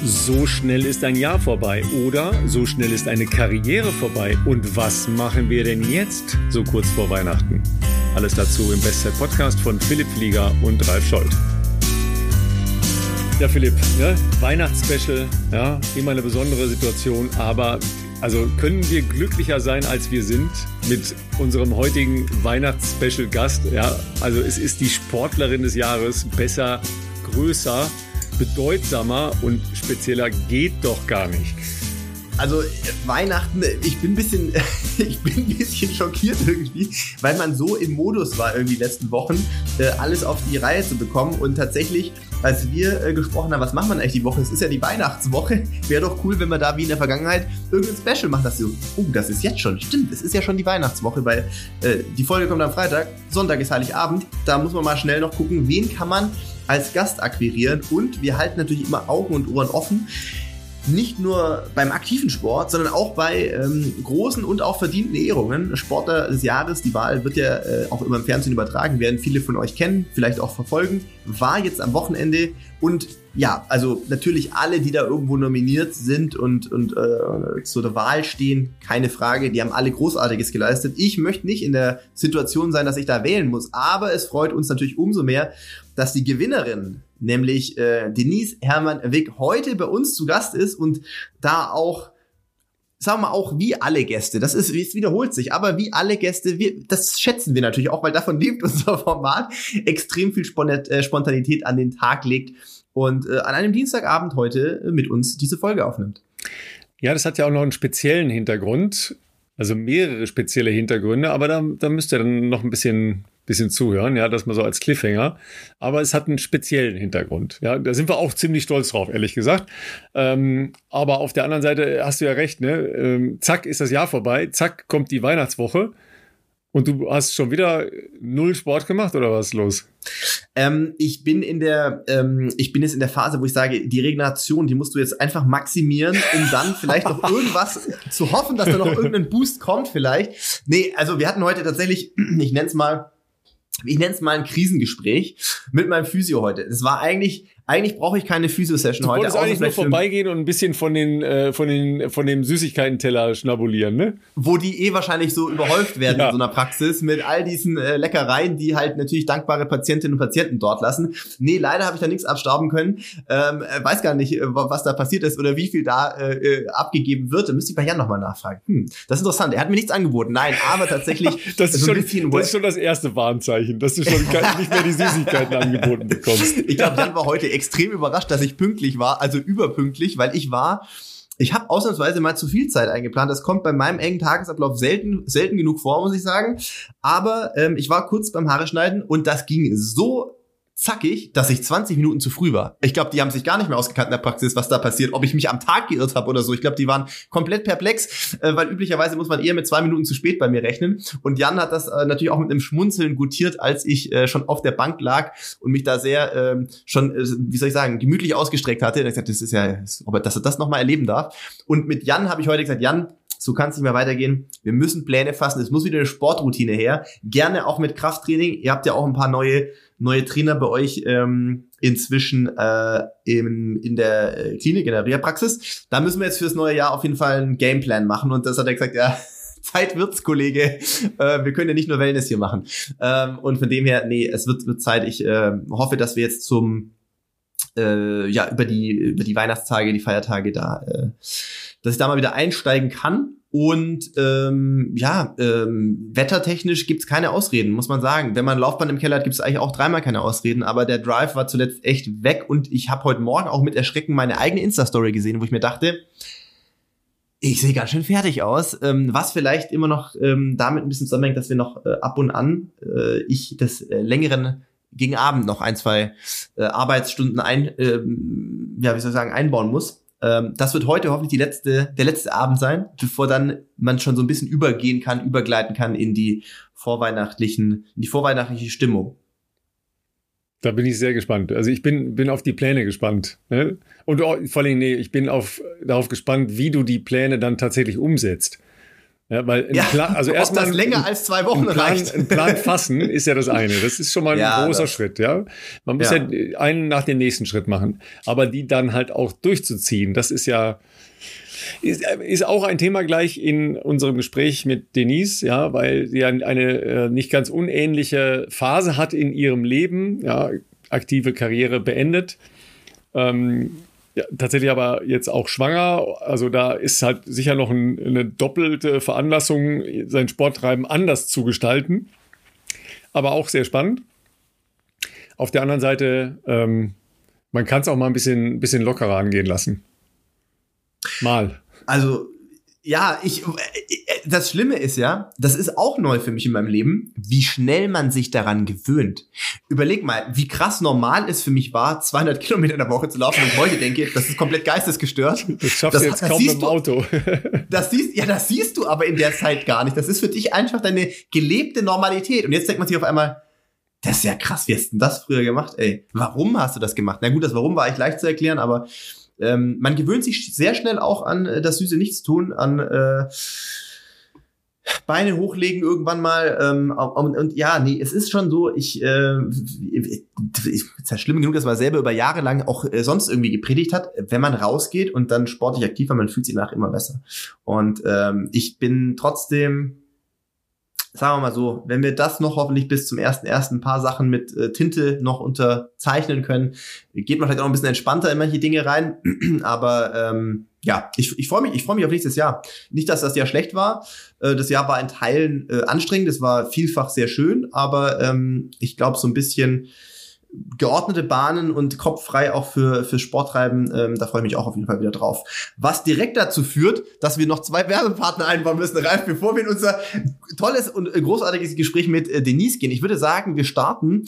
So schnell ist ein Jahr vorbei oder so schnell ist eine Karriere vorbei. Und was machen wir denn jetzt, so kurz vor Weihnachten? Alles dazu im Bestzeit-Podcast von Philipp Flieger und Ralf Scholz. Ja, Philipp, ne? Weihnachtsspecial, ja, immer eine besondere Situation, aber also können wir glücklicher sein, als wir sind mit unserem heutigen Weihnachtsspecial-Gast? Ja, also es ist die Sportlerin des Jahres, besser, größer, bedeutsamer und spezieller geht doch gar nicht. Also Weihnachten, ich bin ein bisschen schockiert irgendwie, weil man so im Modus war irgendwie letzten Wochen, alles auf die Reihe zu bekommen. Und tatsächlich, als wir gesprochen haben, was macht man eigentlich die Woche? Es ist ja die Weihnachtswoche. Wäre doch cool, wenn wir da wie in der Vergangenheit irgendein Special machen, dass du, das ist jetzt schon, stimmt, es ist ja schon die Weihnachtswoche, weil die Folge kommt am Freitag, Sonntag ist Heiligabend. Da muss man mal schnell noch gucken, wen kann man als Gast akquirieren. Und wir halten natürlich immer Augen und Ohren offen. Nicht nur beim aktiven Sport, sondern auch bei großen und auch verdienten Ehrungen. Sportler des Jahres, die Wahl wird ja auch immer im Fernsehen übertragen, werden viele von euch kennen, vielleicht auch verfolgen, war jetzt am Wochenende. Und ja, also natürlich alle, die da irgendwo nominiert sind und zur der Wahl stehen, keine Frage, die haben alle Großartiges geleistet. Ich möchte nicht in der Situation sein, dass ich da wählen muss, aber es freut uns natürlich umso mehr, dass die Gewinnerin, nämlich Denise Hermann-Wick, heute bei uns zu Gast ist und da auch, sagen wir mal, auch wie alle Gäste, es wiederholt sich, aber wie alle Gäste, das schätzen wir natürlich auch, weil davon lebt unser Format, extrem viel Spontanität an den Tag legt und an einem Dienstagabend heute mit uns diese Folge aufnimmt. Ja, das hat ja auch noch einen speziellen Hintergrund, also mehrere spezielle Hintergründe, aber da müsst ihr dann noch ein bisschen zuhören, ja, das mal so als Cliffhanger. Aber es hat einen speziellen Hintergrund. Ja, da sind wir auch ziemlich stolz drauf, ehrlich gesagt. Aber auf der anderen Seite hast du ja recht, ne? Zack, ist das Jahr vorbei, zack, kommt die Weihnachtswoche. Und du hast schon wieder 0 Sport gemacht, oder was ist los? Ich bin jetzt in der Phase, wo ich sage, die Regeneration, die musst du jetzt einfach maximieren, um dann vielleicht noch irgendwas zu hoffen, dass da noch irgendein Boost kommt vielleicht. Nee, also wir hatten heute tatsächlich, ich nenne es mal ein Krisengespräch mit meinem Physio heute. Das war eigentlich brauche ich keine Physio-Session heute. Du wolltest eigentlich nur vorbeigehen und ein bisschen von dem Süßigkeiten-Teller schnabulieren, ne? Wo die wahrscheinlich so überhäuft werden in so einer Praxis mit all diesen Leckereien, die halt natürlich dankbare Patientinnen und Patienten dort lassen. Nee, leider habe ich da nichts abstauben können. Weiß gar nicht, was da passiert ist oder wie viel da abgegeben wird. Da müsste ich bei Jan nochmal nachfragen. Das ist interessant. Er hat mir nichts angeboten. Nein, aber tatsächlich das ist schon das erste Warnzeichen, dass du schon nicht mehr die Süßigkeiten angeboten bekommst. Ich glaube, Jan war heute extrem überrascht, dass ich pünktlich war, also überpünktlich, weil ich habe ausnahmsweise mal zu viel Zeit eingeplant. Das kommt bei meinem engen Tagesablauf selten genug vor, muss ich sagen. Aber ich war kurz beim Haare schneiden und das ging so zackig, dass ich 20 Minuten zu früh war. Ich glaube, die haben sich gar nicht mehr ausgekannt in der Praxis, was da passiert, ob ich mich am Tag geirrt habe oder so. Ich glaube, die waren komplett perplex, weil üblicherweise muss man eher mit 2 Minuten zu spät bei mir rechnen. Und Jan hat das natürlich auch mit einem Schmunzeln gutiert, als ich schon auf der Bank lag und mich da sehr gemütlich ausgestreckt hatte. Er hat gesagt, das ist ja, dass er das nochmal erleben darf. Und mit Jan habe ich heute gesagt, Jan, so kann es nicht mehr weitergehen. Wir müssen Pläne fassen. Es muss wieder eine Sportroutine her. Gerne auch mit Krafttraining. Ihr habt ja auch ein paar neue Trainer bei euch inzwischen in der Klinik, in der Reha-Praxis. Da müssen wir jetzt fürs neue Jahr auf jeden Fall einen Gameplan machen. Und das hat er gesagt, ja, Zeit wird's, Kollege. Wir können ja nicht nur Wellness hier machen. Und von dem her, nee, es wird Zeit. Ich hoffe, dass wir jetzt über die Weihnachtstage, die Feiertage dass ich da mal wieder einsteigen kann. Und wettertechnisch gibt's keine Ausreden, muss man sagen. Wenn man ein Laufband im Keller hat, gibt's eigentlich auch 3-mal keine Ausreden. Aber der Drive war zuletzt echt weg. Und ich habe heute Morgen auch mit Erschrecken meine eigene Insta-Story gesehen, wo ich mir dachte, ich sehe ganz schön fertig aus. Was vielleicht immer noch damit ein bisschen zusammenhängt, dass wir noch ab und an ich des längeren gegen Abend noch 1-2 Arbeitsstunden einbauen muss. Das wird heute hoffentlich der letzte Abend sein, bevor dann man schon so ein bisschen übergleiten kann in die vorweihnachtliche Stimmung. Da bin ich sehr gespannt. Also ich bin auf die Pläne gespannt. Ne? Und vor allem, ich bin darauf gespannt, wie du die Pläne dann tatsächlich umsetzt. Ja, weil also erstmal das länger als 2 Wochen reicht. Ein Plan fassen ist ja das eine. Das ist schon mal ein großer Schritt, ja. Man muss ja einen nach dem nächsten Schritt machen. Aber die dann halt auch durchzuziehen, das ist ja, ist auch ein Thema gleich in unserem Gespräch mit Denise, ja, weil sie ja eine nicht ganz unähnliche Phase hat in ihrem Leben, ja, aktive Karriere beendet. Ja, tatsächlich aber jetzt auch schwanger. Also da ist halt sicher noch eine doppelte Veranlassung, sein Sporttreiben anders zu gestalten. Aber auch sehr spannend. Auf der anderen Seite, man kann es auch mal ein bisschen lockerer angehen lassen. Mal. Also, ja, das Schlimme ist ja, das ist auch neu für mich in meinem Leben, wie schnell man sich daran gewöhnt. Überleg mal, wie krass normal es für mich war, 200 Kilometer in der Woche zu laufen und ich heute denke, das ist komplett geistesgestört. Das schaffst du jetzt kaum mit dem Auto. Das siehst du aber in der Zeit gar nicht. Das ist für dich einfach deine gelebte Normalität. Und jetzt denkt man sich auf einmal, das ist ja krass, wie hast du denn das früher gemacht? Ey, warum hast du das gemacht? Na gut, das Warum war echt leicht zu erklären, aber man gewöhnt sich sehr schnell auch an das süße Nichtstun, an Beine hochlegen irgendwann mal. Und ja, nee, es ist schon so, ist ja schlimm genug, dass man selber über Jahre lang auch sonst irgendwie gepredigt hat, wenn man rausgeht und dann sportlich aktiv war, man fühlt sich nachher immer besser. Und ich bin trotzdem, sagen wir mal so, wenn wir das noch hoffentlich bis zum 1.1. ein paar Sachen mit Tinte noch unterzeichnen können, geht man vielleicht auch ein bisschen entspannter in manche Dinge rein. Aber ja, ich freue mich auf nächstes Jahr. Nicht, dass das Jahr schlecht war. Das Jahr war in Teilen anstrengend. Es war vielfach sehr schön. Aber ich glaube, so ein bisschen geordnete Bahnen und kopffrei auch für Sporttreiben, da freue ich mich auch auf jeden Fall wieder drauf. Was direkt dazu führt, dass wir noch 2 Werbepartner einbauen müssen, Ralf, bevor wir in unser tolles und großartiges Gespräch mit Denise gehen. Ich würde sagen, wir starten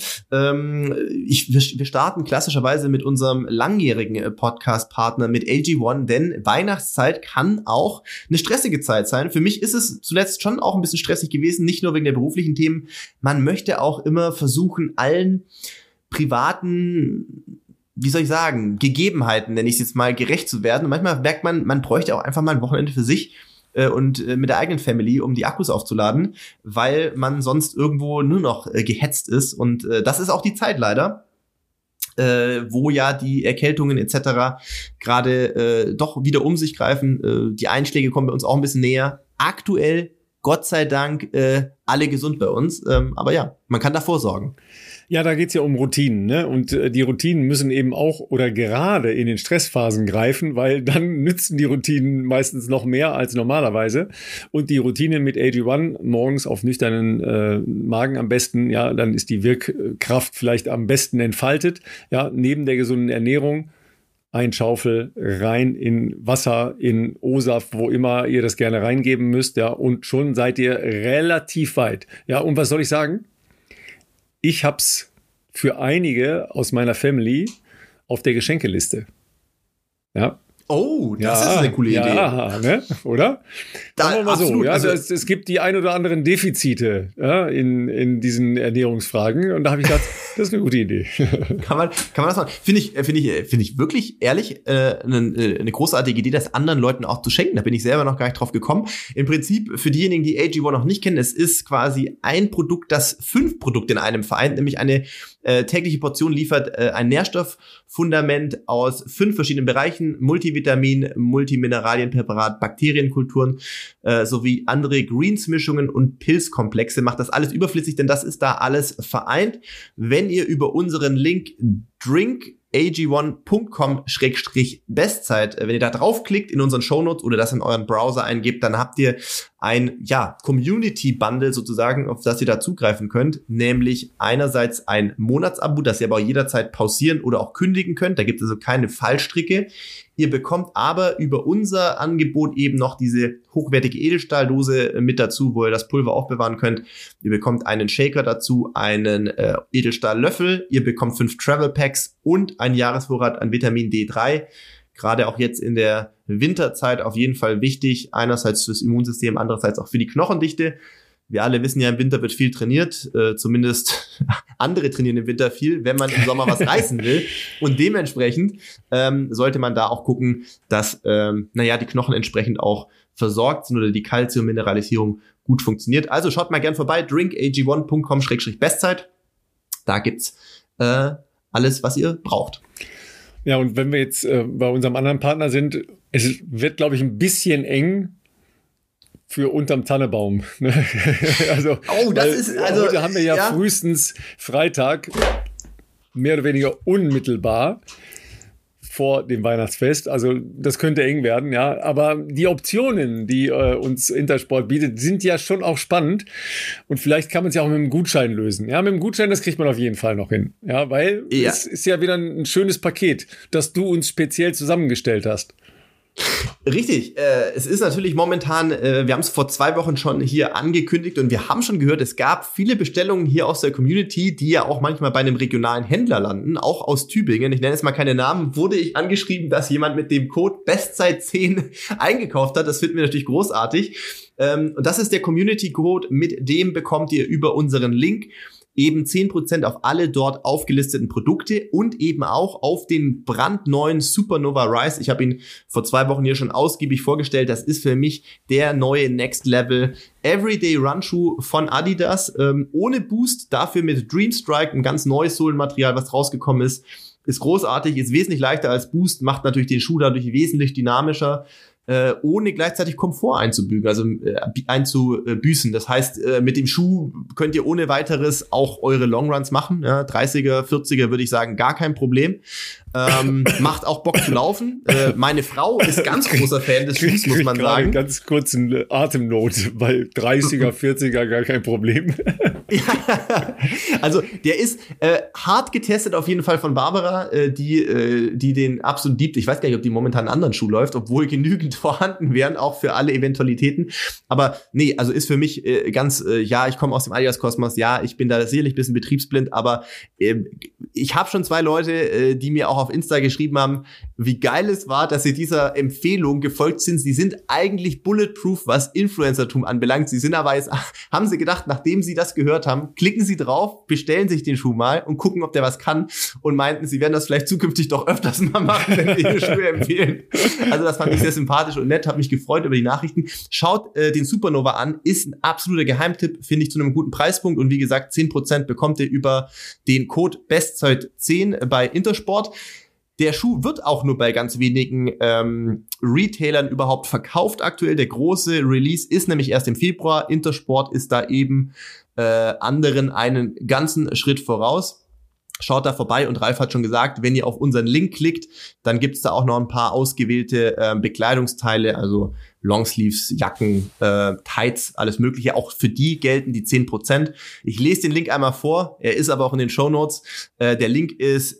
klassischerweise mit unserem langjährigen Podcast-Partner, mit AG1, denn Weihnachtszeit kann auch eine stressige Zeit sein. Für mich ist es zuletzt schon auch ein bisschen stressig gewesen, nicht nur wegen der beruflichen Themen. Man möchte auch immer versuchen, allen privaten, wie soll ich sagen, Gegebenheiten, nenne ich es jetzt mal, gerecht zu werden. Und manchmal merkt man bräuchte auch einfach mal ein Wochenende für sich und mit der eigenen Family, um die Akkus aufzuladen, weil man sonst irgendwo nur noch gehetzt ist. Und das ist auch die Zeit leider, wo ja die Erkältungen etc. gerade doch wieder um sich greifen. Die Einschläge kommen bei uns auch ein bisschen näher. Aktuell, Gott sei Dank, alle gesund bei uns. Aber ja, man kann davor sorgen. Ja, da geht's ja um Routinen, ne? Und die Routinen müssen eben auch oder gerade in den Stressphasen greifen, weil dann nützen die Routinen meistens noch mehr als normalerweise. Und die Routine mit AG1 morgens auf nüchternen Magen am besten, ja, dann ist die Wirkkraft vielleicht am besten entfaltet. Ja, neben der gesunden Ernährung, ein Schaufel rein in Wasser, in O-Saft, wo immer ihr das gerne reingeben müsst, ja, und schon seid ihr relativ weit. Ja, und was soll ich sagen? Ich hab's für einige aus meiner Family auf der Geschenkeliste. Ja. Oh, das ist eine coole Idee. Ja, ne? Oder? Sagen wir mal absolut. so. Ja, also es gibt die ein oder anderen Defizite, ja, in diesen Ernährungsfragen. Und da habe ich gedacht, das ist eine gute Idee. Kann man das machen? Finde ich wirklich ehrlich eine großartige Idee, das anderen Leuten auch zu schenken. Da bin ich selber noch gar nicht drauf gekommen. Im Prinzip, für diejenigen, die AG1 noch nicht kennen, es ist quasi ein Produkt, das 5 Produkte in einem vereint, nämlich eine tägliche Portion liefert ein Nährstofffundament aus 5 verschiedenen Bereichen: Multivitamin, Multimineralienpräparat, Bakterienkulturen sowie andere Greens-Mischungen und Pilzkomplexe. Macht das alles überflüssig, denn das ist da alles vereint. Wenn ihr über unseren Link drinkag1.com/Bestzeit, wenn ihr da draufklickt in unseren Shownotes oder das in euren Browser eingebt, dann habt ihr ein Community-Bundle sozusagen, auf das ihr da zugreifen könnt, nämlich einerseits ein Monatsabo, das ihr aber auch jederzeit pausieren oder auch kündigen könnt. Da gibt es also keine Fallstricke. Ihr bekommt aber über unser Angebot eben noch diese hochwertige Edelstahldose mit dazu, wo ihr das Pulver aufbewahren könnt. Ihr bekommt einen Shaker dazu, einen Edelstahllöffel. Ihr bekommt 5 Travel Packs und einen Jahresvorrat an Vitamin D3. Gerade auch jetzt in der Winterzeit auf jeden Fall wichtig. Einerseits fürs Immunsystem, andererseits auch für die Knochendichte. Wir alle wissen ja, im Winter wird viel trainiert, zumindest andere trainieren im Winter viel, wenn man im Sommer was reißen will. Und dementsprechend sollte man da auch gucken, dass die Knochen entsprechend auch versorgt sind oder die Calcium-Mineralisierung gut funktioniert. Also schaut mal gern vorbei, drinkag1.com/Bestzeit. Da gibt's alles, was ihr braucht. Ja, und wenn wir jetzt bei unserem anderen Partner sind, es wird, glaube ich, ein bisschen eng für unterm Tannebaum. Also, heute haben wir ja frühestens Freitag, mehr oder weniger unmittelbar vor dem Weihnachtsfest. Also das könnte eng werden, ja. Aber die Optionen, die uns Intersport bietet, sind ja schon auch spannend. Und vielleicht kann man es ja auch mit einem Gutschein lösen. Ja, mit dem Gutschein, das kriegt man auf jeden Fall noch hin. Ja, weil es ist ja wieder ein schönes Paket, das du uns speziell zusammengestellt hast. Richtig, es ist natürlich momentan, wir haben es vor 2 Wochen schon hier angekündigt und wir haben schon gehört, es gab viele Bestellungen hier aus der Community, die ja auch manchmal bei einem regionalen Händler landen, auch aus Tübingen. Ich nenne jetzt mal keine Namen, wurde ich angeschrieben, dass jemand mit dem Code Bestzeit10 eingekauft hat. Das finden wir natürlich großartig. Und das ist der Community-Code, mit dem bekommt ihr über unseren Link eben 10% auf alle dort aufgelisteten Produkte und eben auch auf den brandneuen Supernova Rise. Ich habe ihn vor 2 Wochen hier schon ausgiebig vorgestellt. Das ist für mich der neue Next Level Everyday Run Schuh von Adidas. Ohne Boost, dafür mit Dreamstrike, ein ganz neues Sohlenmaterial, was rausgekommen ist. Ist großartig, ist wesentlich leichter als Boost, macht natürlich den Schuh dadurch wesentlich dynamischer. Ohne gleichzeitig Komfort einzubüßen. Das heißt, mit dem Schuh könnt ihr ohne weiteres auch eure Longruns machen. Ja, 30er, 40er würde ich sagen, gar kein Problem. Macht auch Bock zu laufen. Meine Frau ist ganz großer Fan des Schuhs, muss man sagen. Ganz kurz eine Atemnot, weil 30er, 40er gar kein Problem. Ja, also der ist hart getestet auf jeden Fall von Barbara, die den absolut liebt. Ich weiß gar nicht, ob die momentan einen anderen Schuh läuft, obwohl genügend vorhanden wären, auch für alle Eventualitäten. Aber nee, also ist für mich ich komme aus dem Adidas-Kosmos, ja, ich bin da sicherlich ein bisschen betriebsblind, aber ich habe schon 2 Leute, die mir auch auf Insta geschrieben haben, wie geil es war, dass sie dieser Empfehlung gefolgt sind. Sie sind eigentlich bulletproof, was Influencertum anbelangt. Sie sind aber jetzt, haben sie gedacht, nachdem sie das gehört haben, klicken sie drauf, bestellen sich den Schuh mal und gucken, ob der was kann und meinten, sie werden das vielleicht zukünftig doch öfters mal machen, wenn sie ihre Schuhe empfehlen. Also das fand ich sehr sympathisch und nett, habe mich gefreut über die Nachrichten. Schaut den Supernova an, ist ein absoluter Geheimtipp, finde ich, zu einem guten Preispunkt und wie gesagt, 10% bekommt ihr über den Code Bestzeit10 bei Intersport. Der Schuh wird auch nur bei ganz wenigen Retailern überhaupt verkauft aktuell. Der große Release ist nämlich erst im Februar. Intersport ist da eben anderen einen ganzen Schritt voraus. Schaut da vorbei und Ralf hat schon gesagt, wenn ihr auf unseren Link klickt, dann gibt's da auch noch ein paar ausgewählte Bekleidungsteile, also Longsleeves, Jacken, Tights, alles mögliche. Auch für die gelten die 10%. Ich lese den Link einmal vor, er ist aber auch in den Shownotes. Der Link ist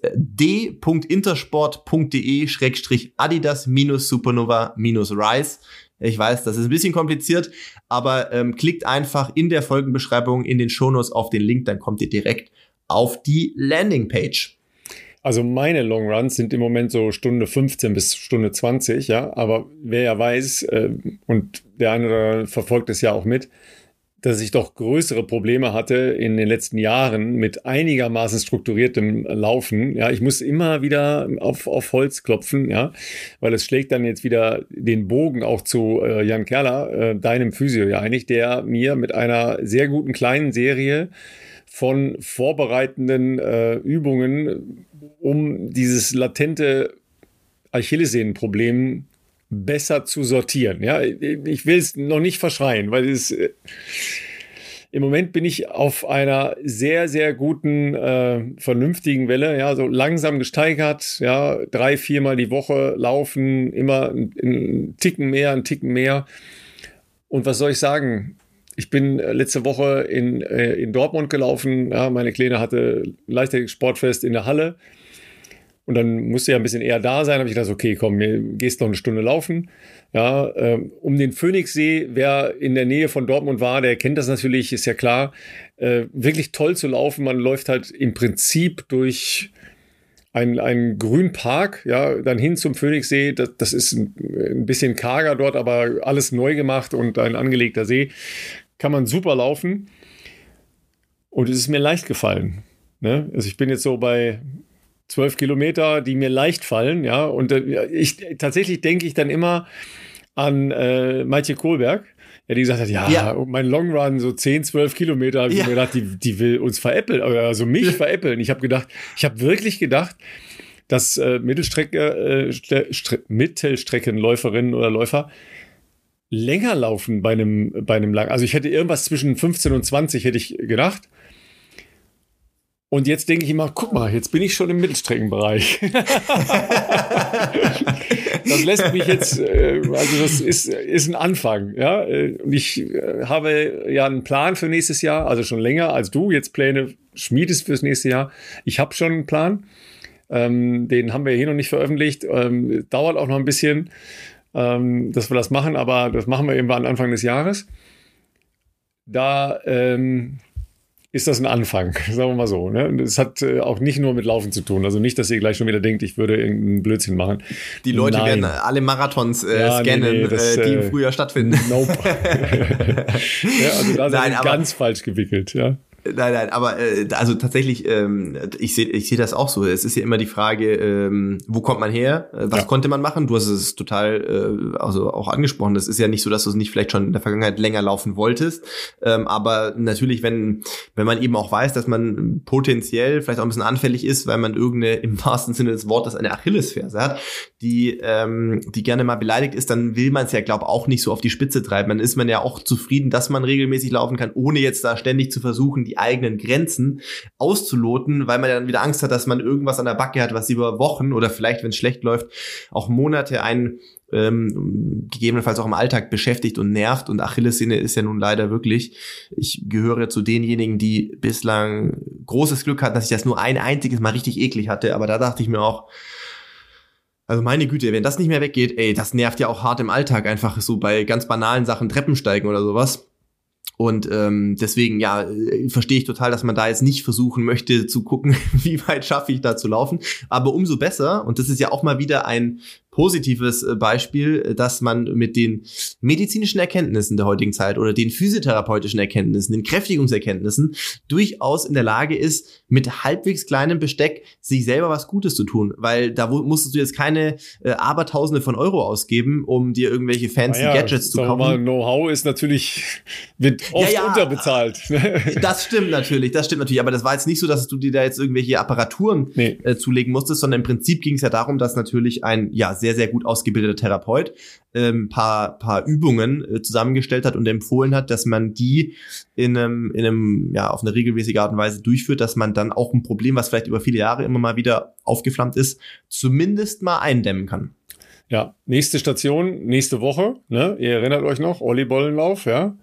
d.intersport.de/adidas-supernova-rise. Ich weiß, das ist ein bisschen kompliziert, aber klickt einfach in der Folgenbeschreibung in den Shownotes auf den Link, dann kommt ihr direkt auf die Landingpage. Also meine Longruns sind im Moment so Stunde 15 bis Stunde 20, ja, aber wer ja weiß, und der eine oder andere verfolgt es ja auch mit, dass ich doch größere Probleme hatte in den letzten Jahren mit einigermaßen strukturiertem Laufen. Ja, ich muss immer wieder auf Holz klopfen, ja, weil es schlägt dann jetzt wieder den Bogen auch zu Jan Kerler, deinem Physio ja eigentlich, der mir mit einer sehr guten kleinen Serie von vorbereitenden Übungen, um dieses latente Achillessehnenproblem besser zu sortieren. Ja, ich will es noch nicht verschreien, weil im Moment bin ich auf einer sehr, sehr guten, vernünftigen Welle, ja, so langsam gesteigert, ja, 3-4 Mal die Woche laufen, immer einen Ticken mehr. Und was soll ich sagen? Ich bin letzte Woche in Dortmund gelaufen. Ja, meine Kleine hatte Leichtathletik-Sportfest in der Halle. Und dann musste ja ein bisschen eher da sein. Habe ich gedacht, okay, komm, gehst noch eine Stunde laufen. Ja, um den Phoenixsee, wer in der Nähe von Dortmund war, der kennt das natürlich, ist ja klar. Wirklich toll zu laufen. Man läuft halt im Prinzip durch einen grünen Park, ja, dann hin zum Phoenixsee. Das ist ein bisschen karger dort, aber alles neu gemacht und ein angelegter See. kann man super laufen. Und es ist mir leicht gefallen. Ne? Also ich bin jetzt so bei 12 Kilometer, die mir leicht fallen. Ja? Und tatsächlich denke ich dann immer an Maitje Kohlberg, die gesagt hat, mein Long Run, so 10, 12 Kilometer, habe ich mir gedacht, die will uns veräppeln, also mich veräppeln. Ich habe wirklich gedacht, dass Mittelstreckenläuferinnen oder Läufer länger laufen bei einem Lang. Also ich hätte irgendwas zwischen 15 und 20, hätte ich gedacht. Und jetzt denke ich immer, guck mal, jetzt bin ich schon im Mittelstreckenbereich. Das lässt mich jetzt, also das ist ein Anfang. Ja? Und ich habe ja einen Plan für nächstes Jahr, also schon länger als du jetzt Pläne schmiedest fürs nächste Jahr. Ich habe schon einen Plan. Den haben wir hier noch nicht veröffentlicht. Dauert auch noch ein bisschen, dass wir das machen, aber das machen wir irgendwann Anfang des Jahres. Da ist das ein Anfang, sagen wir mal so. Ne? Und es hat auch nicht nur mit Laufen zu tun. Also nicht, dass ihr gleich schon wieder denkt, ich würde irgendeinen Blödsinn machen. Die Leute werden alle Marathons scannen, die im Frühjahr stattfinden. Nope. Also da sind wir ganz falsch gewickelt, ja. Nein, aber also tatsächlich, ich sehe das auch so. Es ist ja immer die Frage, wo kommt man her? Was konnte man machen? Du hast es total also auch angesprochen. Das ist ja nicht so, dass du es nicht vielleicht schon in der Vergangenheit länger laufen wolltest. Aber natürlich, wenn man eben auch weiß, dass man potenziell vielleicht auch ein bisschen anfällig ist, weil man irgendeine, im wahrsten Sinne des Wortes, eine Achillesferse hat, die gerne mal beleidigt ist, dann will man es ja, glaube ich, auch nicht so auf die Spitze treiben. Dann ist man ja auch zufrieden, dass man regelmäßig laufen kann, ohne jetzt da ständig zu versuchen, die eigenen Grenzen auszuloten, weil man ja dann wieder Angst hat, dass man irgendwas an der Backe hat, was über Wochen oder vielleicht, wenn es schlecht läuft, auch Monate einen gegebenenfalls auch im Alltag beschäftigt und nervt. Und Achillessehne ist ja nun leider wirklich, ich gehöre zu denjenigen, die bislang großes Glück hatten, dass ich das nur ein einziges Mal richtig eklig hatte, aber da dachte ich mir auch, also meine Güte, wenn das nicht mehr weggeht, das nervt ja auch hart im Alltag, einfach so bei ganz banalen Sachen Treppensteigen oder sowas. Und deswegen, verstehe ich total, dass man da jetzt nicht versuchen möchte zu gucken, wie weit schaffe ich da zu laufen. Aber umso besser, und das ist ja auch mal wieder ein positives Beispiel, dass man mit den medizinischen Erkenntnissen der heutigen Zeit oder den physiotherapeutischen Erkenntnissen, den Kräftigungserkenntnissen durchaus in der Lage ist, mit halbwegs kleinem Besteck sich selber was Gutes zu tun. Weil da musstest du jetzt keine Abertausende von Euro ausgeben, um dir irgendwelche fancy Gadgets zu kaufen. Mal, Know-how ist natürlich, wird oft unterbezahlt. Das stimmt natürlich. Aber das war jetzt nicht so, dass du dir da jetzt irgendwelche Apparaturen zulegen musstest, sondern im Prinzip ging es ja darum, dass natürlich ein, sehr, sehr gut ausgebildeter Therapeut paar Übungen zusammengestellt hat und empfohlen hat, dass man die in einem auf eine regelmäßige Art und Weise durchführt, dass man dann auch ein Problem, was vielleicht über viele Jahre immer mal wieder aufgeflammt ist, zumindest mal eindämmen kann. Ja, nächste Station, nächste Woche, ne? Ihr erinnert euch noch, Olli Bollenlauf, ja?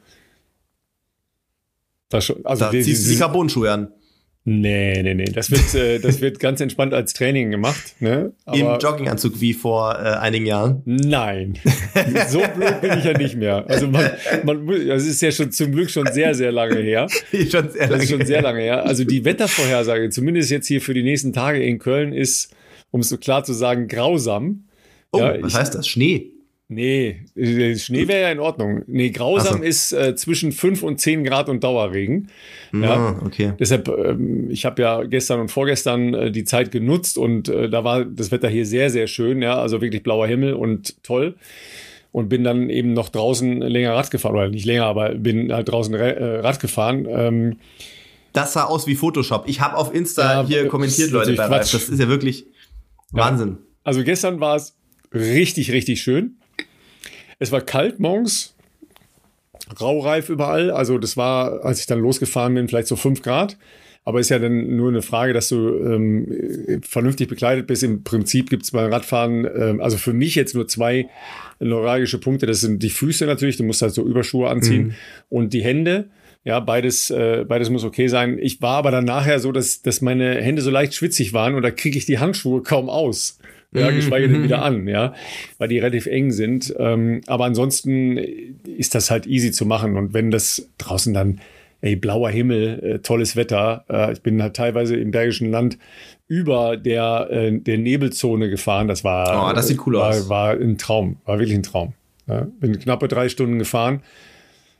Da ziehst du die Carbon-Schuhe an. Nee. Das wird ganz entspannt als Training gemacht. Ne? Aber im Jogginganzug wie vor einigen Jahren? Nein, so blöd bin ich ja nicht mehr. Also das ist ja schon zum Glück schon sehr, sehr lange her. Sehr lange her. Also die Wettervorhersage, zumindest jetzt hier für die nächsten Tage in Köln, ist, um es so klar zu sagen, grausam. Oh, was heißt das? Schnee? Nee, Schnee wäre ja in Ordnung. Nee, grausam ist zwischen 5 und 10 Grad und Dauerregen. Ja, okay. Deshalb, ich habe ja gestern und vorgestern die Zeit genutzt und da war das Wetter hier sehr, sehr schön. Ja, also wirklich blauer Himmel und toll. Und bin dann eben noch draußen länger Rad gefahren. Oder nicht länger, aber bin halt draußen Rad gefahren. Das sah aus wie Photoshop. Ich habe auf Insta hier kommentiert, Leute, bei Ralf. Das ist ja wirklich Wahnsinn. Also gestern war es richtig, richtig schön. Es war kalt morgens, raureif überall. Also das war, als ich dann losgefahren bin, vielleicht so 5 Grad. Aber ist ja dann nur eine Frage, dass du vernünftig bekleidet bist. Im Prinzip gibt es beim Radfahren, also für mich jetzt nur 2 neuralgische Punkte. Das sind die Füße natürlich, du musst halt so Überschuhe anziehen. Und die Hände. Ja, beides muss okay sein. Ich war aber dann nachher so, dass meine Hände so leicht schwitzig waren und da kriege ich die Handschuhe kaum aus. Ja, geschweige denn wieder an, ja, weil die relativ eng sind. Aber ansonsten ist das halt easy zu machen. Und wenn das draußen dann, blauer Himmel, tolles Wetter. Ich bin halt teilweise im Bergischen Land über der Nebelzone gefahren. Das war, das sieht cool aus. War ein Traum, war wirklich ein Traum. Ja, bin knappe 3 Stunden gefahren.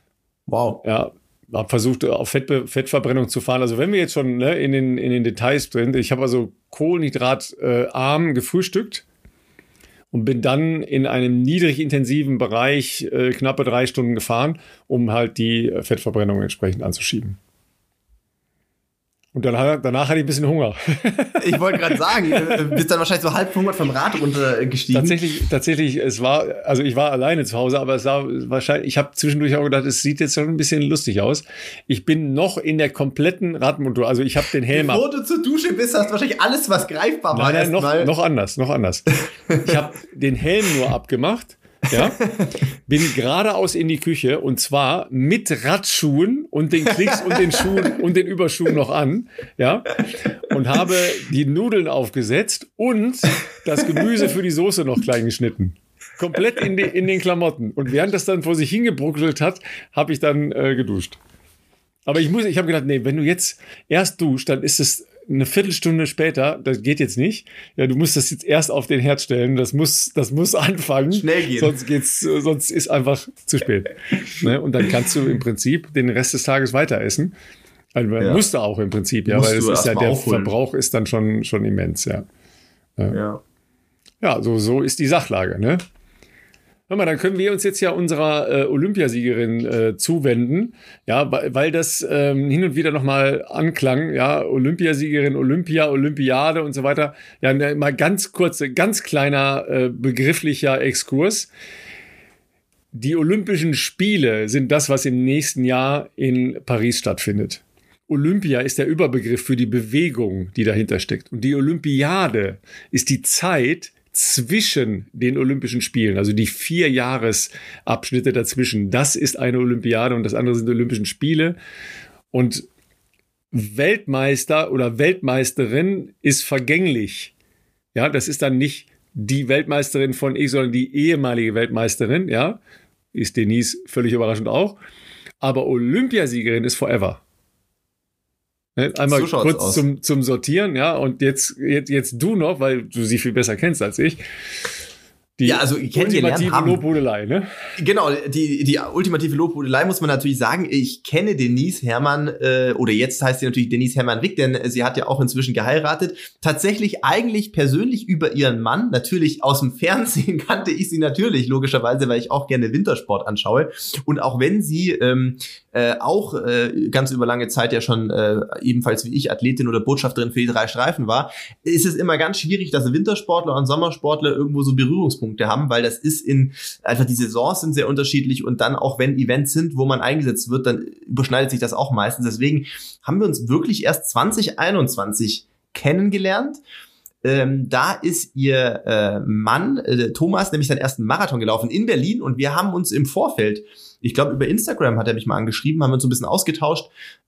Wow. Ja, habe versucht, auf Fettverbrennung zu fahren. Also wenn wir jetzt schon in den Details drin, ich habe also kohlenhydratarm gefrühstückt und bin dann in einem niedrig intensiven Bereich knappe 3 Stunden gefahren, um halt die Fettverbrennung entsprechend anzuschieben. Und danach hatte ich ein bisschen Hunger. Ich wollte gerade sagen, du bist dann wahrscheinlich so halb verhungert vom Rad runtergestiegen. Tatsächlich, ich war alleine zu Hause, aber es war wahrscheinlich, ich habe zwischendurch auch gedacht, es sieht jetzt schon ein bisschen lustig aus. Ich bin noch in der kompletten Radmontur, also ich habe den Helm Bevor du zur Dusche bist, hast du wahrscheinlich alles, was greifbar war. Nein, noch anders. Ich habe den Helm nur abgemacht. Ja, bin geradeaus in die Küche und zwar mit Radschuhen und den Klicks und den Schuhen und den Überschuhen noch an, ja, und habe die Nudeln aufgesetzt und das Gemüse für die Soße noch klein geschnitten. Komplett in den Klamotten. Und während das dann vor sich hingebruckelt hat, habe ich dann geduscht. Aber ich habe gedacht, nee, wenn du jetzt erst duscht, dann ist es eine Viertelstunde später, das geht jetzt nicht. Ja, du musst das jetzt erst auf den Herd stellen. Das muss anfangen. Schnell gehen. Sonst ist einfach zu spät. Ne? Und dann kannst du im Prinzip den Rest des Tages weiter essen. Also musst du auch im Prinzip, ja, weil es ist ja, der Verbrauch ist dann schon immens, ja. Ja, so ist die Sachlage, ne? Hör mal, dann können wir uns jetzt ja unserer Olympiasiegerin zuwenden, ja, weil das hin und wieder nochmal anklang, ja, Olympiasiegerin, Olympiade und so weiter. Ja, mal ganz kleiner begrifflicher Exkurs. Die Olympischen Spiele sind das, was im nächsten Jahr in Paris stattfindet. Olympia ist der Überbegriff für die Bewegung, die dahinter steckt. Und die Olympiade ist die Zeit zwischen den Olympischen Spielen, also die 4 Jahresabschnitte dazwischen. Das ist eine Olympiade und das andere sind die Olympischen Spiele. Und Weltmeister oder Weltmeisterin ist vergänglich. Ja, das ist dann nicht die Weltmeisterin von X, sondern die ehemalige Weltmeisterin. Ja, ist Denise völlig überraschend auch. Aber Olympiasiegerin ist forever. Einmal so kurz zum Sortieren, ja, und jetzt du noch, weil du sie viel besser kennst als ich. Die ultimative Lobhudelei, ne? Genau, die ultimative Lobhudelei muss man natürlich sagen. Ich kenne Denise Herrmann, oder jetzt heißt sie natürlich Denise Herrmann-Wick, denn sie hat ja auch inzwischen geheiratet. Tatsächlich eigentlich persönlich über ihren Mann. Natürlich aus dem Fernsehen kannte ich sie natürlich, logischerweise, weil ich auch gerne Wintersport anschaue. Und auch wenn sie auch ganz über lange Zeit ja schon ebenfalls wie ich Athletin oder Botschafterin für die 3 Streifen war, ist es immer ganz schwierig, dass Wintersportler und Sommersportler irgendwo so Berührungspunkte haben, weil das ist einfach die Saisons sind sehr unterschiedlich und dann auch wenn Events sind, wo man eingesetzt wird, dann überschneidet sich das auch meistens. Deswegen haben wir uns wirklich erst 2021 kennengelernt. Da ist ihr Mann, Thomas, nämlich seinen ersten Marathon gelaufen in Berlin und wir haben uns im Vorfeld, ich glaube über Instagram hat er mich mal angeschrieben, haben wir uns so ein bisschen ausgetauscht,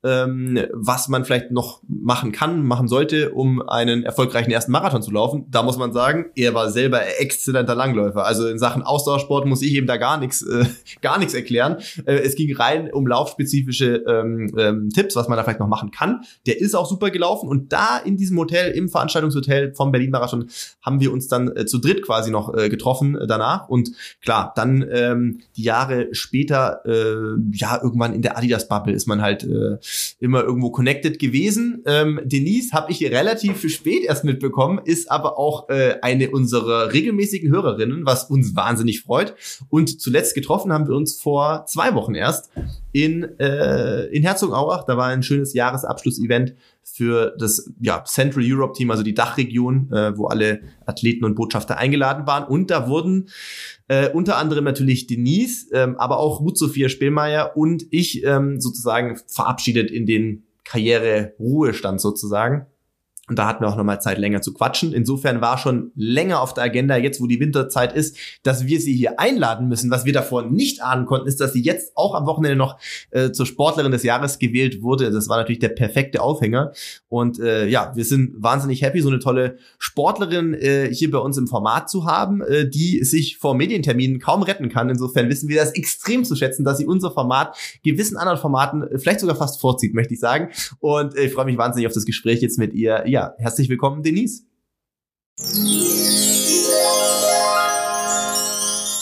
was man vielleicht noch machen sollte, um einen erfolgreichen ersten Marathon zu laufen. Da muss man sagen, er war selber exzellenter Langläufer. Also in Sachen Ausdauersport muss ich eben da gar nichts erklären. Es ging rein um laufspezifische Tipps, was man da vielleicht noch machen kann. Der ist auch super gelaufen und da in diesem Hotel, im Veranstaltungshotel vom Berlin-Marathon, haben wir uns dann zu dritt quasi noch getroffen danach. Und klar, dann die Jahre später, irgendwann in der Adidas-Bubble ist man halt immer irgendwo connected gewesen. Denise habe ich relativ spät erst mitbekommen, ist aber auch eine unserer regelmäßigen Hörerinnen, was uns wahnsinnig freut. Und zuletzt getroffen haben wir uns vor 2 Wochen erst in Herzogenaurach. Da war ein schönes Jahresabschlussevent für das Central Europe Team, also die Dachregion, wo alle Athleten und Botschafter eingeladen waren. Und da wurden unter anderem natürlich Denise, aber auch Ruth Sophia Spielmeier und ich sozusagen verabschiedet in den Karriereruhestand sozusagen. Und da hatten wir auch nochmal Zeit, länger zu quatschen. Insofern war schon länger auf der Agenda, jetzt wo die Winterzeit ist, dass wir sie hier einladen müssen. Was wir davor nicht ahnen konnten, ist, dass sie jetzt auch am Wochenende noch zur Sportlerin des Jahres gewählt wurde. Das war natürlich der perfekte Aufhänger. Und wir sind wahnsinnig happy, so eine tolle Sportlerin hier bei uns im Format zu haben, die sich vor Medienterminen kaum retten kann. Insofern wissen wir das extrem zu schätzen, dass sie unser Format gewissen anderen Formaten vielleicht sogar fast vorzieht, möchte ich sagen. Und ich freue mich wahnsinnig auf das Gespräch jetzt mit ihr. Ja, herzlich willkommen, Denise.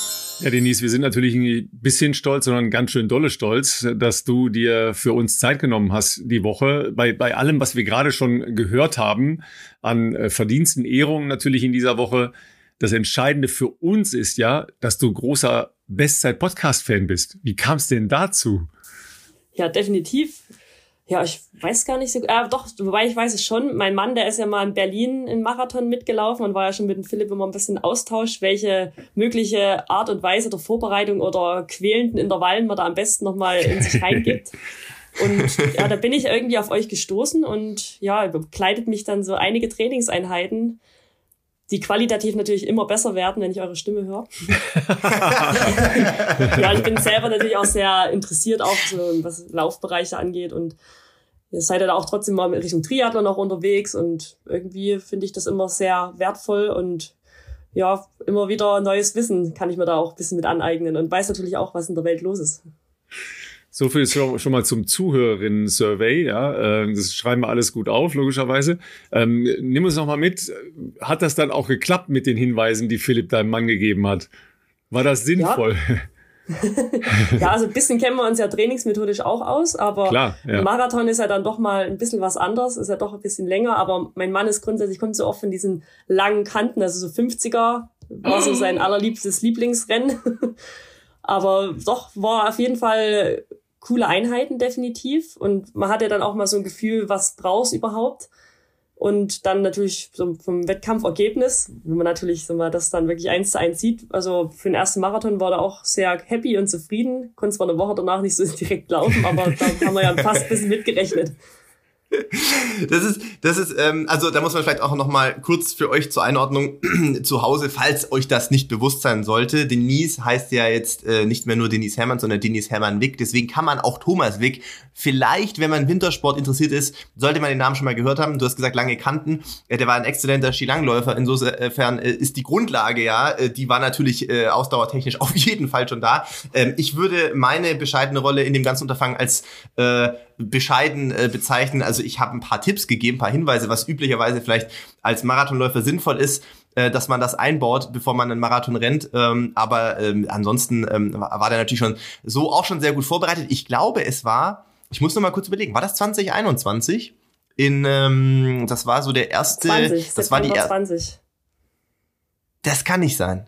Ja, Denise, wir sind natürlich ein bisschen stolz, sondern ganz schön dolle stolz, dass du dir für uns Zeit genommen hast die Woche. Bei allem, was wir gerade schon gehört haben, an Verdiensten, Ehrungen natürlich in dieser Woche. Das Entscheidende für uns ist ja, dass du großer Bestzeit-Podcast-Fan bist. Wie kam es denn dazu? Ja, definitiv. Ja, ich weiß gar nicht so, doch, wobei ich weiß es schon. Mein Mann, der ist ja mal in Berlin im Marathon mitgelaufen und war ja schon mit dem Philipp immer ein bisschen Austausch, welche mögliche Art und Weise der Vorbereitung oder quälenden Intervallen man da am besten nochmal in sich reingibt. Und ja, da bin ich irgendwie auf euch gestoßen und ja, begleitet mich dann so einige Trainingseinheiten, die qualitativ natürlich immer besser werden, wenn ich eure Stimme höre. Ja, ich bin selber natürlich auch sehr interessiert, auch so was Laufbereiche angeht und ihr seid ja da auch trotzdem mal in Richtung Triathlon auch unterwegs und irgendwie finde ich das immer sehr wertvoll und ja, immer wieder neues Wissen kann ich mir da auch ein bisschen mit aneignen und weiß natürlich auch, was in der Welt los ist. So viel schon mal zum Zuhörerinnen-Survey, ja. Das schreiben wir alles gut auf, logischerweise. Nimm uns noch mal mit. Hat das dann auch geklappt mit den Hinweisen, die Philipp deinem Mann gegeben hat? War das sinnvoll? Ja, also ein bisschen kennen wir uns ja trainingsmethodisch auch aus, aber klar, ja. Ein Marathon ist ja dann doch mal ein bisschen was anderes, ist ja doch ein bisschen länger, aber mein Mann ist grundsätzlich, kommt so oft von diesen langen Kanten, also so 50er war so sein allerliebstes Lieblingsrennen. Aber doch, war auf jeden Fall coole Einheiten definitiv und man hatte dann auch mal so ein Gefühl, was brauchst überhaupt und dann natürlich so vom Wettkampfergebnis, wenn man natürlich so mal das dann wirklich 1:1 sieht, also für den ersten Marathon war da auch sehr happy und zufrieden, konnte zwar eine Woche danach nicht so direkt laufen, aber da haben wir ja fast ein bisschen mitgerechnet. Das ist, also da muss man vielleicht auch noch mal kurz für euch zur Einordnung zu Hause, falls euch das nicht bewusst sein sollte. Denise heißt ja jetzt nicht mehr nur Denise Herrmann, sondern Denise Herrmann-Wick. Deswegen kann man auch Thomas Wick, vielleicht, wenn man Wintersport interessiert ist, sollte man den Namen schon mal gehört haben. Du hast gesagt, lange Kanten. Der war ein exzellenter Skilangläufer. Insofern ist die Grundlage, ja, die war natürlich ausdauertechnisch auf jeden Fall schon da. Ich würde meine bescheidene Rolle in dem ganzen Unterfangen als bescheiden bezeichnen. Also ich habe ein paar Tipps gegeben, ein paar Hinweise, was üblicherweise vielleicht als Marathonläufer sinnvoll ist, dass man das einbaut, bevor man einen Marathon rennt. Aber ansonsten war der natürlich schon sehr gut vorbereitet. Ich glaube, ich muss noch mal kurz überlegen, war das 2021? Das war so der erste... 20, das war die 20. Das kann nicht sein.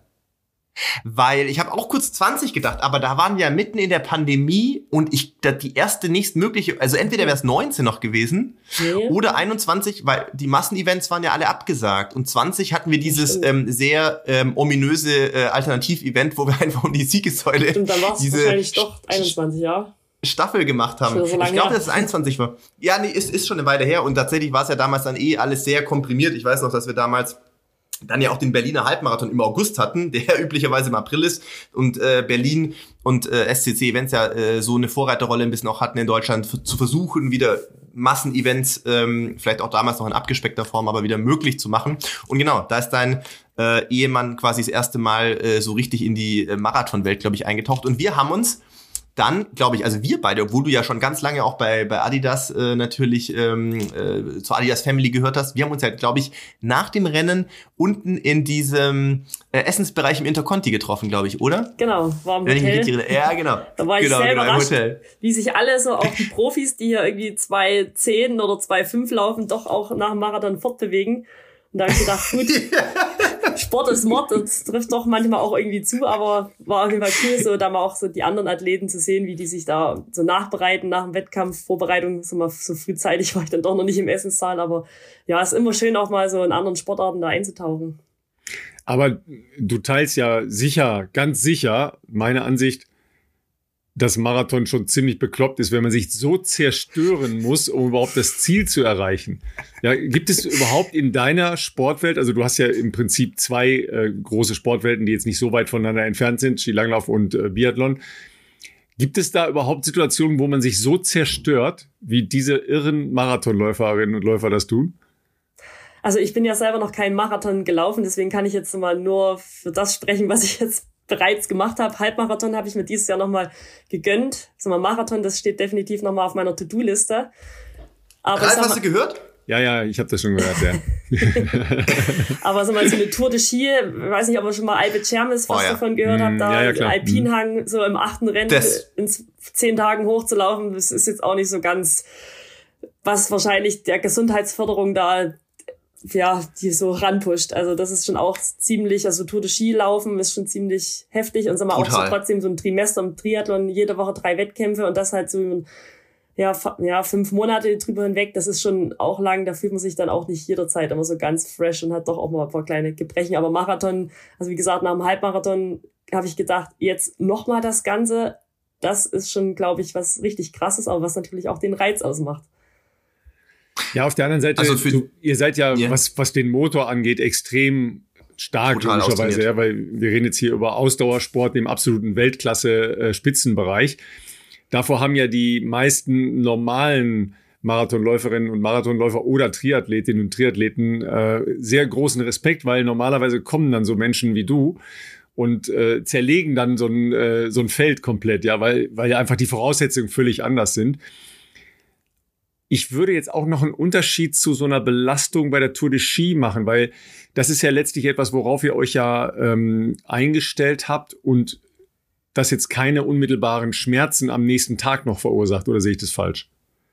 Weil ich habe auch kurz 20 gedacht, aber da waren wir ja mitten in der Pandemie und die erste nächstmögliche, also entweder wäre es 19 noch gewesen oder 21, weil die Massenevents waren ja alle abgesagt und 20 hatten wir dieses sehr ominöse Alternativ-Event, wo wir einfach um die Siegessäule Stimmt, dann war es wahrscheinlich doch 21, ja. Staffel gemacht haben. So ich glaube, dass es 21 war. Ja, nee, ist schon eine Weile her und tatsächlich war es ja damals dann alles sehr komprimiert. Ich weiß noch, dass wir damals dann ja auch den Berliner Halbmarathon im August hatten, der üblicherweise im April ist und Berlin und SCC Events ja so eine Vorreiterrolle ein bisschen auch hatten in Deutschland, zu versuchen, wieder Massenevents, vielleicht auch damals noch in abgespeckter Form, aber wieder möglich zu machen. Und genau, da ist dein Ehemann quasi das erste Mal so richtig in die Marathonwelt, glaube ich, eingetaucht. Und wir haben uns dann, glaube ich, also wir beide, obwohl du ja schon ganz lange auch bei Adidas natürlich zur Adidas Family gehört hast, wir haben uns ja, glaube ich, nach dem Rennen unten in diesem Essensbereich im Interconti getroffen, glaube ich, oder? Genau, war im Hotel. Ja, genau. Da war ich sehr überrascht, im Hotel. Wie sich alle, so auch die Profis, die hier irgendwie 2:10 oder 2:5 laufen, doch auch nach dem Marathon fortbewegen. Und da habe ich gedacht, gut, Sport ist Mord, das trifft doch manchmal auch irgendwie zu, aber war auf jeden Fall cool, so da mal auch so die anderen Athleten zu sehen, wie die sich da so nachbereiten nach dem Wettkampf, Vorbereitung, so frühzeitig war ich dann doch noch nicht im Essenssaal, aber ja, ist immer schön auch mal so in anderen Sportarten da einzutauchen. Aber du teilst ja sicher, ganz sicher, meine Ansicht, dass Marathon schon ziemlich bekloppt ist, wenn man sich so zerstören muss, um überhaupt das Ziel zu erreichen. Ja, gibt es überhaupt in deiner Sportwelt, also du hast ja im Prinzip zwei große Sportwelten, die jetzt nicht so weit voneinander entfernt sind, Skilanglauf und Biathlon. Gibt es da überhaupt Situationen, wo man sich so zerstört, wie diese irren Marathonläuferinnen und Läufer das tun? Also ich bin ja selber noch keinen Marathon gelaufen, deswegen kann ich jetzt mal nur für das sprechen, was ich jetzt bereits gemacht habe. Halbmarathon habe ich mir dieses Jahr nochmal gegönnt. Also mal Marathon, das steht definitiv nochmal auf meiner To-Do-Liste. Aber hast du gehört? Ja, ich habe das schon gehört, ja. Aber so mal so eine Tour de Ski, weiß nicht, ob ihr schon mal Alpe Cermis was davon gehört habt, da Alpinhang so im 8. Rennen in 10 Tagen hochzulaufen, das ist jetzt auch nicht so ganz, was wahrscheinlich der Gesundheitsförderung da, ja, die so ranpusht. Also das ist schon auch ziemlich, also Tour de Ski laufen ist schon ziemlich heftig und sagen wir auch so trotzdem so ein Trimester im Triathlon, jede Woche 3 Wettkämpfe und das halt so ja, 5 Monate drüber hinweg, das ist schon auch lang, da fühlt man sich dann auch nicht jederzeit immer so ganz fresh und hat doch auch mal ein paar kleine Gebrechen. Aber Marathon, also wie gesagt, nach dem Halbmarathon habe ich gedacht, jetzt nochmal das Ganze, das ist schon, glaube ich, was richtig krasses, aber was natürlich auch den Reiz ausmacht. Ja, auf der anderen Seite, also ihr seid ja, was den Motor angeht, extrem stark, logischerweise, ja, weil wir reden jetzt hier über Ausdauersport im absoluten Weltklasse-Spitzenbereich. Davor haben ja die meisten normalen Marathonläuferinnen und Marathonläufer oder Triathletinnen und Triathleten sehr großen Respekt, weil normalerweise kommen dann so Menschen wie du und zerlegen dann so ein Feld komplett, ja, weil ja einfach die Voraussetzungen völlig anders sind. Ich würde jetzt auch noch einen Unterschied zu so einer Belastung bei der Tour de Ski machen, weil das ist ja letztlich etwas, worauf ihr euch ja eingestellt habt und das jetzt keine unmittelbaren Schmerzen am nächsten Tag noch verursacht, oder sehe ich das falsch?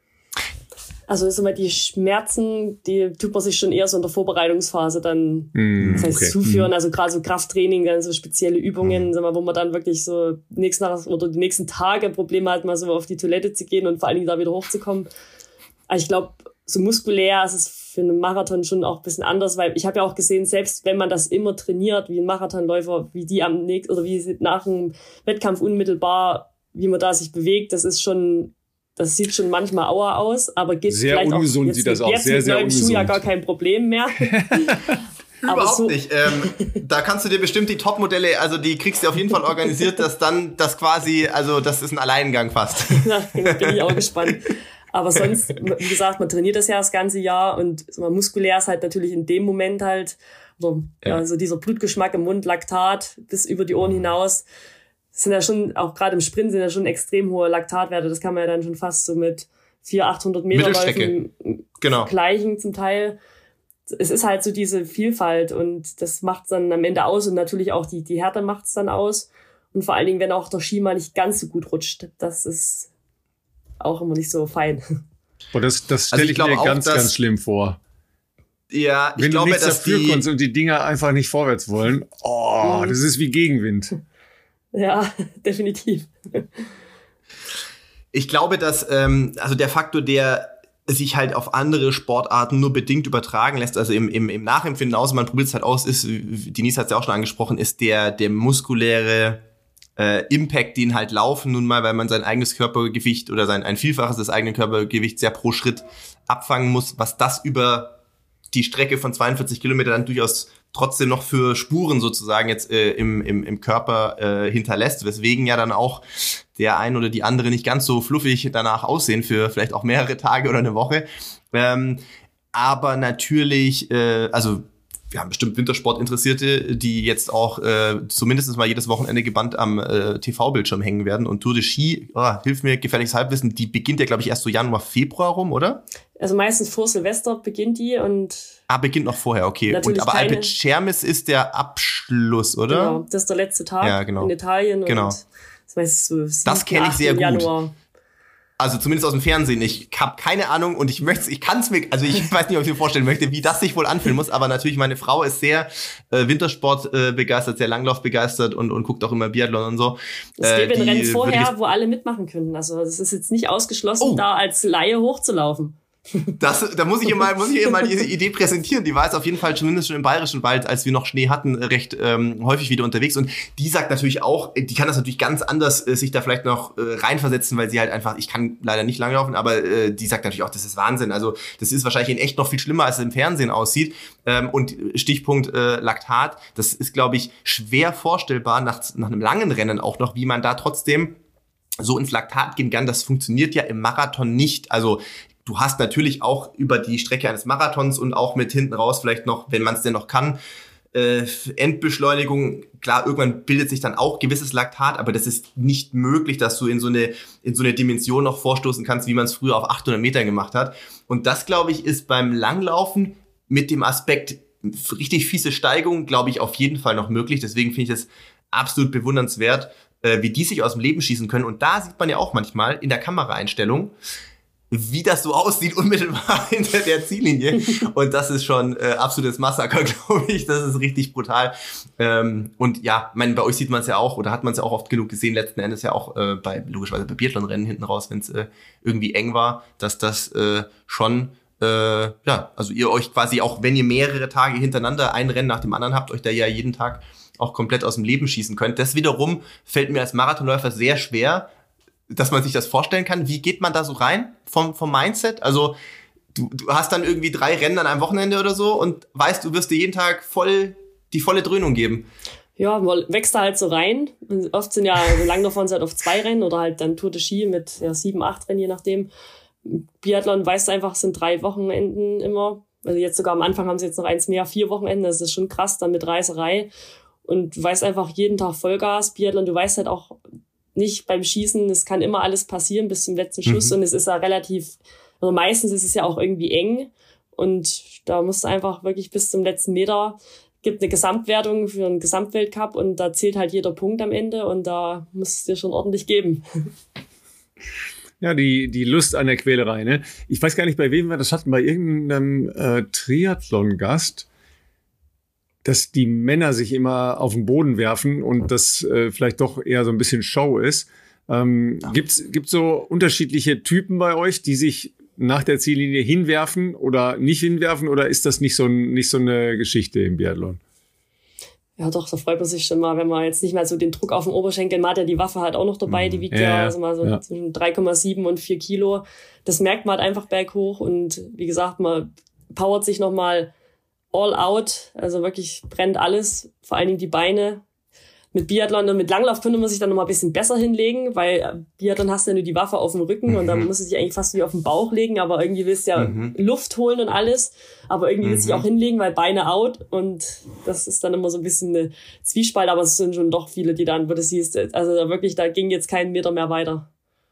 Also ist immer die Schmerzen, die tut man sich schon eher so in der Vorbereitungsphase dann zuführen. Also gerade so Krafttraining, dann so spezielle Übungen, wo man dann wirklich so die nächsten Tage Probleme hat, mal so auf die Toilette zu gehen und vor allen Dingen da wieder hochzukommen. Also ich glaube, so muskulär ist es für einen Marathon schon auch ein bisschen anders, weil ich habe ja auch gesehen, selbst wenn man das immer trainiert, wie ein Marathonläufer, wie die wie sie nach dem Wettkampf unmittelbar, wie man da sich bewegt, das sieht schon manchmal Aua aus, aber geht sehr vielleicht ungesund auch, sieht das aus, sehr, sehr ungesund. Schuh ja gar kein Problem mehr. Überhaupt so nicht. Da kannst du dir bestimmt die Top-Modelle, also die kriegst du auf jeden Fall organisiert, dass dann das quasi, also das ist ein Alleingang fast. Ja, bin ich auch gespannt. Aber sonst, wie gesagt, man trainiert das ja das ganze Jahr und so muskulär ist halt natürlich in dem Moment halt, also dieser Blutgeschmack im Mund, Laktat bis über die Ohren hinaus, sind ja schon, auch gerade im Sprint sind ja schon extrem hohe Laktatwerte. Das kann man ja dann schon fast so mit 400-800 Meter Läufen vergleichen zum Teil. Es ist halt so diese Vielfalt und das macht's dann am Ende aus und natürlich auch die Härte macht's dann aus. Und vor allen Dingen, wenn auch der Ski mal nicht ganz so gut rutscht, das ist auch immer nicht so fein. Und das stelle ich mir ganz schlimm vor. Ja, wenn du nichts dafür kannst und die Dinger einfach nicht vorwärts wollen, das ist wie Gegenwind. Ja, definitiv. Ich glaube, dass also der Faktor, der sich halt auf andere Sportarten nur bedingt übertragen lässt, also im Nachempfinden aus, man probiert es halt aus, ist, Denise hat es ja auch schon angesprochen, ist der muskuläre Impact, den halt Laufen nun mal, weil man sein eigenes Körpergewicht oder ein Vielfaches des eigenen Körpergewichts ja pro Schritt abfangen muss, was das über die Strecke von 42 Kilometern dann durchaus trotzdem noch für Spuren sozusagen jetzt im Körper hinterlässt, weswegen ja dann auch der ein oder die andere nicht ganz so fluffig danach aussehen für vielleicht auch mehrere Tage oder eine Woche. Aber natürlich, also wir haben bestimmt Wintersport-Interessierte, die jetzt auch zumindest mal jedes Wochenende gebannt am TV-Bildschirm hängen werden. Und Tour de Ski, hilf mir, gefährliches Halbwissen, die beginnt ja, glaube ich, erst so Januar, Februar rum, oder? Also meistens vor Silvester beginnt die und... beginnt noch vorher, okay. Und aber Alpe Cermis ist der Abschluss, oder? Genau, das ist der letzte Tag in Italien. Genau. Und das heißt so 7. Das kenne ich sehr gut. Januar. Also zumindest aus dem Fernsehen. Ich habe keine Ahnung und ich weiß nicht, ob ich mir vorstellen möchte, wie das sich wohl anfühlen muss. Aber natürlich, meine Frau ist sehr Wintersport begeistert, sehr Langlauf begeistert und guckt auch immer Biathlon und so. Es gibt ein Rennen vorher, wo alle mitmachen können. Also es ist jetzt nicht ausgeschlossen, da als Laie hochzulaufen. Da muss ich ihr mal diese Idee präsentieren. Die war jetzt auf jeden Fall zumindest schon im Bayerischen Wald, als wir noch Schnee hatten, recht häufig wieder unterwegs. Und die sagt natürlich auch, die kann das natürlich ganz anders sich da vielleicht noch reinversetzen, weil sie halt einfach, ich kann leider nicht langlaufen, aber die sagt natürlich auch, das ist Wahnsinn. Also das ist wahrscheinlich in echt noch viel schlimmer, als es im Fernsehen aussieht. Und Stichpunkt Laktat, das ist, glaube ich, schwer vorstellbar nach einem langen Rennen auch noch, wie man da trotzdem so ins Laktat gehen kann. Das funktioniert ja im Marathon nicht. Also du hast natürlich auch über die Strecke eines Marathons und auch mit hinten raus vielleicht noch, wenn man es denn noch kann, Endbeschleunigung, klar, irgendwann bildet sich dann auch gewisses Laktat, aber das ist nicht möglich, dass du in so eine Dimension noch vorstoßen kannst, wie man es früher auf 800 Metern gemacht hat. Und das, glaube ich, ist beim Langlaufen mit dem Aspekt richtig fiese Steigung, glaube ich, auf jeden Fall noch möglich. Deswegen finde ich das absolut bewundernswert, wie die sich aus dem Leben schießen können. Und da sieht man ja auch manchmal in der Kameraeinstellung, wie das so aussieht, unmittelbar hinter der Ziellinie. Und das ist schon absolutes Massaker, glaube ich. Das ist richtig brutal. Und ja, bei euch sieht man es ja auch, oder hat man es ja auch oft genug gesehen, letzten Endes ja auch logischerweise bei Biathlon-Rennen hinten raus, wenn es irgendwie eng war, dass das schon, also ihr euch quasi auch, wenn ihr mehrere Tage hintereinander ein Rennen nach dem anderen habt, euch da ja jeden Tag auch komplett aus dem Leben schießen könnt. Das wiederum fällt mir als Marathonläufer sehr schwer, dass man sich das vorstellen kann. Wie geht man da so rein vom Mindset? Also du hast dann irgendwie 3 Rennen an einem Wochenende oder so und weißt, du wirst dir jeden Tag die volle Dröhnung geben. Ja, man wächst da halt so rein. Und oft sind ja, so lang davon sind auf 2 Rennen oder halt dann Tour de Ski mit 7, 8 Rennen, je nachdem. Biathlon weißt du einfach, es sind 3 Wochenenden immer. Also jetzt sogar am Anfang haben sie jetzt noch eins mehr, 4 Wochenenden. Das ist schon krass, dann mit Reiserei. Und du weißt einfach jeden Tag Vollgas. Biathlon, du weißt halt auch nicht beim Schießen, es kann immer alles passieren bis zum letzten Schuss und es ist ja relativ, also meistens ist es ja auch irgendwie eng und da musst du einfach wirklich bis zum letzten Meter, gibt eine Gesamtwertung für einen Gesamtweltcup und da zählt halt jeder Punkt am Ende und da muss es dir schon ordentlich geben. Ja, die Lust an der Quälerei, ne? Ich weiß gar nicht, bei wem wir das hatten, bei irgendeinem Triathlon-Gast, dass die Männer sich immer auf den Boden werfen und das vielleicht doch eher so ein bisschen Show ist. Gibt's so unterschiedliche Typen bei euch, die sich nach der Ziellinie hinwerfen oder nicht hinwerfen, oder ist das nicht so eine Geschichte im Biathlon? Ja doch, da freut man sich schon mal, wenn man jetzt nicht mehr so den Druck auf den Oberschenkeln hat. Ja, die Waffe halt auch noch dabei, die wiegt also mal so zwischen 3,7 und 4 Kilo. Das merkt man halt einfach berghoch und wie gesagt, man powert sich nochmal all out, also wirklich brennt alles, vor allen Dingen die Beine. Mit Biathlon und mit Langlauf könnte man sich dann noch mal ein bisschen besser hinlegen, weil Biathlon hast du ja nur die Waffe auf dem Rücken und dann musst du dich eigentlich fast wie auf den Bauch legen, aber irgendwie willst du ja Luft holen und alles, aber irgendwie willst du dich auch hinlegen, weil Beine out und das ist dann immer so ein bisschen eine Zwiespalt, aber es sind schon doch viele, die dann, wo du siehst, also da ging jetzt kein Meter mehr weiter.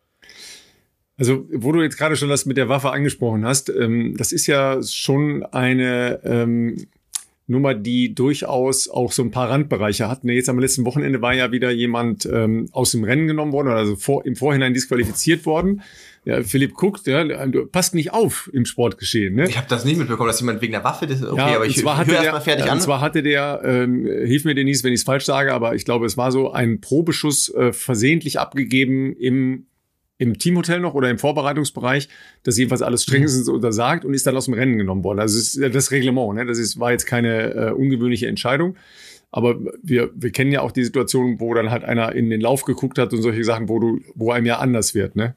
Also, wo du jetzt gerade schon das mit der Waffe angesprochen hast, das ist ja schon eine Nummer, die durchaus auch so ein paar Randbereiche hat. Jetzt am letzten Wochenende war ja wieder jemand aus dem Rennen genommen worden, also im Vorhinein disqualifiziert worden. Ja, Philipp guckt, du passt nicht auf im Sportgeschehen. Ne? Ich habe das nicht mitbekommen, dass jemand wegen der Waffe, aber ich höre erstmal fertig an. Und zwar hatte der, hilf mir Denise, wenn ich es falsch sage, aber ich glaube, es war so ein Probeschuss versehentlich abgegeben im Teamhotel noch oder im Vorbereitungsbereich, das jedenfalls alles strengstens untersagt und ist dann aus dem Rennen genommen worden. Also es ist das Reglement, ne? War jetzt keine ungewöhnliche Entscheidung, aber wir kennen ja auch die Situation, wo dann halt einer in den Lauf geguckt hat und solche Sachen, wo einem ja anders wird, ne?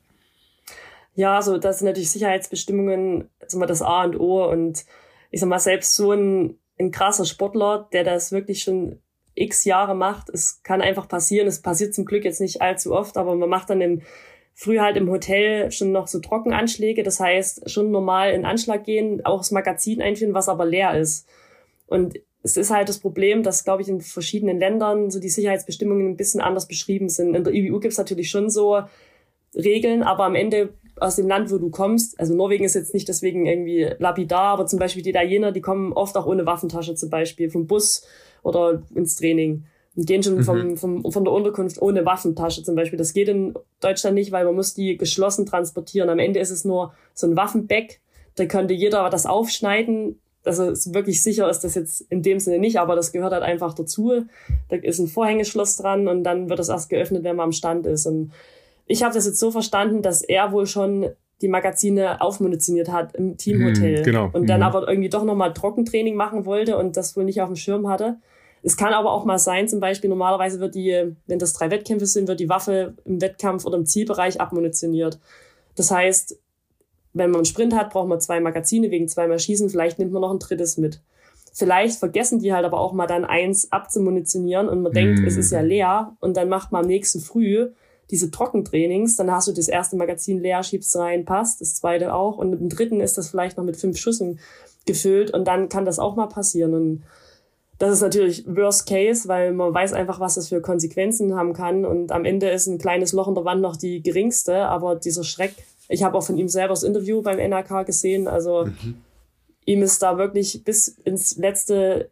Ja, also das sind natürlich Sicherheitsbestimmungen, das A und O und ich sag mal, selbst so ein krasser Sportler, der das wirklich schon x Jahre macht, es kann einfach passieren, es passiert zum Glück jetzt nicht allzu oft, aber man macht dann früher halt im Hotel schon noch so Trockenanschläge, das heißt schon normal in Anschlag gehen, auch das Magazin einführen, was aber leer ist. Und es ist halt das Problem, dass, glaube ich, in verschiedenen Ländern so die Sicherheitsbestimmungen ein bisschen anders beschrieben sind. In der IBU gibt es natürlich schon so Regeln, aber am Ende aus dem Land, wo du kommst, also Norwegen ist jetzt nicht deswegen irgendwie lapidar, aber zum Beispiel die Italiener, die kommen oft auch ohne Waffentasche zum Beispiel vom Bus oder ins Training. Und gehen schon von der Unterkunft ohne Waffentasche zum Beispiel. Das geht in Deutschland nicht, weil man muss die geschlossen transportieren. Am Ende ist es nur so ein Waffenbag. Da könnte jeder das aufschneiden. Also wirklich sicher ist das jetzt in dem Sinne nicht, aber das gehört halt einfach dazu. Da ist ein Vorhängeschloss dran und dann wird das erst geöffnet, wenn man am Stand ist. Und ich habe das jetzt so verstanden, dass er wohl schon die Magazine aufmunitioniert hat im Teamhotel. Genau. Und dann aber irgendwie doch nochmal Trockentraining machen wollte und das wohl nicht auf dem Schirm hatte. Es kann aber auch mal sein, zum Beispiel normalerweise wenn das 3 Wettkämpfe sind, wird die Waffe im Wettkampf oder im Zielbereich abmunitioniert. Das heißt, wenn man einen Sprint hat, braucht man 2 Magazine wegen 2-mal Schießen, vielleicht nimmt man noch ein 3. mit. Vielleicht vergessen die halt aber auch mal dann 1 abzumunitionieren und man denkt, es ist ja leer und dann macht man am nächsten Früh diese Trockentrainings, dann hast du das erste Magazin leer, schiebst rein, passt, das zweite auch und im 3. ist das vielleicht noch mit 5 Schüssen gefüllt und dann kann das auch mal passieren und das ist natürlich Worst Case, weil man weiß einfach, was das für Konsequenzen haben kann. Und am Ende ist ein kleines Loch in der Wand noch die geringste. Aber dieser Schreck, ich habe auch von ihm selber das Interview beim NRK gesehen. Also ihm ist da wirklich bis ins letzte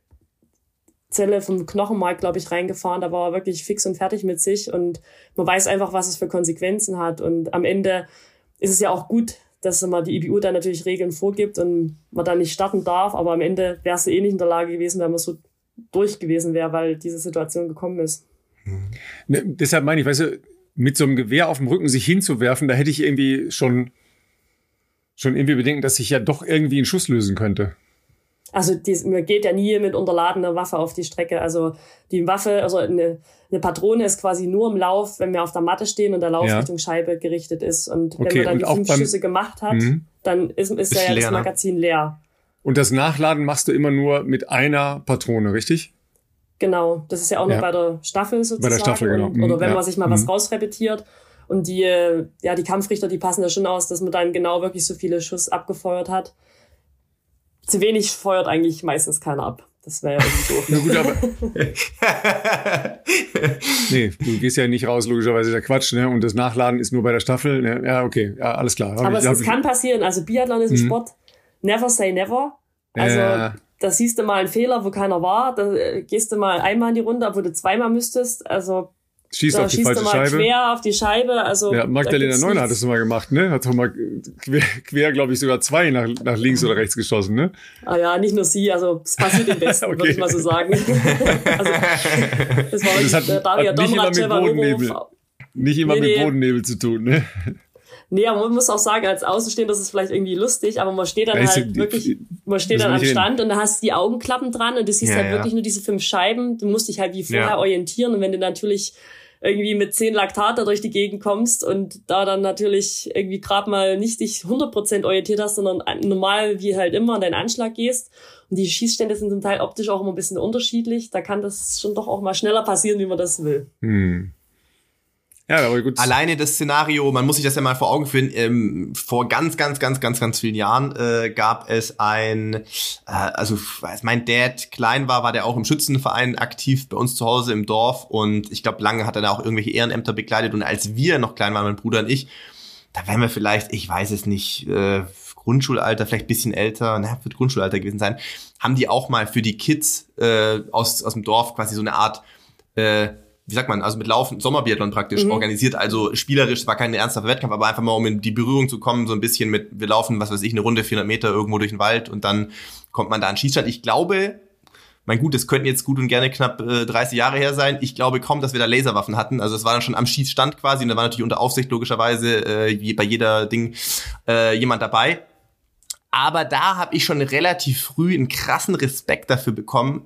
Zelle vom Knochenmark, glaube ich, reingefahren. Da war er wirklich fix und fertig mit sich. Und man weiß einfach, was es für Konsequenzen hat. Und am Ende ist es ja auch gut, dass immer die IBU dann natürlich Regeln vorgibt und man dann nicht starten darf. Aber am Ende wärst du eh nicht in der Lage gewesen, wenn man so durch gewesen wäre, weil diese Situation gekommen ist. Ne, deshalb meine ich, weißt du, mit so einem Gewehr auf dem Rücken sich hinzuwerfen, da hätte ich irgendwie schon irgendwie Bedenken, dass sich ja doch irgendwie ein Schuss lösen könnte. Also man geht ja nie mit unterladener Waffe auf die Strecke. Also die Waffe, also eine Patrone ist quasi nur im Lauf, wenn wir auf der Matte stehen und der Lauf Richtung Scheibe gerichtet ist. Und wenn man dann die 5 Schüsse gemacht hat, dann ist ja das Magazin leer. Und das Nachladen machst du immer nur mit einer Patrone, richtig? Genau, das ist ja auch noch bei der Staffel sozusagen. Bei der Staffel, genau. Oder wenn man sich mal was rausrepetiert. Und die Kampfrichter, die passen da schon aus, dass man dann genau wirklich so viele Schuss abgefeuert hat. Zu wenig feuert eigentlich meistens keiner ab. Das wäre ja irgendwie doof. Na gut, aber nee, du gehst ja nicht raus, logischerweise der Quatsch, ne? Und das Nachladen ist nur bei der Staffel. Ne? Ja, okay, ja, alles klar. Aber es kann passieren. Also Biathlon ist ein Sport. Never say never. Also da siehst du mal einen Fehler, wo keiner war. Da gehst du mal einmal in die Runde, obwohl du zweimal müsstest. Also schießt auf die falsche Scheibe. Quer auf die Scheibe. Also, ja, Magdalena Neuner hat das mal gemacht, ne? Hat doch mal quer glaube ich, sogar 2 nach links oder rechts geschossen, ne? Ah ja, nicht nur sie, also es passiert im Besten, okay. Würde ich mal so sagen. Also, das war wirklich Daria Domracheva. Nicht immer mit Bodennebel zu tun, ne? Nee, aber man muss auch sagen, als Außenstehender ist es vielleicht irgendwie lustig, aber man steht dann man steht dann am Stand und da hast du die Augenklappen dran und du siehst halt wirklich nur diese 5 Scheiben. Du musst dich halt wie vorher orientieren und wenn du natürlich irgendwie mit 10 Laktat da durch die Gegend kommst und da dann natürlich irgendwie gerade mal nicht dich 100% orientiert hast, sondern normal wie halt immer an deinen Anschlag gehst. Und die Schießstände sind zum Teil optisch auch immer ein bisschen unterschiedlich. Da kann das schon doch auch mal schneller passieren, wie man das will. Ja, aber gut. Alleine das Szenario, man muss sich das ja mal vor Augen führen, vor ganz vielen Jahren gab es also als mein Dad klein war der auch im Schützenverein aktiv bei uns zu Hause im Dorf und ich glaube, lange hat er da auch irgendwelche Ehrenämter bekleidet und als wir noch klein waren, mein Bruder und ich, da wären wir vielleicht, ich weiß es nicht, Grundschulalter, vielleicht ein bisschen älter, wird Grundschulalter gewesen sein, haben die auch mal für die Kids aus dem Dorf quasi so eine Art wie sagt man, also mit Laufen, Sommerbiathlon praktisch organisiert, also spielerisch, es war kein ernsthafter Wettkampf, aber einfach mal, um in die Berührung zu kommen, so ein bisschen mit, wir laufen, was weiß ich, eine Runde 400 Meter irgendwo durch den Wald und dann kommt man da an den Schießstand. Ich glaube, das könnten jetzt gut und gerne knapp 30 Jahre her sein, ich glaube kaum, dass wir da Laserwaffen hatten, also es war dann schon am Schießstand quasi und da war natürlich unter Aufsicht logischerweise bei jeder Ding jemand dabei. Aber da habe ich schon relativ früh einen krassen Respekt dafür bekommen,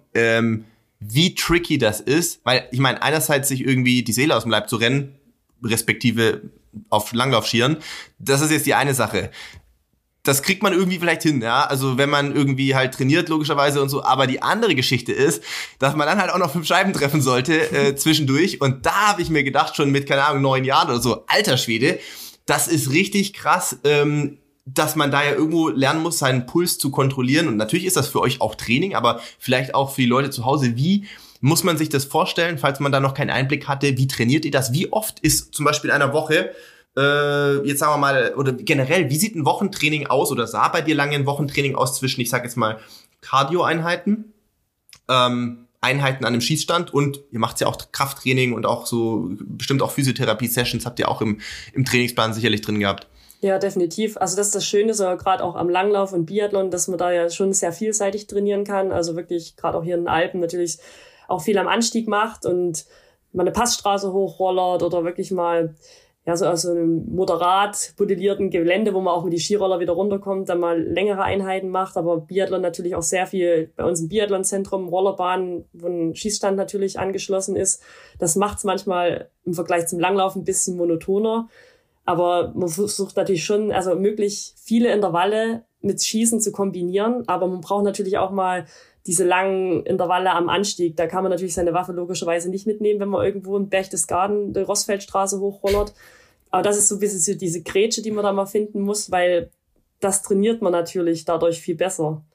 wie tricky das ist, weil ich meine, einerseits sich irgendwie die Seele aus dem Leib zu rennen, respektive auf Langlaufschieren, das ist jetzt die eine Sache. Das kriegt man irgendwie vielleicht hin, ja, also wenn man irgendwie halt trainiert, logischerweise und so, aber die andere Geschichte ist, dass man dann halt auch noch 5 Scheiben treffen sollte zwischendurch und da habe ich mir gedacht, schon mit, keine Ahnung, 9 Jahren oder so, alter Schwede, das ist richtig krass, dass man da ja irgendwo lernen muss, seinen Puls zu kontrollieren. Und natürlich ist das für euch auch Training, aber vielleicht auch für die Leute zu Hause. Wie muss man sich das vorstellen, falls man da noch keinen Einblick hatte? Wie trainiert ihr das? Wie oft ist zum Beispiel in einer Woche, jetzt sagen wir mal, oder generell, wie sieht ein Wochentraining aus oder sah bei dir lange ein Wochentraining aus zwischen, ich sag jetzt mal, Cardio-Einheiten, Einheiten an einem Schießstand und ihr macht ja auch Krafttraining und auch so bestimmt auch Physiotherapie-Sessions habt ihr auch im Trainingsplan sicherlich drin gehabt. Ja, definitiv. Also das ist das Schöne, so gerade auch am Langlauf und Biathlon, dass man da ja schon sehr vielseitig trainieren kann. Also wirklich gerade auch hier in den Alpen natürlich auch viel am Anstieg macht und mal eine Passstraße hochrollert oder wirklich mal ja so aus einem moderat modellierten Gelände, wo man auch mit die Skiroller wieder runterkommt, dann mal längere Einheiten macht. Aber Biathlon natürlich auch sehr viel bei uns im Biathlonzentrum, Rollerbahn, wo ein Schießstand natürlich angeschlossen ist. Das macht es manchmal im Vergleich zum Langlauf ein bisschen monotoner. Aber man versucht natürlich schon, also möglichst viele Intervalle mit Schießen zu kombinieren. Aber man braucht natürlich auch mal diese langen Intervalle am Anstieg. Da kann man natürlich seine Waffe logischerweise nicht mitnehmen, wenn man irgendwo in Berchtesgaden die Rossfeldstraße hochrollert. Aber das ist so ein bisschen so diese Grätsche, die man da mal finden muss, weil das trainiert man natürlich dadurch viel besser.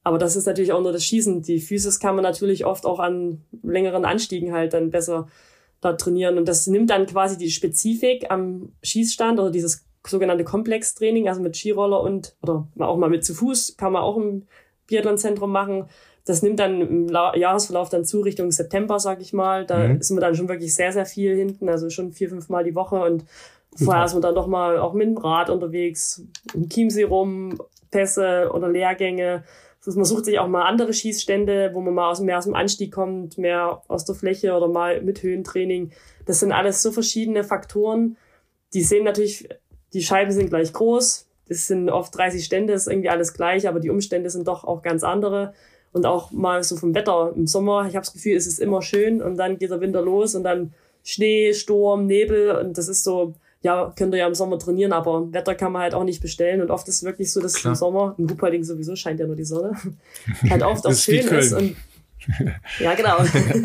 Aber das ist natürlich auch nur das Schießen. Die Physis kann man natürlich oft auch an längeren Anstiegen halt dann besser da trainieren. Und das nimmt dann quasi die Spezifik am Schießstand oder dieses sogenannte Komplextraining, also mit Skiroller oder auch mal mit zu Fuß, kann man auch im Biathlonzentrum machen. Das nimmt dann im Jahresverlauf dann zu Richtung September, sag ich mal. Da sind wir dann schon wirklich sehr, sehr viel hinten, also schon 4-5 Mal die Woche. Und vorher ist man dann doch mal auch mit dem Rad unterwegs, im Chiemsee rum, Pässe oder Lehrgänge. Also man sucht sich auch mal andere Schießstände, wo man mal mehr aus dem Anstieg kommt, mehr aus der Fläche oder mal mit Höhentraining. Das sind alles so verschiedene Faktoren. Die sehen natürlich, die Scheiben sind gleich groß. Das sind oft 30 Stände, ist irgendwie alles gleich, aber die Umstände sind doch auch ganz andere. Und auch mal so vom Wetter im Sommer, ich habe das Gefühl, es ist immer schön und dann geht der Winter los und dann Schnee, Sturm, Nebel und das ist so, ja, könnt ihr ja im Sommer trainieren, aber Wetter kann man halt auch nicht bestellen und oft ist es wirklich so, dass im Sommer, in Ruhpolding sowieso scheint ja nur die Sonne, halt oft auch schön ist und ja, genau.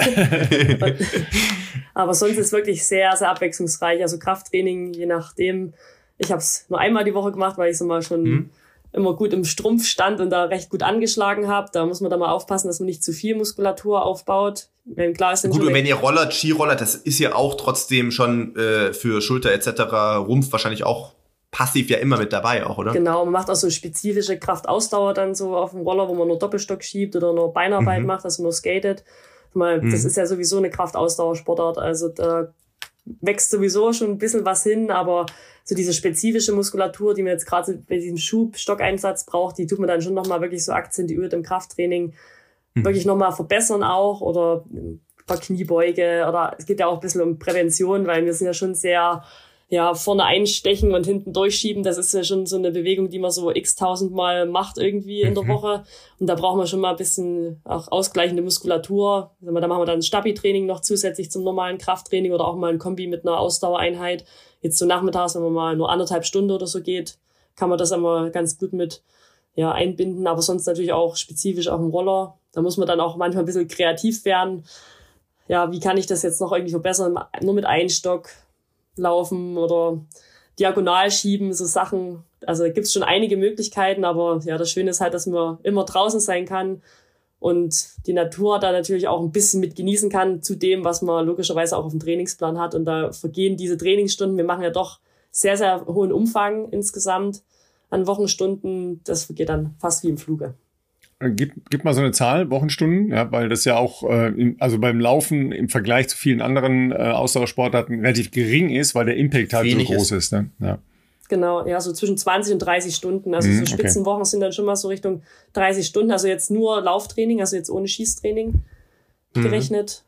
Aber sonst ist es wirklich sehr, sehr abwechslungsreich, also Krafttraining, je nachdem. Ich habe es nur einmal die Woche gemacht, weil ich so mal schon immer gut im Strumpf stand und da recht gut angeschlagen habe. Da muss man dann mal aufpassen, dass man nicht zu viel Muskulatur aufbaut. Wenn klar ist, gut, und wenn ihr rollert, Skirollert, das ist ja auch trotzdem schon für Schulter etc., Rumpf wahrscheinlich auch passiv ja immer mit dabei auch, oder? Genau, man macht auch so spezifische Kraftausdauer dann so auf dem Roller, wo man nur Doppelstock schiebt oder nur Beinarbeit macht, also nur skatet. Das ist ja sowieso eine Kraftausdauersportart, also da wächst sowieso schon ein bisschen was hin, aber so diese spezifische Muskulatur, die man jetzt gerade bei diesem Schubstockeinsatz braucht, die tut man dann schon nochmal wirklich so akzentuiert im Krafttraining wirklich nochmal verbessern auch oder ein paar Kniebeuge oder es geht ja auch ein bisschen um Prävention, weil wir sind ja schon sehr vorne einstechen und hinten durchschieben. Das ist ja schon so eine Bewegung, die man so x-tausendmal macht irgendwie in der Woche. Und da brauchen wir schon mal ein bisschen auch ausgleichende Muskulatur. Da machen wir dann ein Stabi-Training noch zusätzlich zum normalen Krafttraining oder auch mal ein Kombi mit einer Ausdauereinheit. Jetzt so nachmittags, wenn man mal nur 1,5 Stunden oder so geht, kann man das immer ganz gut mit einbinden. Aber sonst natürlich auch spezifisch auf dem Roller. Da muss man dann auch manchmal ein bisschen kreativ werden. Ja, wie kann ich das jetzt noch irgendwie verbessern? Nur mit Einstock laufen oder diagonal schieben, so Sachen. Also da gibt's schon einige Möglichkeiten, aber ja, das Schöne ist halt, dass man immer draußen sein kann und die Natur da natürlich auch ein bisschen mit genießen kann zu dem, was man logischerweise auch auf dem Trainingsplan hat. Und da vergehen diese Trainingsstunden, wir machen ja doch sehr, sehr hohen Umfang insgesamt an Wochenstunden. Das vergeht dann fast wie im Fluge. Gib mal so eine Zahl, Wochenstunden, ja, weil das ja auch also beim Laufen im Vergleich zu vielen anderen Ausdauersportarten relativ gering ist, weil der Impact halt so groß ist. Ne? Ja. Genau, ja, so zwischen 20 und 30 Stunden. Also so Spitzenwochen sind dann schon mal so Richtung 30 Stunden. Also jetzt nur Lauftraining, also jetzt ohne Schießtraining gerechnet.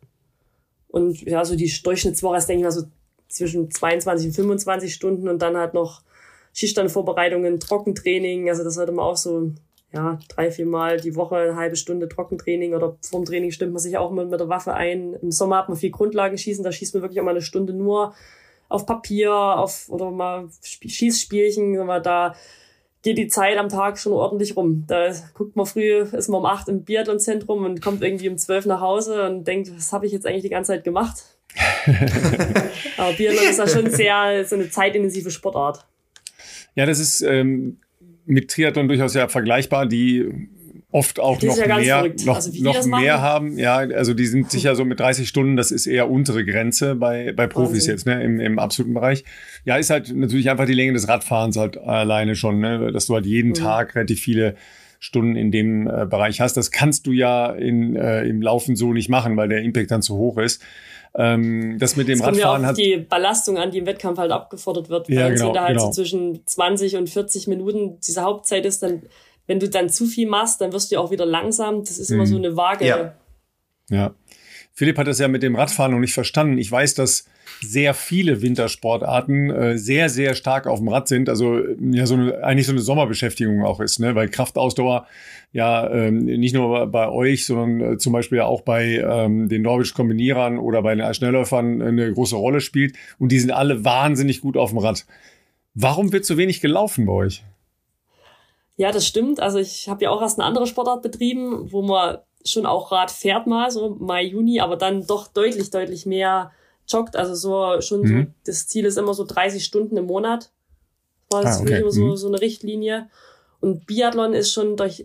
Und ja, so die Durchschnittswoche ist, denke ich mal, so zwischen 22 und 25 Stunden und dann halt noch Schießstandvorbereitungen, Trockentraining. Also das sollte man auch so 3-4 Mal die Woche eine halbe Stunde Trockentraining oder vorm Training stimmt man sich auch mit der Waffe ein. Im Sommer hat man viel Grundlagenschießen, da schießt man wirklich auch mal eine Stunde nur auf Papier, oder mal Schießspielchen, da geht die Zeit am Tag schon ordentlich rum. Da guckt man früh, ist man um 8 im Biathlonzentrum und kommt irgendwie um 12 nach Hause und denkt, was habe ich jetzt eigentlich die ganze Zeit gemacht? Aber Biathlon ist ja schon sehr so eine zeitintensive Sportart. Ja, das ist mit Triathlon durchaus ja vergleichbar, die oft auch noch mehr haben. Ja, also die sind sicher so mit 30 Stunden, das ist eher untere Grenze bei Profis jetzt, ne, im absoluten Bereich. Ja, ist halt natürlich einfach die Länge des Radfahrens halt alleine schon, ne, dass du halt jeden Tag relativ viele Stunden in dem Bereich hast. Das kannst du ja im Laufen so nicht machen, weil der Impact dann zu hoch ist. Das mit dem Radfahren hat die Belastung an, die im Wettkampf halt abgefordert wird. Bei uns, wenn da halt so zwischen 20 und 40 Minuten diese Hauptzeit ist, dann, wenn du dann zu viel machst, dann wirst du auch wieder langsam. Das ist immer so eine Waage. Ja. Philipp hat das ja mit dem Radfahren noch nicht verstanden. Ich weiß, dass sehr viele Wintersportarten sehr, sehr stark auf dem Rad sind. Also eigentlich so eine Sommerbeschäftigung auch ist, ne? Weil Kraftausdauer nicht nur bei euch, sondern zum Beispiel auch bei den norwegischen Kombinierern oder bei den Schnellläufern eine große Rolle spielt. Und die sind alle wahnsinnig gut auf dem Rad. Warum wird so wenig gelaufen bei euch? Ja, das stimmt. Also ich habe ja auch erst eine andere Sportart betrieben, wo man schon auch Rad fährt mal, so Mai, Juni, aber dann doch deutlich, deutlich mehr joggt. Also so das Ziel ist immer so 30 Stunden im Monat. Das ist immer so eine Richtlinie. Und Biathlon ist schon durch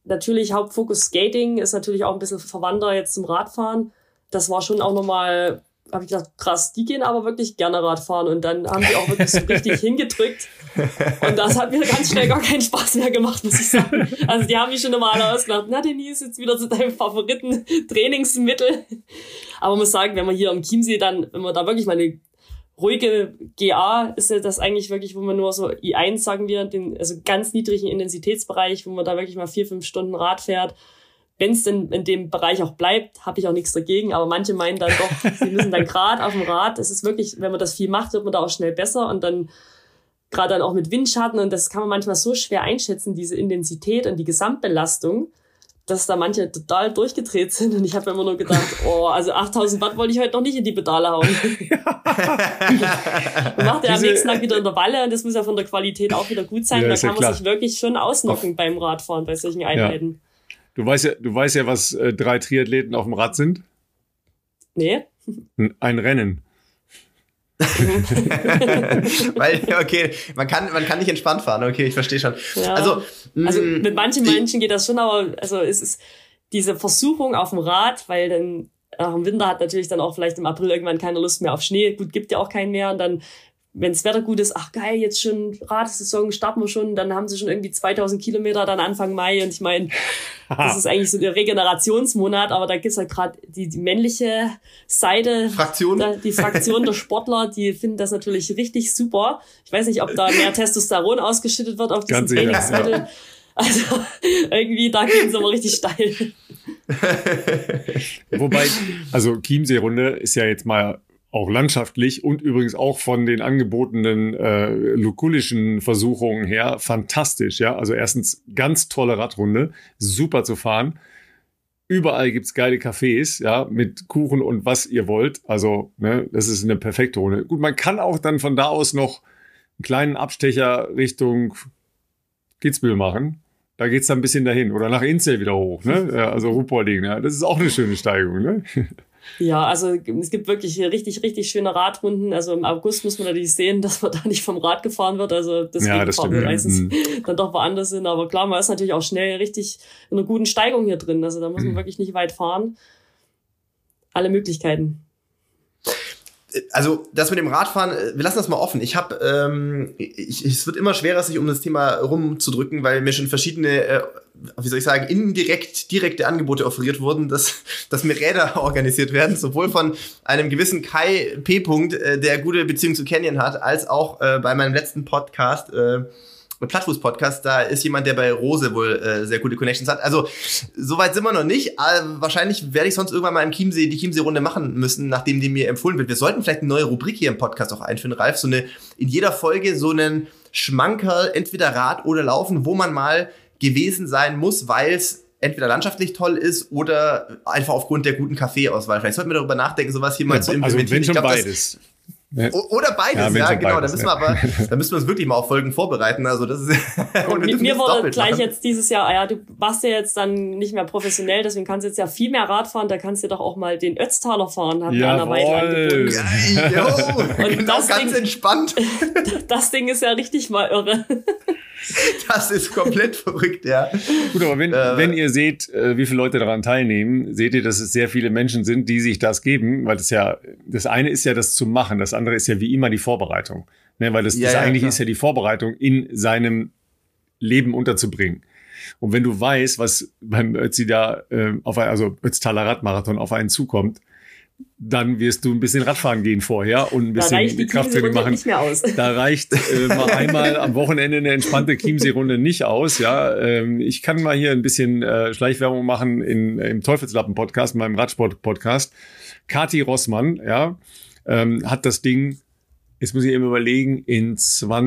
natürlich Hauptfokus Skating, ist natürlich auch ein bisschen verwandter jetzt zum Radfahren. Das war schon auch nochmal, habe ich gedacht, krass, die gehen aber wirklich gerne Radfahren und dann haben die auch wirklich so richtig hingedrückt und das hat mir ganz schnell gar keinen Spaß mehr gemacht, muss ich sagen. Also die haben mich schon immer alle ausgelacht, na Denise, jetzt wieder zu deinem Favoriten-Trainingsmittel. Aber man muss sagen, wenn man hier am Chiemsee dann, wenn man da wirklich mal eine ruhige GA, ist ja das eigentlich wirklich, wo man nur so I1, sagen wir, also ganz niedrigen Intensitätsbereich, wo man da wirklich mal 4-5 Stunden Rad fährt. Wenn es denn in dem Bereich auch bleibt, habe ich auch nichts dagegen. Aber manche meinen dann doch, sie müssen dann gerade auf dem Rad. Es ist wirklich, wenn man das viel macht, wird man da auch schnell besser. Und dann gerade dann auch mit Windschatten. Und das kann man manchmal so schwer einschätzen, diese Intensität und die Gesamtbelastung, dass da manche total durchgedreht sind. Und ich habe immer nur gedacht, also 8000 Watt wollte ich heute noch nicht in die Pedale hauen. Man macht ja am nächsten Tag wieder Intervalle. Und das muss ja von der Qualität auch wieder gut sein. Ja, da kann man klar. sich wirklich schon ausnocken beim Radfahren, bei solchen Einheiten. Ja. Du weißt ja, was 3 Triathleten auf dem Rad sind? Nee. Ein Rennen. Weil, okay, man kann nicht entspannt fahren. Okay, ich verstehe schon. Ja. Also mit manchen Menschen geht das schon, aber also es ist diese Versuchung auf dem Rad, weil dann im Winter hat natürlich dann auch vielleicht im April irgendwann keine Lust mehr auf Schnee. Gut, gibt ja auch keinen mehr. Und dann, wenn das Wetter gut ist, ach geil, jetzt schon Radsaison, starten wir schon. Dann haben sie schon irgendwie 2000 Kilometer dann Anfang Mai. Und ich meine, das ist eigentlich so der Regenerationsmonat, aber da gibt's halt gerade die männliche Seite, die Fraktion der Sportler, die finden das natürlich richtig super. Ich weiß nicht, ob da mehr Testosteron ausgeschüttet wird auf diesen Trainingsmittel. Ja. Also irgendwie, da gehen sie aber richtig steil. Wobei, also Chiemsee-Runde ist ja jetzt mal auch landschaftlich und übrigens auch von den angebotenen lukullischen Versuchungen her fantastisch, ja. Also erstens ganz tolle Radrunde, super zu fahren. Überall gibt's geile Cafés, ja, mit Kuchen und was ihr wollt. Also, ne, das ist eine perfekte Runde. Gut, man kann auch dann von da aus noch einen kleinen Abstecher Richtung Kitzbühel machen. Da geht's dann ein bisschen dahin. Oder nach Inzell wieder hoch, ne? Also Ruhpolding, ja. Das ist auch eine schöne Steigung, ne? Ja, also es gibt wirklich richtig, richtig schöne Radrunden. Also im August muss man natürlich sehen, dass man da nicht vom Rad gefahren wird. Also deswegen fahren wir meistens dann doch woanders hin. Aber klar, man ist natürlich auch schnell richtig in einer guten Steigung hier drin. Also da muss man wirklich nicht weit fahren. Alle Möglichkeiten. Also das mit dem Radfahren, wir lassen das mal offen. Es wird immer schwerer, sich um das Thema rumzudrücken, weil mir schon verschiedene, direkte Angebote offeriert wurden, dass mir Räder organisiert werden, sowohl von einem gewissen Kai P. Der gute Beziehung zu Canyon hat, als auch bei meinem letzten Podcast, Plattfuß-Podcast, da ist jemand, der bei Rose wohl sehr gute Connections hat. Also, soweit sind wir noch nicht. Wahrscheinlich werde ich sonst irgendwann mal die Chiemsee-Runde machen müssen, nachdem die mir empfohlen wird. Wir sollten vielleicht eine neue Rubrik hier im Podcast auch einführen, Ralf. In jeder Folge so einen Schmankerl, entweder Rad oder Laufen, wo man mal gewesen sein muss, weil es entweder landschaftlich toll ist oder einfach aufgrund der guten Kaffeeauswahl. Vielleicht sollten wir darüber nachdenken, sowas hier mal zu implementieren. Also wenn schon beides. Oder beides, ja genau. Da müssen wir uns wirklich mal auf Folgen vorbereiten. Also das ist und mir wurde gleich machen. Jetzt dieses Jahr, du warst ja jetzt dann nicht mehr professionell, deswegen kannst du jetzt ja viel mehr Rad fahren. Da kannst du doch auch mal den Ötztaler fahren, hat mir Anna Weidel angeboten. Geil, und genau, ganz entspannt. Das Ding ist ja richtig mal irre. Das ist komplett verrückt, ja. Gut, aber wenn ihr seht, wie viele Leute daran teilnehmen, seht ihr, dass es sehr viele Menschen sind, die sich das geben, weil das eine ist ja das zu machen, das andere ist ja wie immer die Vorbereitung. Ne, weil das eigentlich ist ja die Vorbereitung, in seinem Leben unterzubringen. Und wenn du weißt, was beim Ötzi da, Ötztaler Radmarathon auf einen zukommt, dann wirst du ein bisschen Radfahren gehen vorher und ein bisschen Krafttraining machen. Nicht mehr aus. Da reicht mal einmal am Wochenende eine entspannte Chiemsee-Runde nicht aus. Ja, ich kann mal hier ein bisschen Schleichwerbung machen im Teufelslappen-Podcast, meinem Radsport-Podcast. Kati Rossmann, hat das Ding, jetzt muss ich eben überlegen, in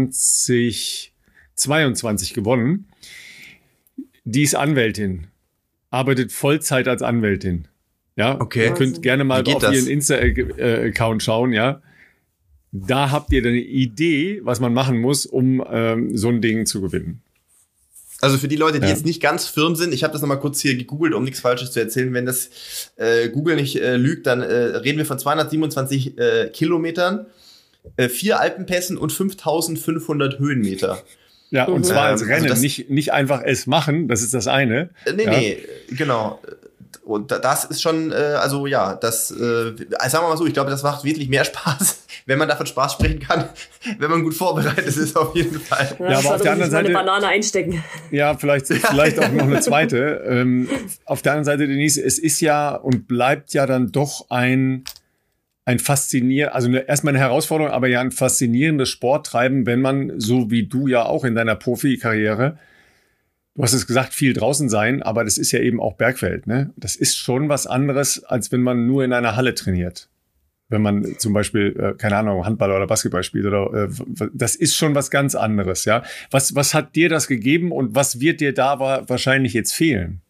2022 gewonnen. Die ist Anwältin, arbeitet Vollzeit als Anwältin. Ja, okay. Ihr könnt gerne mal auf ihren Insta-Account schauen, ja. Da habt ihr eine Idee, was man machen muss, um so ein Ding zu gewinnen. Also für die Leute, die jetzt nicht ganz firm sind, ich habe das nochmal kurz hier gegoogelt, um nichts Falsches zu erzählen. Wenn das Google nicht lügt, dann reden wir von 227 Kilometern, 4 Alpenpässen und 5.500 Höhenmeter. Ja, und zwar als Rennen, also nicht einfach es machen, das ist das eine. Nee, genau. Und das ist schon, sagen wir mal so, ich glaube, das macht wirklich mehr Spaß, wenn man davon Spaß sprechen kann, wenn man gut vorbereitet ist, auf jeden Fall. Ja, aber auf der anderen Seite eine Banane einstecken. Ja, vielleicht auch noch eine zweite. Auf der anderen Seite, Denise, es ist ja und bleibt ja dann doch ein erstmal eine Herausforderung, aber ja ein faszinierendes Sporttreiben, wenn man, so wie du ja auch in deiner Profikarriere, du hast es gesagt, viel draußen sein, aber das ist ja eben auch Bergfeld, ne? Das ist schon was anderes, als wenn man nur in einer Halle trainiert. Wenn man zum Beispiel, keine Ahnung, Handball oder Basketball spielt oder das ist schon was ganz anderes, ja. Was hat dir das gegeben und was wird dir da wahrscheinlich jetzt fehlen?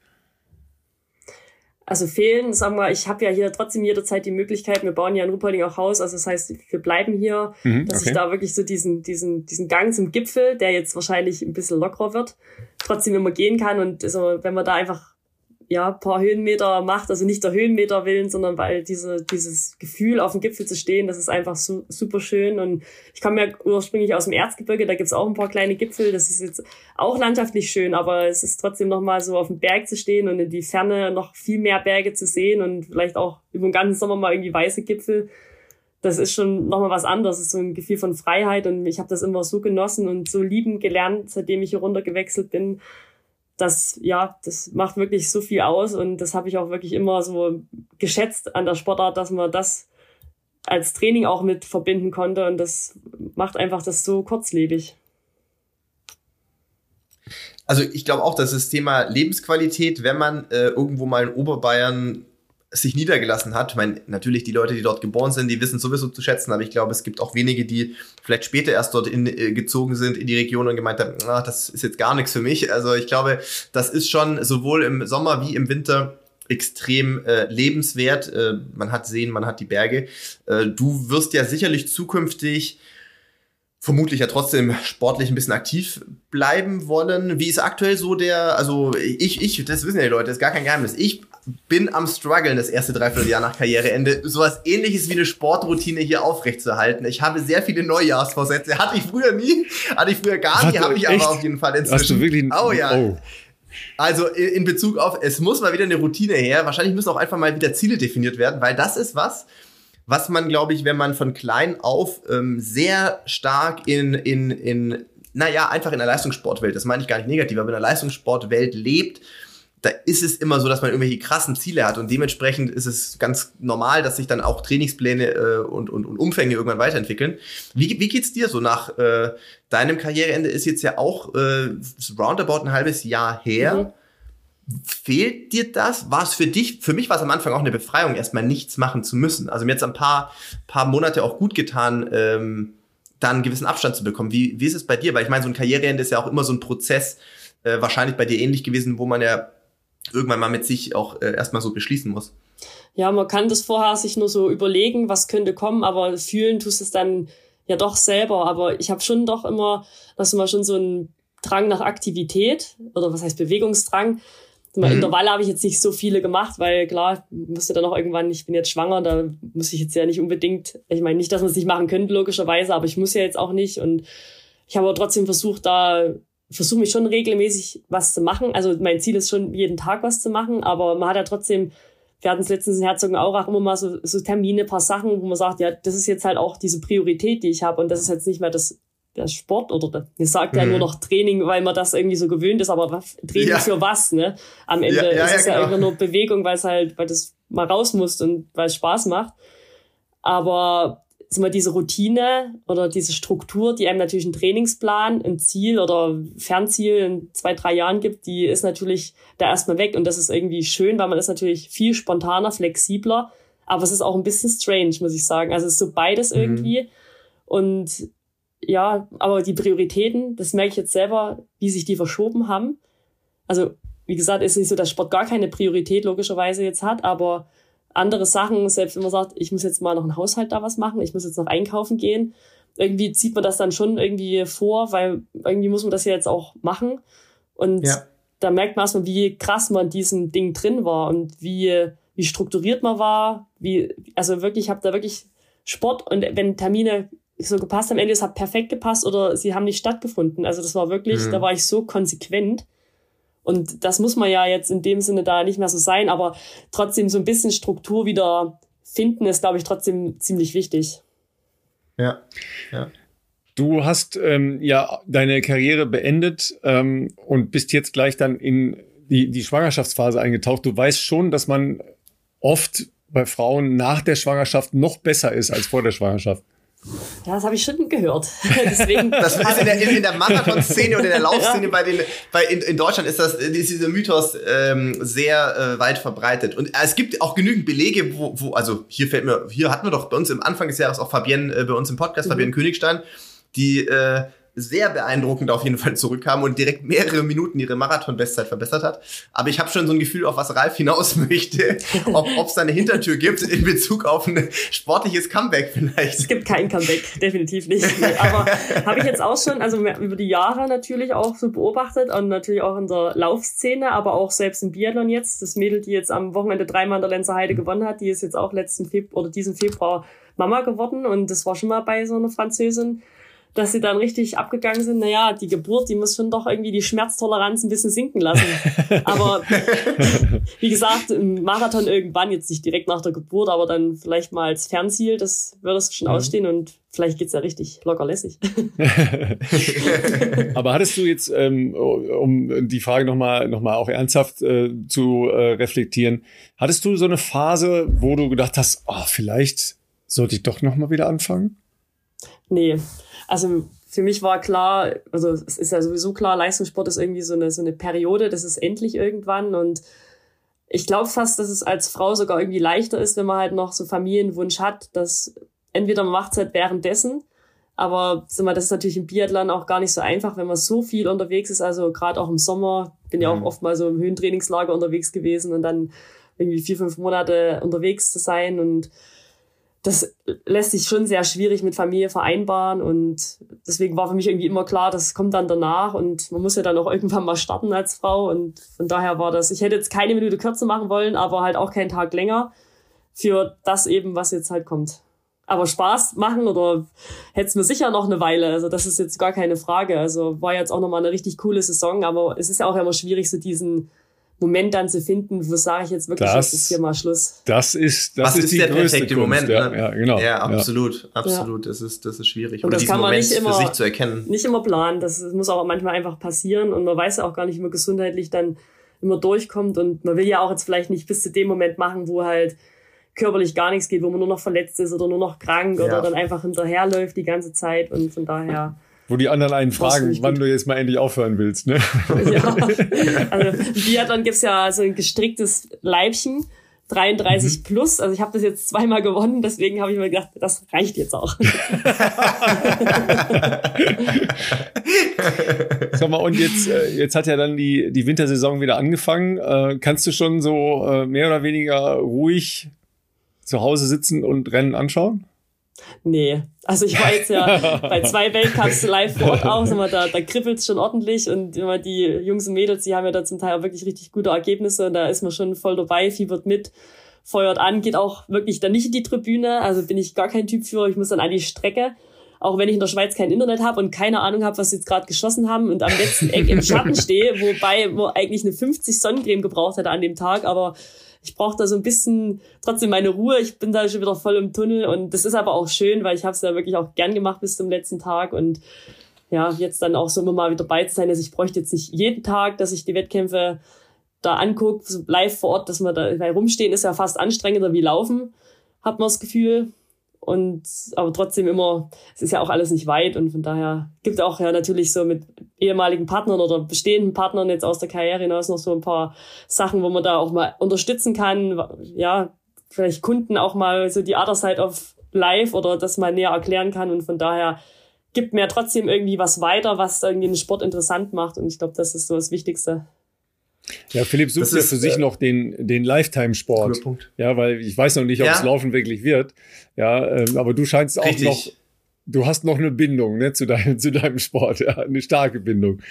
Also fehlen, sagen wir, ich habe ja hier trotzdem jederzeit die Möglichkeit, wir bauen ja in Ruppolding auch Haus, also das heißt, wir bleiben hier, dass ich da wirklich so diesen Gang zum Gipfel, der jetzt wahrscheinlich ein bisschen lockerer wird, trotzdem immer gehen kann und so, wenn man da einfach ein paar Höhenmeter macht, also nicht der Höhenmeter willen, sondern weil dieses Gefühl, auf dem Gipfel zu stehen, das ist einfach super schön. Und ich komme ja ursprünglich aus dem Erzgebirge, da gibt's auch ein paar kleine Gipfel, das ist jetzt auch landschaftlich schön, aber es ist trotzdem nochmal so auf dem Berg zu stehen und in die Ferne noch viel mehr Berge zu sehen und vielleicht auch über den ganzen Sommer mal irgendwie weiße Gipfel. Das ist schon nochmal was anderes, das ist so ein Gefühl von Freiheit und ich habe das immer so genossen und so lieben gelernt, seitdem ich hier runter gewechselt bin. Das macht wirklich so viel aus und das habe ich auch wirklich immer so geschätzt an der Sportart, dass man das als Training auch mit verbinden konnte und das macht einfach das so kurzlebig. Also ich glaube auch, dass das Thema Lebensqualität, wenn man irgendwo mal in Oberbayern sich niedergelassen hat. Ich meine, natürlich die Leute, die dort geboren sind, die wissen sowieso zu schätzen, aber ich glaube, es gibt auch wenige, die vielleicht später erst dort gezogen sind in die Region und gemeint haben, das ist jetzt gar nichts für mich. Also ich glaube, das ist schon sowohl im Sommer wie im Winter extrem lebenswert. Man hat Seen, man hat die Berge. Du wirst ja sicherlich zukünftig vermutlich ja trotzdem sportlich ein bisschen aktiv bleiben wollen. Wie ist aktuell so also ich, das wissen ja die Leute, das ist gar kein Geheimnis. Ich bin am struggeln das erste Dreivierteljahr nach Karriereende, sowas Ähnliches wie eine Sportroutine hier aufrechtzuerhalten. Ich habe sehr viele Neujahrsvorsätze. Hatte ich früher gar nie, habe ich aber auf jeden Fall inzwischen. Hast du wirklich? Oh ja. Oh. Also in Bezug auf, es muss mal wieder eine Routine her. Wahrscheinlich müssen auch einfach mal wieder Ziele definiert werden, weil das ist was man, glaube ich, wenn man von klein auf sehr stark einfach in der Leistungssportwelt, das meine ich gar nicht negativ, aber in der Leistungssportwelt lebt, da ist es immer so, dass man irgendwelche krassen Ziele hat und dementsprechend ist es ganz normal, dass sich dann auch Trainingspläne und Umfänge irgendwann weiterentwickeln. Wie geht's dir so nach deinem Karriereende? Ist jetzt ja auch roundabout ein halbes Jahr her. Fehlt dir das? War es für mich war es am Anfang auch eine Befreiung, erstmal nichts machen zu müssen. Also mir jetzt ein paar Monate auch gut getan, da einen gewissen Abstand zu bekommen. Wie ist es bei dir? Weil ich meine, so ein Karriereende ist ja auch immer so ein Prozess, wahrscheinlich bei dir ähnlich gewesen, wo man ja irgendwann mal mit sich auch erstmal so beschließen muss. Ja, man kann das vorher sich nur so überlegen, was könnte kommen, aber fühlen tust es dann ja doch selber. Aber ich habe schon doch immer, schon so einen Drang nach Aktivität oder was heißt Bewegungsdrang. Intervalle habe ich jetzt nicht so viele gemacht, weil klar, musste dann auch irgendwann, ich bin jetzt schwanger, da muss ich jetzt ja nicht unbedingt, ich meine nicht, dass man es nicht machen könnte, logischerweise, aber ich muss ja jetzt auch nicht und ich habe aber trotzdem versuche mich schon regelmäßig was zu machen. Also mein Ziel ist schon, jeden Tag was zu machen, aber man hat ja trotzdem, wir hatten es letztens in Herzogenaurach immer mal so Termine, paar Sachen, wo man sagt, ja, das ist jetzt halt auch diese Priorität, die ich habe und das ist jetzt nicht mehr der Sport oder ihr sagt ja nur noch Training, weil man das irgendwie so gewöhnt ist, aber Training für was, ne? Am Ende ist es ja einfach nur Bewegung, weil das mal raus muss und weil es Spaß macht. Aber diese Routine oder diese Struktur, die einem natürlich einen Trainingsplan, ein Ziel oder Fernziel in 2-3 Jahren gibt, die ist natürlich da erstmal weg und das ist irgendwie schön, weil man ist natürlich viel spontaner, flexibler, aber es ist auch ein bisschen strange, muss ich sagen. Also es ist so beides irgendwie und ja, aber die Prioritäten, das merke ich jetzt selber, wie sich die verschoben haben. Also, wie gesagt, ist nicht so, dass Sport gar keine Priorität logischerweise jetzt hat, aber andere Sachen, selbst wenn man sagt, ich muss jetzt mal noch einen Haushalt da was machen, ich muss jetzt noch einkaufen gehen, irgendwie zieht man das dann schon irgendwie vor, weil irgendwie muss man das ja jetzt auch machen. Und da merkt man erstmal, wie krass man in diesem Ding drin war und wie strukturiert man war, also wirklich, ich habe da wirklich Sport und wenn Termine so gepasst haben. Entweder es hat perfekt gepasst oder sie haben nicht stattgefunden. Also das war wirklich, da war ich so konsequent. Und das muss man ja jetzt in dem Sinne da nicht mehr so sein, aber trotzdem so ein bisschen Struktur wieder finden ist, glaube ich, trotzdem ziemlich wichtig. Ja. Du hast ja deine Karriere beendet und bist jetzt gleich dann in die Schwangerschaftsphase eingetaucht. Du weißt schon, dass man oft bei Frauen nach der Schwangerschaft noch besser ist als vor der Schwangerschaft. Ja, das habe ich schon gehört. Deswegen das ist in der Marathon-Szene oder in der Laufszene in Deutschland ist dieser Mythos sehr weit verbreitet. Und es gibt auch genügend Belege, wo also hier hatten wir doch bei uns im Anfang des Jahres auch Fabienne bei uns im Podcast, Fabienne Königstein, die sehr beeindruckend auf jeden Fall zurückkam und direkt mehrere Minuten ihre Marathon-Bestzeit verbessert hat. Aber ich habe schon so ein Gefühl, auf was Ralf hinaus möchte, ob es da eine Hintertür gibt in Bezug auf ein sportliches Comeback vielleicht. Es gibt kein Comeback, definitiv nicht. Aber habe ich jetzt auch schon, also über die Jahre natürlich auch so beobachtet und natürlich auch in der Laufszene, aber auch selbst im Biathlon jetzt. Das Mädel, die jetzt am Wochenende 3-mal in der Lenzer Heide gewonnen hat, die ist jetzt auch diesen Februar Mama geworden und das war schon mal bei so einer Französin, dass sie dann richtig abgegangen sind. Naja, die Geburt, die muss schon doch irgendwie die Schmerztoleranz ein bisschen sinken lassen. Aber wie gesagt, im Marathon irgendwann, jetzt nicht direkt nach der Geburt, aber dann vielleicht mal als Fernziel, das würde es schon ausstehen und vielleicht geht's ja richtig locker lässig. Aber hattest du jetzt, um die Frage nochmal auch ernsthaft zu reflektieren, hattest du so eine Phase, wo du gedacht hast, vielleicht sollte ich doch nochmal wieder anfangen? Nee. Also für mich war klar, also es ist ja sowieso klar, Leistungssport ist irgendwie so eine Periode, das ist endlich irgendwann und ich glaube fast, dass es als Frau sogar irgendwie leichter ist, wenn man halt noch so Familienwunsch hat, dass entweder man macht es halt währenddessen, aber das ist natürlich im Biathlon auch gar nicht so einfach, wenn man so viel unterwegs ist, also gerade auch im Sommer, bin ja auch oft mal so im Höhentrainingslager unterwegs gewesen und dann irgendwie 4-5 Monate unterwegs zu sein und das lässt sich schon sehr schwierig mit Familie vereinbaren und deswegen war für mich irgendwie immer klar, das kommt dann danach und man muss ja dann auch irgendwann mal starten als Frau und von daher war das, ich hätte jetzt keine Minute kürzer machen wollen, aber halt auch keinen Tag länger für das eben, was jetzt halt kommt. Aber Spaß machen oder hätte es mir sicher noch eine Weile, also das ist jetzt gar keine Frage, also war jetzt auch nochmal eine richtig coole Saison, aber es ist ja auch immer schwierig, so diesen Moment dann zu finden, wo sage ich jetzt wirklich, jetzt ist hier mal Schluss. Das ist der perfekte Moment, ne? Ja, genau. Ja, absolut. Ja. Das ist schwierig. Und oder das diesen kann man Moment nicht immer, für sich zu erkennen. Nicht immer planen. Das muss auch manchmal einfach passieren und man weiß auch gar nicht, wie man gesundheitlich dann immer durchkommt und man will ja auch jetzt vielleicht nicht bis zu dem Moment machen, wo halt körperlich gar nichts geht, wo man nur noch verletzt ist oder nur noch krank oder dann einfach hinterherläuft die ganze Zeit und von daher... Wo die anderen einen fragen, wann du jetzt mal endlich aufhören willst, ne? Ja, also im Biathlon gibt's ja so ein gestricktes Leibchen, 33 plus. Also ich habe das jetzt 2-mal gewonnen, deswegen habe ich mir gedacht, das reicht jetzt auch. Sag mal, und jetzt hat ja dann die Wintersaison wieder angefangen. Kannst du schon so mehr oder weniger ruhig zu Hause sitzen und Rennen anschauen? Nee, also ich war jetzt ja bei 2 Weltcups live vor Ort auch, da kribbelt's schon ordentlich und immer die Jungs und Mädels, die haben ja da zum Teil auch wirklich richtig gute Ergebnisse und da ist man schon voll dabei, fiebert mit, feuert an, geht auch wirklich dann nicht in die Tribüne, also bin ich gar kein Typ für, ich muss dann an die Strecke, auch wenn ich in der Schweiz kein Internet habe und keine Ahnung habe, was sie jetzt gerade geschossen haben und am letzten Eck im Schatten stehe, wobei man eigentlich eine 50 Sonnencreme gebraucht hätte an dem Tag, aber ich brauche da so ein bisschen trotzdem meine Ruhe. Ich bin da schon wieder voll im Tunnel und das ist aber auch schön, weil ich habe es ja wirklich auch gern gemacht bis zum letzten Tag und ja, jetzt dann auch so immer mal wieder dabei zu sein. Also ich bräuchte jetzt nicht jeden Tag, dass ich die Wettkämpfe da angucke, so live vor Ort, dass man da, weil rumstehen ist ja fast anstrengender wie laufen, hat man das Gefühl. Und aber trotzdem immer, es ist ja auch alles nicht weit und von daher gibt auch ja natürlich so mit ehemaligen Partnern oder bestehenden Partnern jetzt aus der Karriere hinaus noch so ein paar Sachen, wo man da auch mal unterstützen kann, ja, vielleicht Kunden auch mal so die Other Side of Life oder das mal näher erklären kann und von daher gibt mir trotzdem irgendwie was weiter, was irgendwie den Sport interessant macht und ich glaube, das ist so das Wichtigste. Ja, Philipp sucht ja für sich noch den Lifetime-Sport. Ja, weil ich weiß noch nicht, ob es Laufen wirklich wird. Ja, aber du scheinst auch noch, du hast noch eine Bindung, ne, zu deinem Sport, ja, eine starke Bindung.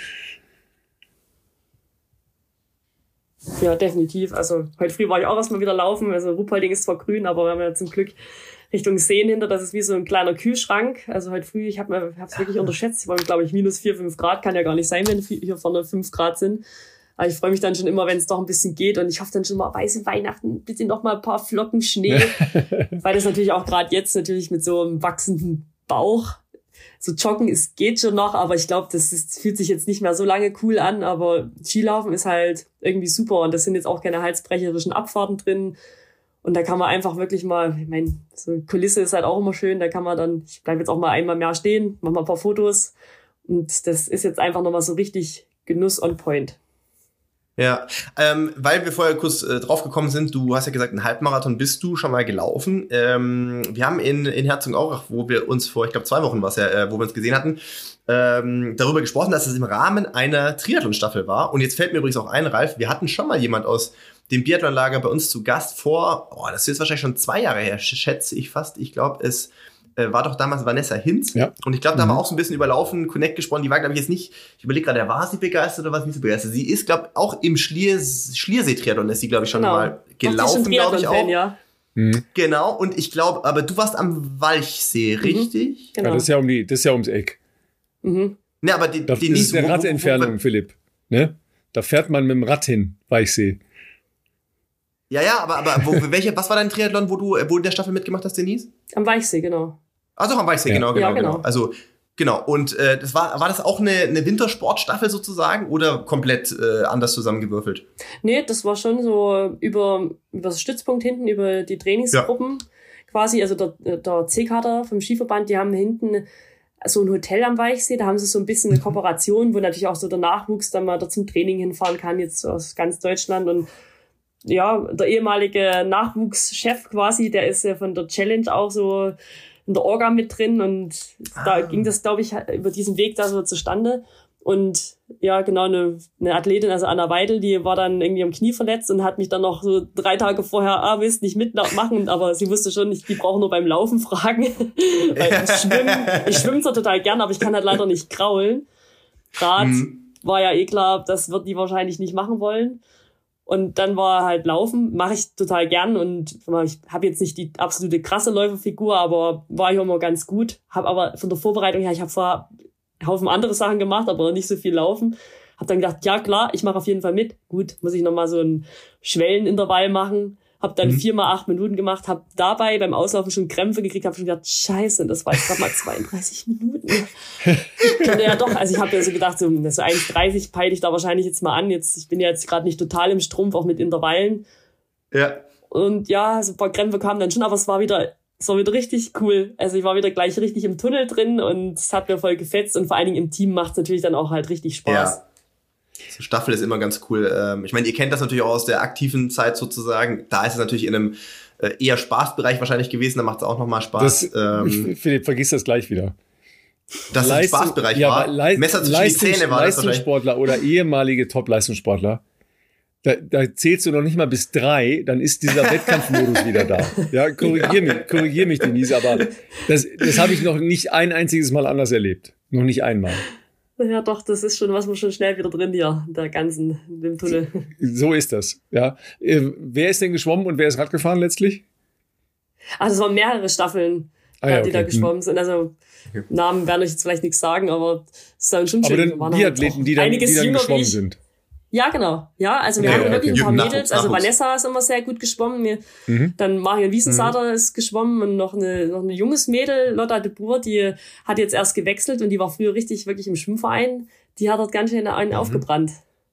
Ja, definitiv. Also heute früh war ich auch erstmal wieder laufen. Also Ruhpolding ist zwar grün, aber wir haben ja zum Glück Richtung Seen hinter, das ist wie so ein kleiner Kühlschrank. Also heute früh, ich habe es wirklich unterschätzt. Ich war, glaube ich, minus 4, 5 Grad. Kann ja gar nicht sein, wenn hier vorne 5 Grad sind. Aber ich freue mich dann schon immer, wenn es doch ein bisschen geht. Und ich hoffe dann schon mal, weiße Weihnachten, ein bisschen noch mal ein paar Flocken Schnee. Weil das natürlich auch gerade jetzt natürlich mit so einem wachsenden Bauch, so joggen, es geht schon noch, aber ich glaube, fühlt sich jetzt nicht mehr so lange cool an. Aber Skilaufen ist halt irgendwie super. Und das sind jetzt auch keine halsbrecherischen Abfahrten drin. Und da kann man einfach wirklich mal, ich meine, so eine Kulisse ist halt auch immer schön. Da kann man dann, ich bleibe jetzt auch mal einmal mehr stehen, mach mal ein paar Fotos. Und das ist jetzt einfach nochmal so richtig Genuss on point. Ja, weil wir vorher kurz drauf gekommen sind, du hast ja gesagt, einen Halbmarathon bist du schon mal gelaufen. Wir haben in Herzogenaurach, wo wir uns vor, ich glaube 2 Wochen war es ja, wo wir uns gesehen hatten, darüber gesprochen, dass es im Rahmen einer Triathlon-Staffel war. Und jetzt fällt mir übrigens auch ein, Ralf, wir hatten schon mal jemand aus dem Biathlon-Lager bei uns zu Gast vor, das ist jetzt wahrscheinlich schon 2 Jahre her, schätze ich fast. Ich glaube, es war doch damals Vanessa Hinz. Ja. Und ich glaube, da haben wir auch so ein bisschen über Laufen Connect gesprochen. Die war, glaube ich, jetzt nicht, ich überlege gerade, war sie begeistert oder war sie nicht so begeistert? Sie ist, glaube ich, auch im Schliersee-Triathlon ist sie, glaube ich, schon mal gelaufen, glaube ich auch. Ja. Genau, und ich glaube, aber du warst am Walchsee, richtig? Genau. Ja, das ist ja ums Eck. Ne, aber das ist eine Radentfernung, Philipp. Ne? Da fährt man mit dem Rad hin, Walchsee. Ja, aber was war dein Triathlon, wo du in der Staffel mitgemacht hast, Denise? Am Walchsee, genau. Also am Walchsee, genau. Also, genau. Und das war das auch eine Wintersportstaffel sozusagen oder komplett anders zusammengewürfelt? Nee, das war schon so über das Stützpunkt hinten, über die Trainingsgruppen quasi. Also der C-Kader vom Skiverband, die haben hinten so ein Hotel am Walchsee, da haben sie so ein bisschen eine Kooperation, wo natürlich auch so der Nachwuchs dann mal da zum Training hinfahren kann, jetzt aus ganz Deutschland. Und ja, der ehemalige Nachwuchschef quasi, der ist ja von der Challenge auch so in der Orga mit drin und da ging das, glaube ich, über diesen Weg da so zustande. Und ja, genau, eine Athletin, also Anna Weidel, die war dann irgendwie am Knie verletzt und hat mich dann noch so 3 Tage vorher, willst nicht mitmachen, aber sie wusste schon, die brauchen nur beim Laufen fragen. Weil ich schwimme zwar total gern, aber ich kann halt leider nicht kraulen. Rad war ja klar, das wird die wahrscheinlich nicht machen wollen. Und dann war halt Laufen, mache ich total gern und ich habe jetzt nicht die absolute krasse Läuferfigur, aber war ich immer ganz gut. Habe aber von der Vorbereitung her, ich habe vorher einen Haufen andere Sachen gemacht, aber nicht so viel Laufen. Habe dann gedacht, ja klar, ich mache auf jeden Fall mit. Gut, muss ich nochmal so einen Schwellenintervall machen. Habe dann 4 mal 8 Minuten gemacht, habe dabei beim Auslaufen schon Krämpfe gekriegt, habe schon gedacht, scheiße, das war jetzt gerade mal 32 Minuten. Ja doch, also ich habe ja so gedacht, so 1,30 peile ich da wahrscheinlich jetzt mal an. Ich bin ja jetzt gerade nicht total im Strumpf, auch mit Intervallen. Ja. Und ja, so ein paar Krämpfe kamen dann schon, aber es war wieder richtig cool. Also ich war wieder gleich richtig im Tunnel drin und es hat mir voll gefetzt und vor allen Dingen im Team macht es natürlich dann auch halt richtig Spaß. Ja. So Staffel ist immer ganz cool. Ich meine, ihr kennt das natürlich auch aus der aktiven Zeit sozusagen. Da ist es natürlich in einem eher Spaßbereich wahrscheinlich gewesen. Da macht es auch nochmal Spaß. Philipp, vergiss das gleich wieder. Dass es ein Spaßbereich war. Messer zwischen die Zähne war das Leistungssportler oder ehemalige Top-Leistungssportler. Da zählst du noch nicht mal bis 3, dann ist dieser Wettkampfmodus wieder da. Ja, korrigier mich, Denise, aber das habe ich noch nicht ein einziges Mal anders erlebt. Noch nicht einmal. Ja, doch, das ist schon, was man schon schnell wieder drin hier, dem Tunnel. So ist das, ja. Wer ist denn geschwommen und wer ist Rad gefahren letztlich? Also es waren mehrere Staffeln, die da geschwommen sind. Also Namen werden euch jetzt vielleicht nichts sagen, aber es ist dann schon schön. Aber dann die Athleten, die dann geschwommen sind. Ja, genau. Ja, also wir haben wirklich ein paar Mädels. Also Vanessa ist immer sehr gut geschwommen. Dann Marion Wiesensader ist geschwommen und noch ein junges Mädel, Lotta de Boer, die hat jetzt erst gewechselt und die war früher wirklich im Schwimmverein. Die hat dort ganz schön einen aufgebrannt.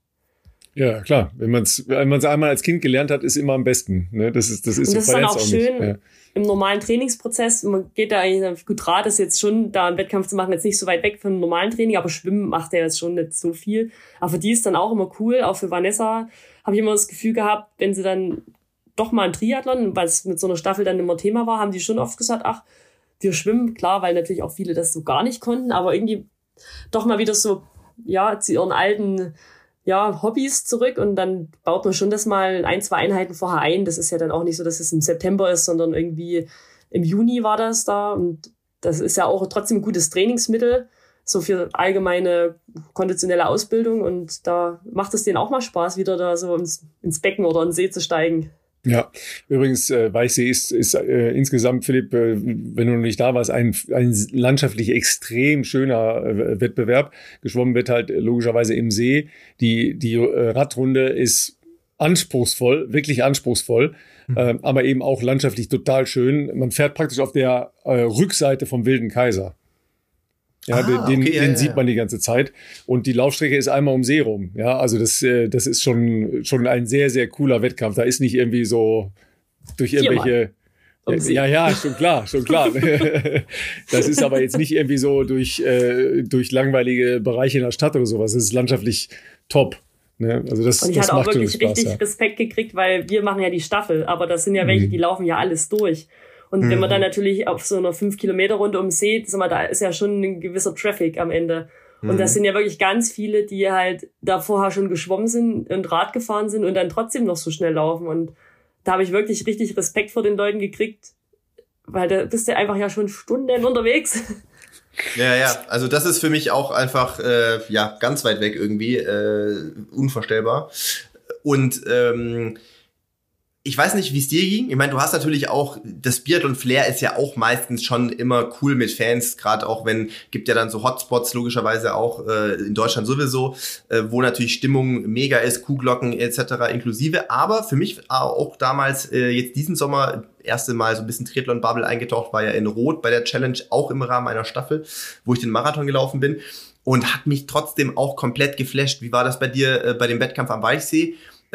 Ja, klar. Wenn man es einmal als Kind gelernt hat, ist immer am besten. Ne? Das ist und das ist dann auch schön im normalen Trainingsprozess. Man geht da eigentlich, gut, Rad ist jetzt schon, da einen Wettkampf zu machen, jetzt nicht so weit weg von einem normalen Training, aber Schwimmen macht ja jetzt schon nicht so viel. Aber für die ist dann auch immer cool, auch für Vanessa habe ich immer das Gefühl gehabt, wenn sie dann doch mal ein Triathlon, weil es mit so einer Staffel dann immer Thema war, haben die schon oft gesagt, ach, wir schwimmen, klar, weil natürlich auch viele das so gar nicht konnten, aber irgendwie doch mal wieder so, ja, zu ihren alten Hobbys zurück und dann baut man schon das mal 1, 2 Einheiten vorher ein. Das ist ja dann auch nicht so, dass es im September ist, sondern irgendwie im Juni war das da und das ist ja auch trotzdem ein gutes Trainingsmittel, so für allgemeine konditionelle Ausbildung und da macht es denen auch mal Spaß, wieder da so ins Becken oder in den See zu steigen. Ja, übrigens, Weichsee ist insgesamt, Philipp, wenn du noch nicht da warst, ein landschaftlich extrem schöner Wettbewerb. Geschwommen wird halt logischerweise im See. Die Radrunde ist anspruchsvoll, wirklich anspruchsvoll, aber eben auch landschaftlich total schön. Man fährt praktisch auf der Rückseite vom Wilden Kaiser. Ja, den sieht man die ganze Zeit. Und die Laufstrecke ist einmal um See rum. Ja, also das ist schon ein sehr, sehr cooler Wettkampf. Da ist nicht irgendwie so durch irgendwelche... Ja, schon klar. Das ist aber jetzt nicht irgendwie so durch langweilige Bereiche in der Stadt oder sowas. Das ist landschaftlich top. Ne? Also und ich hatte auch wirklich richtig Respekt gekriegt, weil wir machen ja die Staffel, aber das sind ja welche, die laufen ja alles durch. Und wenn man dann natürlich auf so einer 5-Kilometer-Runde um See, da ist ja schon ein gewisser Traffic am Ende. Und das sind ja wirklich ganz viele, die halt da vorher schon geschwommen sind und Rad gefahren sind und dann trotzdem noch so schnell laufen. Und da habe ich wirklich richtig Respekt vor den Leuten gekriegt, weil da bist du einfach ja schon Stunden unterwegs. Ja, also das ist für mich auch einfach ganz weit weg irgendwie, unvorstellbar. Und ich weiß nicht, wie es dir ging. Ich meine, du hast natürlich auch, das Biathlon-Flair ist ja auch meistens schon immer cool mit Fans, gerade auch gibt ja dann so Hotspots logischerweise auch in Deutschland sowieso, wo natürlich Stimmung mega ist, Kuhglocken etc. inklusive. Aber für mich auch damals, jetzt diesen Sommer, erste Mal so ein bisschen Triathlon-Bubble eingetaucht, war ja in Rot bei der Challenge, auch im Rahmen einer Staffel, wo ich den Marathon gelaufen bin und hat mich trotzdem auch komplett geflasht. Wie war das bei dir bei dem Wettkampf am Weichsee?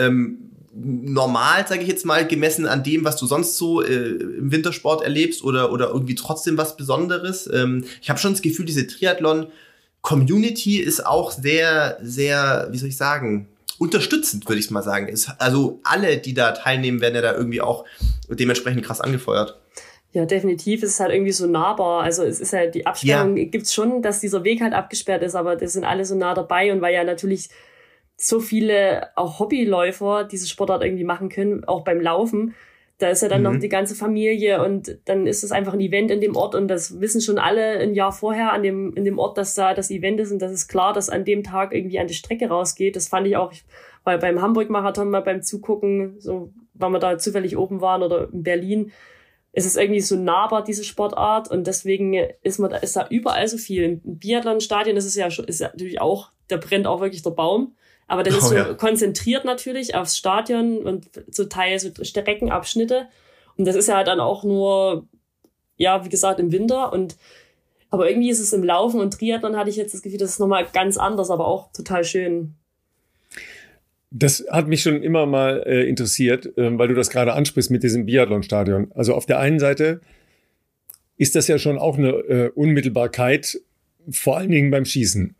Normal, sage ich jetzt mal, gemessen an dem, was du sonst so im Wintersport erlebst oder irgendwie trotzdem was Besonderes? Ich habe schon das Gefühl, diese Triathlon-Community ist auch sehr, sehr, wie soll ich sagen, unterstützend, würde ich mal sagen. Also alle, die da teilnehmen, werden ja da irgendwie auch dementsprechend krass angefeuert. Ja, definitiv. Es ist halt irgendwie so nahbar. Also es ist halt, die Absperrung gibt's schon, dass dieser Weg halt abgesperrt ist, aber das sind alle so nah dabei und weil ja natürlich so viele auch Hobbyläufer diese Sportart irgendwie machen können, auch beim Laufen. Da ist ja dann noch die ganze Familie und dann ist es einfach ein Event in dem Ort und das wissen schon alle ein Jahr vorher in dem Ort, dass da das Event ist und das ist klar, dass an dem Tag irgendwie an die Strecke rausgeht. Das fand ich auch, weil beim Hamburg-Marathon mal beim Zugucken, so, weil wir da zufällig oben waren oder in Berlin, ist es irgendwie so nahbar, diese Sportart und deswegen ist da überall so viel. Im Biathlon-Stadion ist natürlich auch, da brennt auch wirklich der Baum. Aber das ist so konzentriert natürlich aufs Stadion und so Teil, so Streckenabschnitte. Und das ist ja halt dann auch nur, ja, wie gesagt, im Winter. Aber irgendwie ist es im Laufen und Triathlon hatte ich jetzt das Gefühl, das ist nochmal ganz anders, aber auch total schön. Das hat mich schon immer mal interessiert, weil du das gerade ansprichst mit diesem Biathlon-Stadion. Also auf der einen Seite ist das ja schon auch eine Unmittelbarkeit, vor allen Dingen beim Schießen.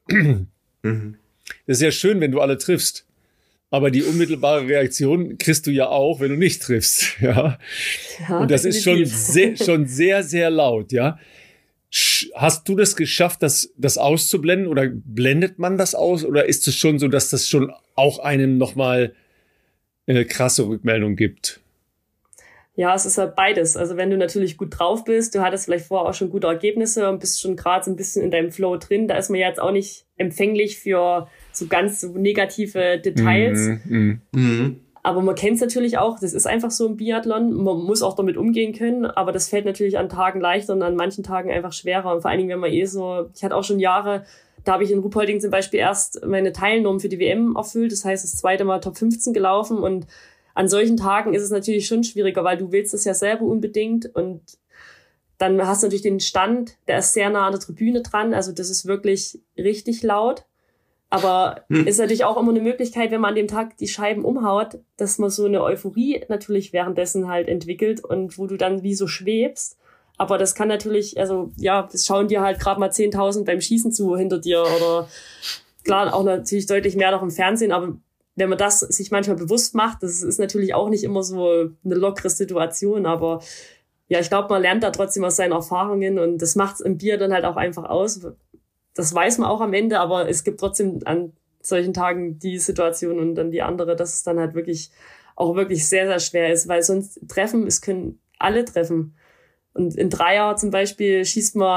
Das ist ja schön, wenn du alle triffst. Aber die unmittelbare Reaktion kriegst du ja auch, wenn du nicht triffst. Ja. Und das ist schon sehr, sehr laut. Ja. Hast du das geschafft, das auszublenden? Oder blendet man das aus? Oder ist es schon so, dass das schon auch einem nochmal krasse Rückmeldung gibt? Ja, es ist halt beides. Also wenn du natürlich gut drauf bist, du hattest vielleicht vorher auch schon gute Ergebnisse und bist schon gerade so ein bisschen in deinem Flow drin, da ist man ja jetzt auch nicht empfänglich für so ganz so negative Details. Aber man kennt es natürlich auch, das ist einfach so im Biathlon, man muss auch damit umgehen können, aber das fällt natürlich an Tagen leichter und an manchen Tagen einfach schwerer. Und vor allen Dingen, wenn man ich hatte auch schon Jahre, da habe ich in Ruhpolding zum Beispiel erst meine Teilnorm für die WM erfüllt, das heißt das zweite Mal Top 15 gelaufen und an solchen Tagen ist es natürlich schon schwieriger, weil du willst es ja selber unbedingt und dann hast du natürlich den Stand, der ist sehr nah an der Tribüne dran, also das ist wirklich richtig laut. Aber ist natürlich auch immer eine Möglichkeit, wenn man an dem Tag die Scheiben umhaut, dass man so eine Euphorie natürlich währenddessen halt entwickelt und wo du dann wie so schwebst. Aber das kann natürlich, also ja, das schauen dir halt gerade mal 10.000 beim Schießen zu hinter dir oder klar auch natürlich deutlich mehr noch im Fernsehen, aber wenn man das sich manchmal bewusst macht, das ist natürlich auch nicht immer so eine lockere Situation, aber ja, ich glaube, man lernt da trotzdem aus seinen Erfahrungen und das macht es im Bier dann halt auch einfach aus. Das weiß man auch am Ende, aber es gibt trotzdem an solchen Tagen die Situation und dann die andere, dass es dann halt wirklich sehr, sehr schwer ist, weil sonst es können alle treffen. Und in Dreier zum Beispiel schießt man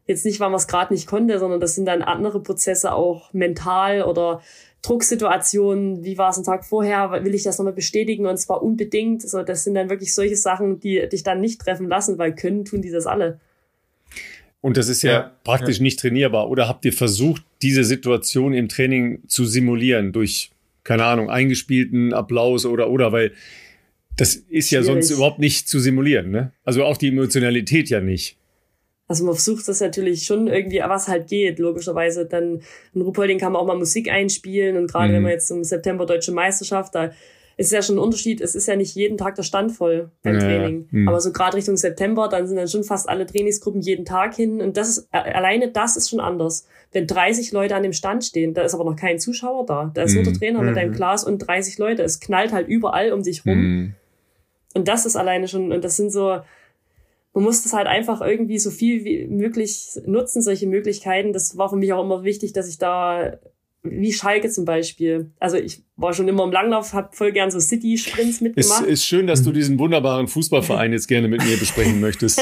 Jetzt nicht, weil man es gerade nicht konnte, sondern das sind dann andere Prozesse auch mental oder Drucksituationen. Wie war es einen Tag vorher? Will ich das nochmal bestätigen? Und zwar unbedingt. Also das sind dann wirklich solche Sachen, die dich dann nicht treffen lassen, weil können tun die das alle. Und das ist ja praktisch nicht trainierbar. Oder habt ihr versucht, diese Situation im Training zu simulieren durch, keine Ahnung, eingespielten Applaus oder, weil das ist ja sonst überhaupt nicht zu simulieren, ne? Also auch die Emotionalität ja nicht. Also man versucht das natürlich schon irgendwie, was halt geht, logischerweise. Dann in Ruhpolding kann man auch mal Musik einspielen und gerade wenn man jetzt im September Deutsche Meisterschaft, da ist ja schon ein Unterschied, es ist ja nicht jeden Tag der Stand voll beim Training. Aber so gerade Richtung September, dann sind dann schon fast alle Trainingsgruppen jeden Tag hin und das ist, alleine das ist schon anders. Wenn 30 Leute an dem Stand stehen, da ist aber noch kein Zuschauer da. Da ist nur der Trainer mit einem Glas und 30 Leute. Es knallt halt überall um dich rum. Und das ist alleine schon, und das sind so, man muss das halt einfach irgendwie so viel wie möglich nutzen, solche Möglichkeiten. Das war für mich auch immer wichtig, dass ich da, wie Schalke zum Beispiel, also ich war schon immer im Langlauf, habe voll gern so City-Sprints mitgemacht. Es ist schön, dass du diesen wunderbaren Fußballverein jetzt gerne mit mir besprechen möchtest.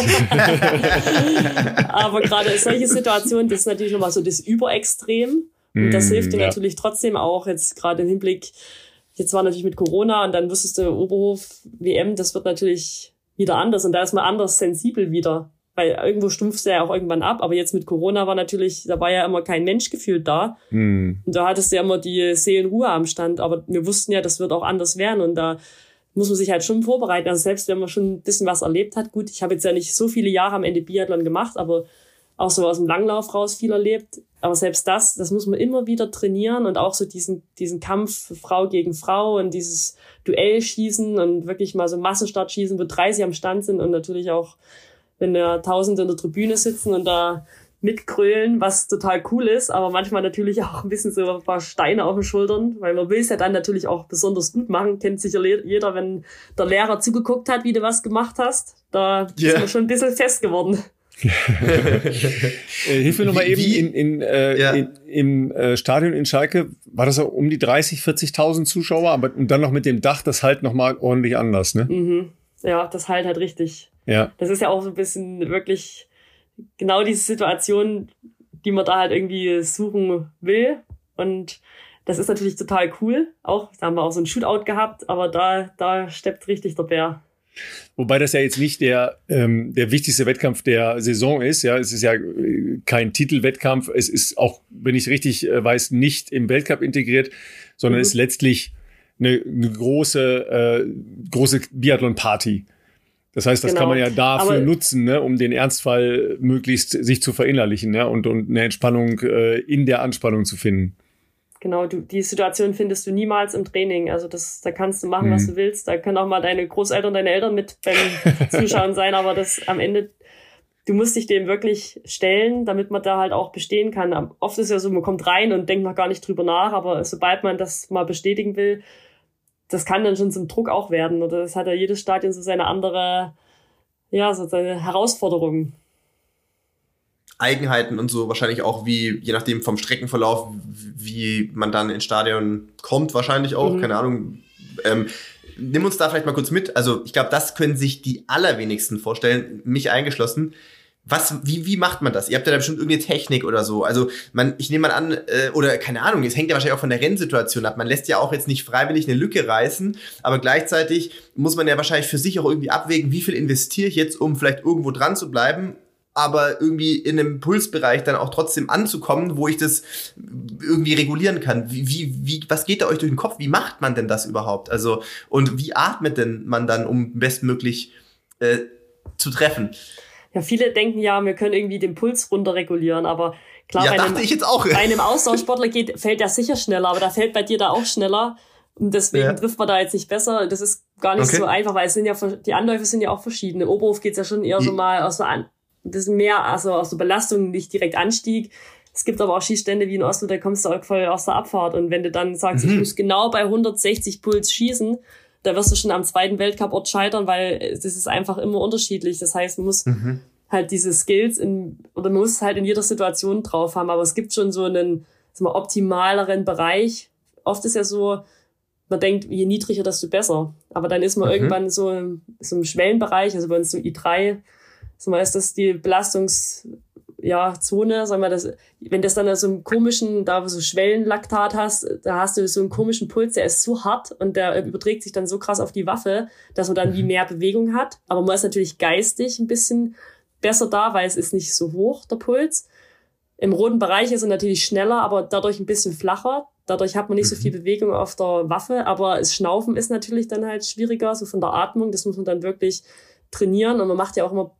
Aber gerade solche Situationen, das ist natürlich nochmal so das Überextrem. Und das hilft dir natürlich trotzdem auch jetzt gerade im Hinblick, jetzt war natürlich mit Corona und dann wusstest du, Oberhof, WM, das wird natürlich wieder anders und da ist man anders sensibel wieder, weil irgendwo stumpfst du ja auch irgendwann ab, aber jetzt mit Corona war natürlich, da war ja immer kein Mensch gefühlt da und da hattest du ja immer die Seelenruhe am Stand, aber wir wussten ja, das wird auch anders werden und da muss man sich halt schon vorbereiten, also selbst wenn man schon ein bisschen was erlebt hat, gut, ich habe jetzt ja nicht so viele Jahre am Ende Biathlon gemacht, aber auch so aus dem Langlauf raus viel erlebt, aber selbst das muss man immer wieder trainieren und auch so diesen Kampf Frau gegen Frau und dieses Duellschießen und wirklich mal so Massenstartschießen, wo 30 am Stand sind und natürlich auch, wenn da Tausende in der Tribüne sitzen und da mitgrölen, was total cool ist, aber manchmal natürlich auch ein bisschen so ein paar Steine auf den Schultern, weil man will es ja dann natürlich auch besonders gut machen, kennt sicher jeder, wenn der Lehrer zugeguckt hat, wie du was gemacht hast, da ist man schon ein bisschen fest geworden. Hilf mir nochmal eben, im Stadion in Schalke war das so um die 40.000 Zuschauer, aber und dann noch mit dem Dach, das halt nochmal ordentlich anders, ne? Ja, das halt richtig. Ja. Das ist ja auch so ein bisschen wirklich genau diese Situation, die man da halt irgendwie suchen will und das ist natürlich total cool. Auch, da haben wir auch so ein Shootout gehabt, aber da steppt richtig der Bär. Wobei das ja jetzt nicht der wichtigste Wettkampf der Saison ist. Ja, es ist ja kein Titelwettkampf. Es ist auch, wenn ich richtig weiß, nicht im Weltcup integriert, sondern ist letztlich eine große Biathlon-Party. Das heißt, das kann man ja dafür nutzen, ne, um den Ernstfall möglichst sich zu verinnerlichen, ne, und eine Entspannung in der Anspannung zu finden. Genau, die Situation findest du niemals im Training. Also da kannst du machen, was du willst. Da können auch mal deine Großeltern, deine Eltern mit beim Zuschauen sein, aber das am Ende, du musst dich dem wirklich stellen, damit man da halt auch bestehen kann. Oft ist ja so, man kommt rein und denkt noch gar nicht drüber nach, aber sobald man das mal bestätigen will, das kann dann schon zum Druck auch werden. Oder das hat ja jedes Stadion so seine andere, so seine Herausforderungen. Eigenheiten und so wahrscheinlich auch wie, je nachdem vom Streckenverlauf, wie man dann ins Stadion kommt wahrscheinlich auch, keine Ahnung. Nimm uns da vielleicht mal kurz mit. Also ich glaube, das können sich die allerwenigsten vorstellen, mich eingeschlossen. Wie macht man das? Ihr habt ja da bestimmt irgendeine Technik oder so. Also ich nehme mal an, oder keine Ahnung, es hängt ja wahrscheinlich auch von der Rennsituation ab. Man lässt ja auch jetzt nicht freiwillig eine Lücke reißen, aber gleichzeitig muss man ja wahrscheinlich für sich auch irgendwie abwägen, wie viel investiere ich jetzt, um vielleicht irgendwo dran zu bleiben, aber irgendwie in einem Pulsbereich dann auch trotzdem anzukommen, wo ich das irgendwie regulieren kann. Was geht da euch durch den Kopf? Wie macht man denn das überhaupt? Also, und wie atmet denn man dann, um bestmöglich zu treffen? Ja, viele denken ja, wir können irgendwie den Puls runter regulieren, aber klar, bei einem Ausdauersportler fällt der sicher schneller, aber da fällt bei dir da auch schneller. Und deswegen trifft man da jetzt nicht besser. Das ist gar nicht so einfach, weil die Anläufe sind ja auch verschiedene. Im Oberhof geht's ja schon eher so mal aus das sind mehr, also aus der Belastung, nicht direkt Anstieg. Es gibt aber auch Schießstände wie in Oslo, da kommst du auch voll aus der Abfahrt. Und wenn du dann sagst, ich muss genau bei 160 Puls schießen, da wirst du schon am zweiten Weltcup-Ort scheitern, weil das ist einfach immer unterschiedlich. Das heißt, man muss halt diese Skills man muss halt in jeder Situation drauf haben. Aber es gibt schon so einen optimaleren Bereich. Oft ist ja so, man denkt, je niedriger, desto besser. Aber dann ist man irgendwann so im Schwellenbereich, also bei uns so I3, ist das die Belastungsgrenze Zone, sagen wir das, wenn das dann so einen komischen, da so Schwellenlaktat hast, da hast du so einen komischen Puls, der ist so hart und der überträgt sich dann so krass auf die Waffe, dass man dann wie mehr Bewegung hat. Aber man ist natürlich geistig ein bisschen besser da, weil es ist nicht so hoch, der Puls. Im roten Bereich ist er natürlich schneller, aber dadurch ein bisschen flacher. Dadurch hat man nicht so viel Bewegung auf der Waffe, aber das Schnaufen ist natürlich dann halt schwieriger, so von der Atmung. Das muss man dann wirklich trainieren und man macht ja auch immer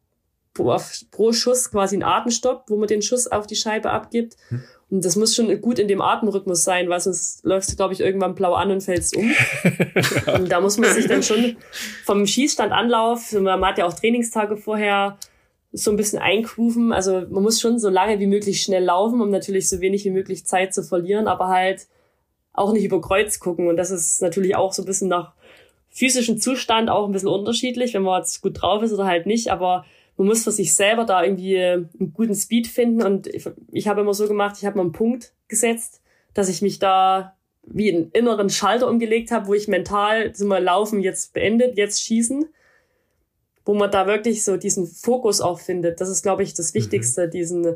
pro Schuss quasi einen Atemstopp, wo man den Schuss auf die Scheibe abgibt. Und das muss schon gut in dem Atemrhythmus sein, weil sonst läufst du, glaube ich, irgendwann blau an und fällst um. Und da muss man sich dann schon vom Schießstandanlauf, man hat ja auch Trainingstage vorher, so ein bisschen eingrooven. Also man muss schon so lange wie möglich schnell laufen, um natürlich so wenig wie möglich Zeit zu verlieren, aber halt auch nicht über Kreuz gucken. Und das ist natürlich auch so ein bisschen nach physischem Zustand auch ein bisschen unterschiedlich, wenn man jetzt gut drauf ist oder halt nicht. Aber man muss für sich selber da irgendwie einen guten Speed finden. Und ich habe immer so gemacht, ich habe mal einen Punkt gesetzt, dass ich mich da wie einen inneren Schalter umgelegt habe, wo ich mental so mal Laufen jetzt beendet, jetzt schießen. Wo man da wirklich so diesen Fokus auch findet. Das ist, glaube ich, das Wichtigste, diesen,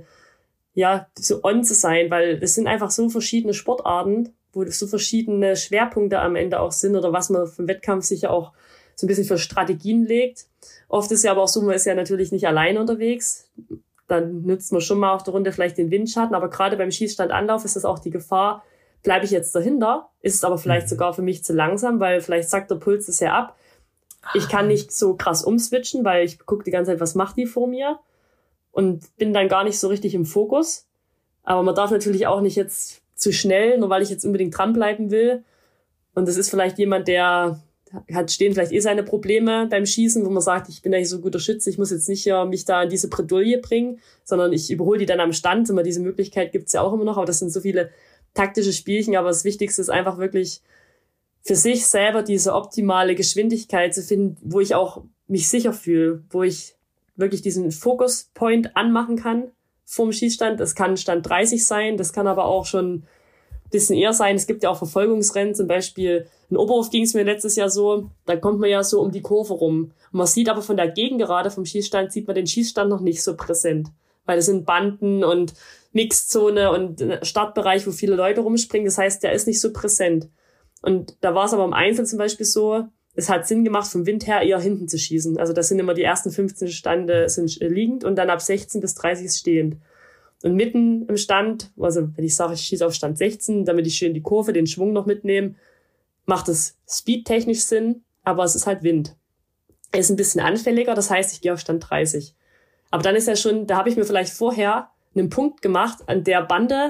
so on zu sein, weil es sind einfach so verschiedene Sportarten, wo so verschiedene Schwerpunkte am Ende auch sind oder was man vom Wettkampf sicher auch so ein bisschen für Strategien legt. Oft ist ja aber auch so, man ist ja natürlich nicht alleine unterwegs. Dann nützt man schon mal auf der Runde vielleicht den Windschatten, aber gerade beim Schießstandanlauf ist das auch die Gefahr, bleibe ich jetzt dahinter, ist es aber vielleicht sogar für mich zu langsam, weil vielleicht sackt der Puls das ja ab. Ich kann nicht so krass umswitchen, weil ich gucke die ganze Zeit, was macht die vor mir und bin dann gar nicht so richtig im Fokus. Aber man darf natürlich auch nicht jetzt zu schnell, nur weil ich jetzt unbedingt dranbleiben will. Und das ist vielleicht jemand, der stehen vielleicht seine Probleme beim Schießen, wo man sagt, ich bin ja nicht so ein guter Schütze, ich muss jetzt nicht mich da in diese Bredouille bringen, sondern ich überhole die dann am Stand. Immer diese Möglichkeit gibt's ja auch immer noch, aber das sind so viele taktische Spielchen. Aber das Wichtigste ist einfach wirklich für sich selber diese optimale Geschwindigkeit zu finden, wo ich auch mich sicher fühle, wo ich wirklich diesen Focus-Point anmachen kann vorm Schießstand. Das kann Stand 30 sein, das kann aber auch schon ein bisschen eher sein. Es gibt ja auch Verfolgungsrennen, zum Beispiel in Oberhof ging es mir letztes Jahr so, da kommt man ja so um die Kurve rum. Und man sieht aber von der Gegengerade vom Schießstand, sieht man den Schießstand noch nicht so präsent, weil es sind Banden und Mixzone und Startbereich, wo viele Leute rumspringen. Das heißt, der ist nicht so präsent. Und da war es aber im Einzel zum Beispiel so, es hat Sinn gemacht, vom Wind her eher hinten zu schießen. Also das sind immer die ersten 15 Stande sind liegend und dann ab 16 bis 30 ist stehend. Und mitten im Stand, also wenn ich sage, ich schieße auf Stand 16, damit ich schön die Kurve, den Schwung noch mitnehme, macht es speedtechnisch Sinn, aber es ist halt Wind. Er ist ein bisschen anfälliger, das heißt, ich gehe auf Stand 30. Aber dann ist ja schon, da habe ich mir vielleicht vorher einen Punkt gemacht an der Bande,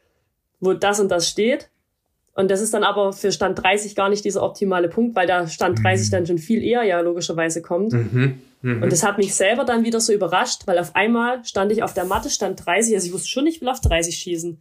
wo das und das steht. Und das ist dann aber für Stand 30 gar nicht dieser optimale Punkt, weil da Stand 30 dann schon viel eher ja logischerweise kommt. Und das hat mich selber dann wieder so überrascht, weil auf einmal stand ich auf der Matte, Stand 30, also ich wusste schon, ich will auf 30 schießen.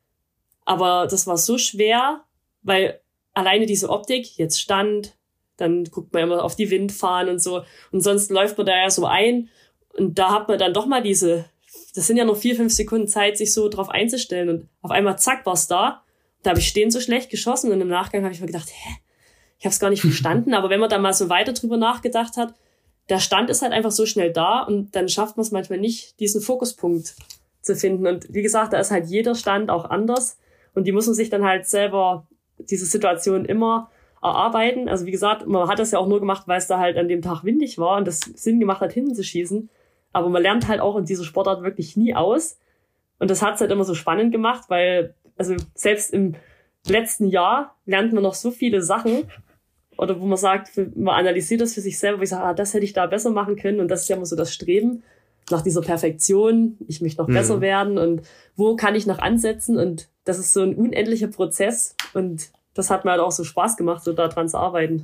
Aber das war so schwer, weil alleine diese Optik, jetzt Stand, dann guckt man immer auf die Windfahnen und so. Und sonst läuft man da ja so ein und da hat man dann doch mal das sind ja noch 4-5 Sekunden Zeit, sich so drauf einzustellen. Und auf einmal, zack, war's da. Da habe ich stehend so schlecht geschossen und im Nachgang habe ich mir gedacht, ich habe es gar nicht verstanden. Aber wenn man da mal so weiter drüber nachgedacht hat, der Stand ist halt einfach so schnell da und dann schafft man es manchmal nicht, diesen Fokuspunkt zu finden. Und wie gesagt, da ist halt jeder Stand auch anders und die muss man sich dann halt selber diese Situation immer erarbeiten. Also wie gesagt, man hat das ja auch nur gemacht, weil es da halt an dem Tag windig war und das Sinn gemacht hat, hinten zu schießen. Aber man lernt halt auch in dieser Sportart wirklich nie aus. Und das hat es halt immer so spannend gemacht, weil also selbst im letzten Jahr lernt man noch so viele Sachen oder wo man sagt, man analysiert das für sich selber, wo ich sage, das hätte ich da besser machen können und das ist ja immer so das Streben nach dieser Perfektion, ich möchte noch besser werden und wo kann ich noch ansetzen und das ist so ein unendlicher Prozess und das hat mir halt auch so Spaß gemacht, so daran zu arbeiten.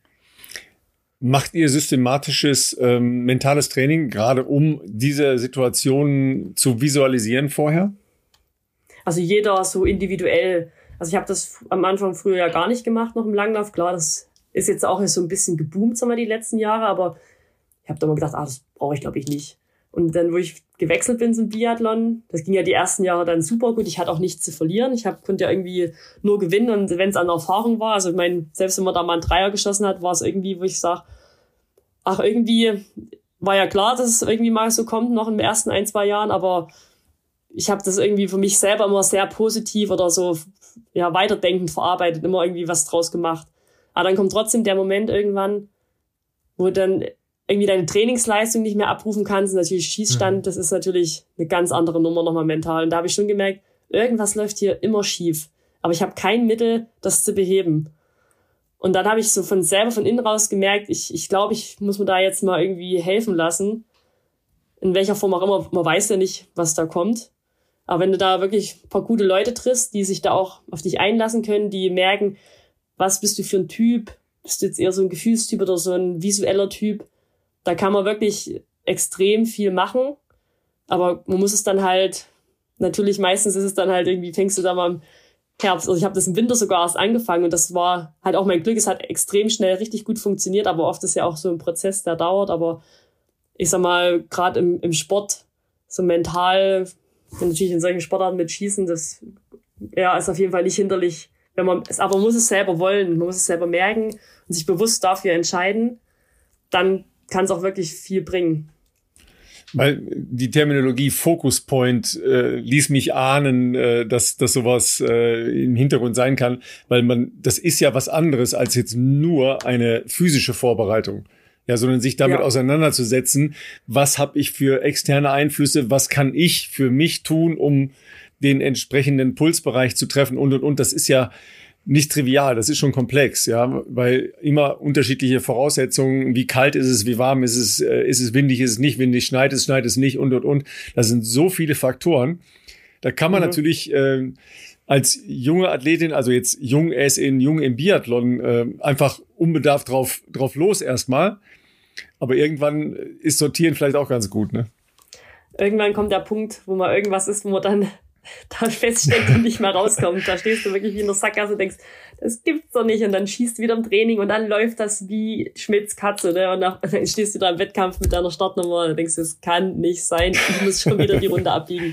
Macht ihr systematisches mentales Training, gerade um diese Situation zu visualisieren vorher? Also jeder so individuell. Also ich habe das am Anfang früher ja gar nicht gemacht, noch im Langlauf. Klar, das ist jetzt auch so ein bisschen geboomt, sagen wir, die letzten Jahre. Aber ich habe da mal gedacht, das brauche ich, glaube ich, nicht. Und dann, wo ich gewechselt bin zum Biathlon, das ging ja die ersten Jahre dann super gut. Ich hatte auch nichts zu verlieren. Konnte ja irgendwie nur gewinnen. Und wenn es an Erfahrung war, also ich meine, selbst wenn man da mal einen Dreier geschossen hat, war es irgendwie, wo ich sage, irgendwie war ja klar, dass es irgendwie mal so kommt, noch in den ersten 1-2 Jahren. Aber ich habe das irgendwie für mich selber immer sehr positiv oder so ja weiterdenkend verarbeitet, immer irgendwie was draus gemacht. Aber dann kommt trotzdem der Moment irgendwann, wo du dann irgendwie deine Trainingsleistung nicht mehr abrufen kannst. Und natürlich Schießstand, das ist natürlich eine ganz andere Nummer nochmal mental. Und da habe ich schon gemerkt, irgendwas läuft hier immer schief. Aber ich habe kein Mittel, das zu beheben. Und dann habe ich so von innen raus gemerkt, ich glaube, ich muss mir da jetzt mal irgendwie helfen lassen. In welcher Form auch immer, man weiß ja nicht, was da kommt. Aber wenn du da wirklich ein paar gute Leute triffst, die sich da auch auf dich einlassen können, die merken, was bist du für ein Typ? Bist du jetzt eher so ein Gefühlstyp oder so ein visueller Typ? Da kann man wirklich extrem viel machen. Aber man muss es dann halt, natürlich meistens ist es dann halt irgendwie, fängst du da mal im Herbst, also ich habe das im Winter sogar erst angefangen und das war halt auch mein Glück, es hat extrem schnell richtig gut funktioniert, aber oft ist ja auch so ein Prozess, der dauert, aber ich sag mal, gerade im Sport, so mental, natürlich in solchen Sportarten mit Schießen, das ja, ist auf jeden Fall nicht hinderlich, wenn man es, aber man muss es selber wollen, man muss es selber merken und sich bewusst dafür entscheiden, dann kann es auch wirklich viel bringen. Weil die Terminologie Focus Point ließ mich ahnen, dass sowas im Hintergrund sein kann, weil das ist ja was anderes als jetzt nur eine physische Vorbereitung. Ja, sondern sich damit auseinanderzusetzen, was habe ich für externe Einflüsse, was kann ich für mich tun, um den entsprechenden Pulsbereich zu treffen und. Das ist ja nicht trivial, das ist schon komplex, ja, weil immer unterschiedliche Voraussetzungen, wie kalt ist es, wie warm ist es windig, ist es nicht windig, schneit es nicht und. Das sind so viele Faktoren. Da kann man natürlich als junge Athletin, also jetzt jung im Biathlon, einfach unbedarft drauf los erstmal. Aber irgendwann ist Sortieren vielleicht auch ganz gut, ne? Irgendwann kommt der Punkt, wo man irgendwas ist, wo man dann da feststeckt und nicht mehr rauskommt. Da stehst du wirklich wie in der Sackgasse und denkst, das gibt's doch nicht. Und dann schießt du wieder im Training und dann läuft das wie Schmidts Katze, ne? Und dann stehst du da im Wettkampf mit deiner Startnummer und denkst, das kann nicht sein. Ich muss schon wieder die Runde abbiegen.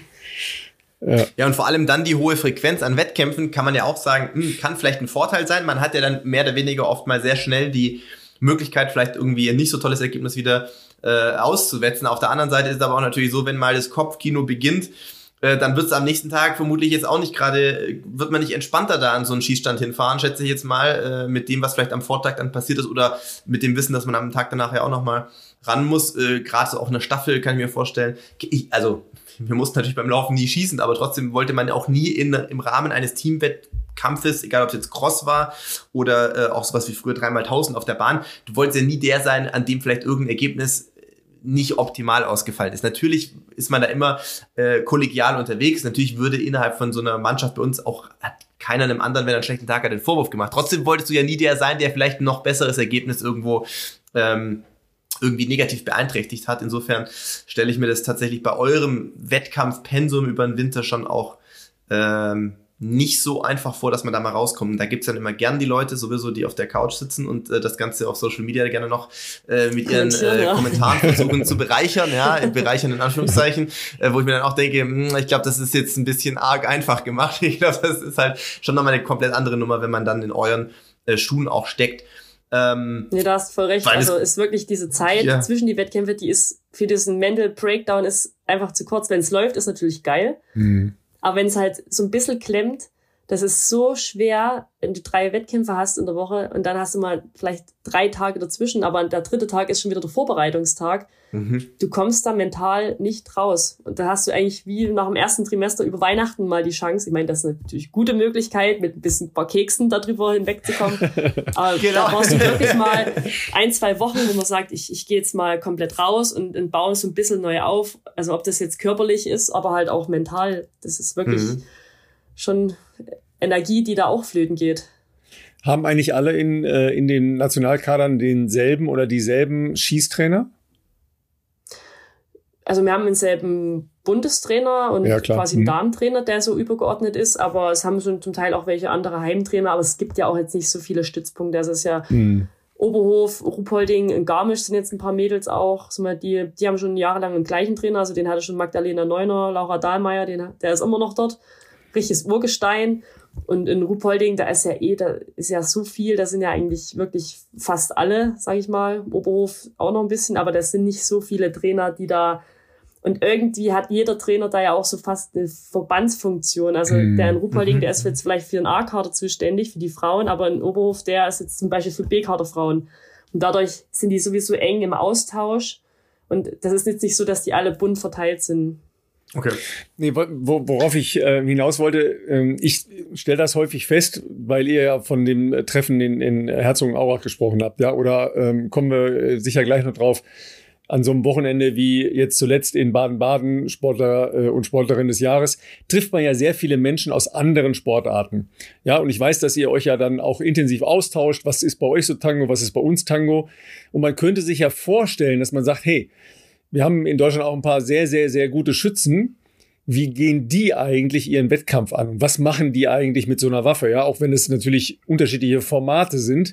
Ja, und vor allem dann die hohe Frequenz an Wettkämpfen, kann man ja auch sagen, kann vielleicht ein Vorteil sein. Man hat ja dann mehr oder weniger oft mal sehr schnell die Möglichkeit, vielleicht irgendwie ein nicht so tolles Ergebnis wieder auszuwetzen. Auf der anderen Seite ist es aber auch natürlich so, wenn mal das Kopfkino beginnt, dann wird es am nächsten Tag vermutlich jetzt auch nicht gerade, wird man nicht entspannter da an so einen Schießstand hinfahren, schätze ich jetzt mal, mit dem, was vielleicht am Vortag dann passiert ist oder mit dem Wissen, dass man am Tag danach ja auch nochmal ran muss. Gerade so auf einer Staffel kann ich mir vorstellen. Wir mussten natürlich beim Laufen nie schießen, aber trotzdem wollte man auch nie im Rahmen eines Teamwettkampfes, egal ob es jetzt Cross war oder auch sowas wie früher 3x1000 auf der Bahn, du wolltest ja nie der sein, an dem vielleicht irgendein Ergebnis nicht optimal ausgefallen ist. Natürlich ist man da immer kollegial unterwegs. Natürlich würde innerhalb von so einer Mannschaft bei uns auch keiner einem anderen, wenn er einen schlechten Tag hat, den Vorwurf gemacht. Trotzdem wolltest du ja nie der sein, der vielleicht ein noch besseres Ergebnis irgendwo irgendwie negativ beeinträchtigt hat. Insofern stelle ich mir das tatsächlich bei eurem Wettkampfpensum über den Winter schon auch nicht so einfach vor, dass man da mal rauskommt. Da gibt's dann immer gern die Leute sowieso, die auf der Couch sitzen und das Ganze auf Social Media gerne noch mit ihren Kommentaren versuchen zu bereichern, bereichern in Anführungszeichen, wo ich mir dann auch denke, ich glaube, das ist jetzt ein bisschen arg einfach gemacht. Ich glaube, das ist halt schon nochmal eine komplett andere Nummer, wenn man dann in euren Schuhen auch steckt. Nee, da hast du voll recht. Also ist wirklich diese Zeit zwischen die Wettkämpfe, die ist für diesen Mental Breakdown ist einfach zu kurz. Wenn es läuft, ist natürlich geil. Mhm. Aber wenn es halt so ein bisschen klemmt, das ist so schwer, wenn du 3 Wettkämpfe hast in der Woche und dann hast du mal vielleicht 3 Tage dazwischen, aber der 3. Tag ist schon wieder der Vorbereitungstag. Mhm. Du kommst da mental nicht raus. Und da hast du eigentlich wie nach dem ersten Trimester über Weihnachten mal die Chance. Ich meine, das ist natürlich eine gute Möglichkeit, mit ein paar Keksen darüber hinwegzukommen. Aber da brauchst du wirklich mal 1-2 Wochen, wo man sagt, ich gehe jetzt mal komplett raus und baue so ein bisschen neu auf. Also ob das jetzt körperlich ist, aber halt auch mental. Das ist wirklich schon Energie, die da auch flöten geht. Haben eigentlich alle in den Nationalkadern denselben oder dieselben Schießtrainer? Also wir haben denselben Bundestrainer und quasi einen Damentrainer, der so übergeordnet ist, aber es haben schon zum Teil auch welche andere Heimtrainer, aber es gibt ja auch jetzt nicht so viele Stützpunkte. Das ist ja Oberhof, Ruhpolding und Garmisch sind jetzt ein paar Mädels auch. Die haben schon jahrelang den gleichen Trainer, also den hatte schon Magdalena Neuner, Laura Dahlmeier, der ist immer noch dort. Richtiges Urgestein. Und in Ruhpolding, da ist ja so viel, da sind ja eigentlich wirklich fast alle, sag ich mal. Oberhof auch noch ein bisschen, aber das sind nicht so viele Trainer, die da. Und irgendwie hat jeder Trainer da ja auch so fast eine Verbandsfunktion. Also der in Ruhpolding, der ist jetzt vielleicht für den A-Kader zuständig, für die Frauen, aber in Oberhof, der ist jetzt zum Beispiel für B-Kader-Frauen. Und dadurch sind die sowieso eng im Austausch. Und das ist jetzt nicht so, dass die alle bunt verteilt sind. Okay. Nee, worauf ich hinaus wollte, ich stelle das häufig fest, weil ihr ja von dem Treffen in Herzogenaurach gesprochen habt, ja, oder kommen wir sicher gleich noch drauf, an so einem Wochenende wie jetzt zuletzt in Baden-Baden, Sportler und Sportlerin des Jahres, trifft man ja sehr viele Menschen aus anderen Sportarten. Ja, und ich weiß, dass ihr euch ja dann auch intensiv austauscht. Was ist bei euch so Tango, was ist bei uns Tango? Und man könnte sich ja vorstellen, dass man sagt, hey, wir haben in Deutschland auch ein paar sehr, sehr, sehr gute Schützen. Wie gehen die eigentlich ihren Wettkampf an? Und was machen die eigentlich mit so einer Waffe? Ja, auch wenn es natürlich unterschiedliche Formate sind.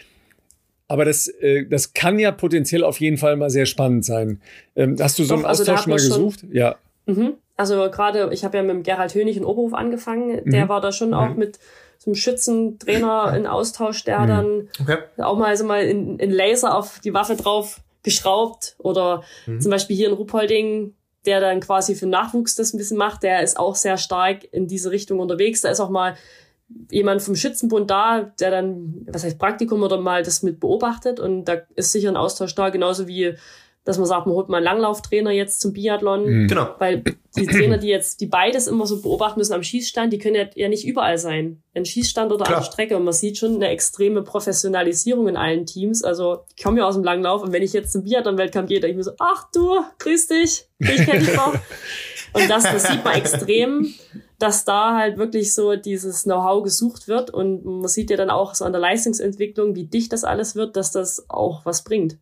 Aber das kann ja potenziell auf jeden Fall mal sehr spannend sein. Hast du so einen Austausch mal gesucht? Ja. Also gerade, ich habe ja mit dem Gerald Hönig in Oberhof angefangen. Der war da schon auch mit so einem Schützentrainer in Austausch, der dann auch mal in Laser auf die Waffe drauf geschraubt. Oder zum Beispiel hier in Ruhpolding, der dann quasi für Nachwuchs das ein bisschen macht. Der ist auch sehr stark in diese Richtung unterwegs. Da ist auch mal jemand vom Schützenbund da, der dann, was heißt Praktikum oder mal das mit beobachtet, und da ist sicher ein Austausch da, genauso wie, dass man sagt, man holt mal einen Langlauftrainer jetzt zum Biathlon, weil die Trainer, die beides immer so beobachten müssen am Schießstand, die können ja nicht überall sein, ein Schießstand oder an der Strecke, und man sieht schon eine extreme Professionalisierung in allen Teams. Also ich komme ja aus dem Langlauf, und wenn ich jetzt zum Biathlon-Weltkampf gehe, denke ich mir so, ach du, grüß dich, ich kenne dich noch. Und das sieht man extrem, dass da halt wirklich so dieses Know-how gesucht wird, und man sieht ja dann auch so an der Leistungsentwicklung, wie dicht das alles wird, dass das auch was bringt.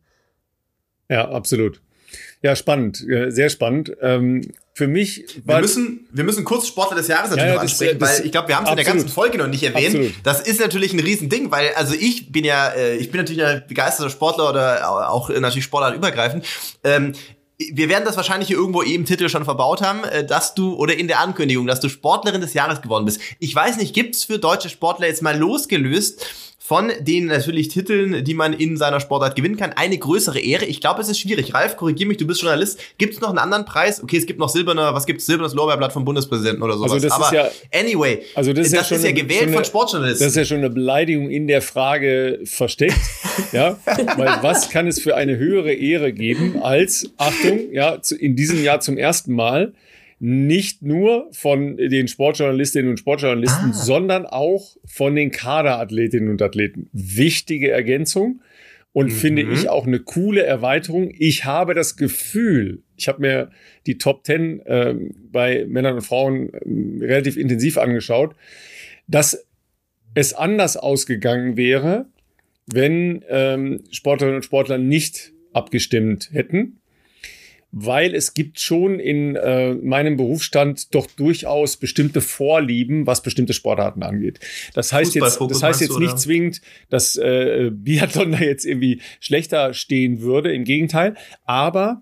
Ja, absolut. Ja, spannend, sehr spannend. Für mich war... Wir müssen kurz Sportler des Jahres natürlich noch ansprechen, weil ich glaube, wir haben es in der ganzen Folge noch nicht erwähnt. Absolut. Das ist natürlich ein Riesending, weil also ich bin natürlich ein begeisterter Sportler oder auch natürlich sportartübergreifend. Wir werden das wahrscheinlich hier irgendwo im Titel schon verbaut haben, dass du, oder in der Ankündigung, dass du Sportlerin des Jahres geworden bist. Ich weiß nicht, gibt's für deutsche Sportler jetzt mal losgelöst von den natürlich Titeln, die man in seiner Sportart gewinnen kann, eine größere Ehre? Ich glaube, es ist schwierig. Ralf, korrigier mich, du bist Journalist. Gibt's noch einen anderen Preis? Okay, es gibt noch silbernes Lorbeerblatt vom Bundespräsidenten oder sowas. Also das aber ist ja, anyway, also das ist ja gewählt von Sportjournalisten. Das ist ja schon eine Beleidigung in der Frage versteckt. Ja, weil was kann es für eine höhere Ehre geben als, Achtung, ja, in diesem Jahr zum ersten Mal, nicht nur von den Sportjournalistinnen und Sportjournalisten, sondern auch von den Kaderathletinnen und Athleten. Wichtige Ergänzung und finde ich auch eine coole Erweiterung. Ich habe das Gefühl, ich habe mir die Top 10 bei Männern und Frauen relativ intensiv angeschaut, dass es anders ausgegangen wäre, wenn Sportlerinnen und Sportler nicht abgestimmt hätten. Weil es gibt schon in meinem Berufsstand doch durchaus bestimmte Vorlieben, was bestimmte Sportarten angeht. Das heißt jetzt nicht zwingend, dass Biathlon da jetzt irgendwie schlechter stehen würde, im Gegenteil. Aber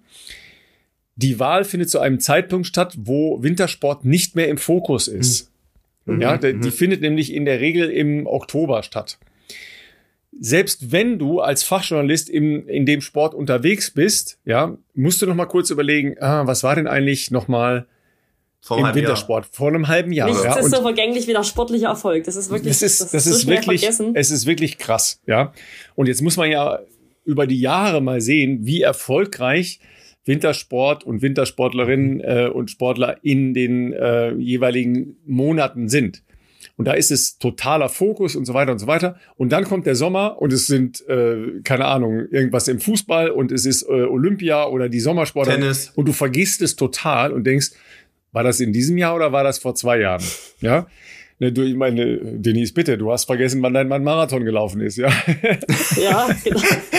die Wahl findet zu einem Zeitpunkt statt, wo Wintersport nicht mehr im Fokus ist. Ja, die findet nämlich in der Regel im Oktober statt. Selbst wenn du als Fachjournalist in dem Sport unterwegs bist, ja, musst du noch mal kurz überlegen, was war denn eigentlich noch mal im Wintersport vor einem halben Jahr? Nichts ist so vergänglich wie der sportliche Erfolg. Das ist wirklich, das ist wirklich, es ist wirklich krass, ja. Und jetzt muss man ja über die Jahre mal sehen, wie erfolgreich Wintersport und Wintersportlerinnen und Sportler in den jeweiligen Monaten sind. Und da ist es totaler Fokus und so weiter und so weiter. Und dann kommt der Sommer und es sind, keine Ahnung, irgendwas im Fußball und es ist Olympia oder die Sommersportler. Tennis. Und du vergisst es total und denkst, war das in diesem Jahr oder war das vor 2 Jahren? Ja. Ich meine, Denise, bitte, du hast vergessen, wann dein Mann Marathon gelaufen ist, ja? Ja, genau.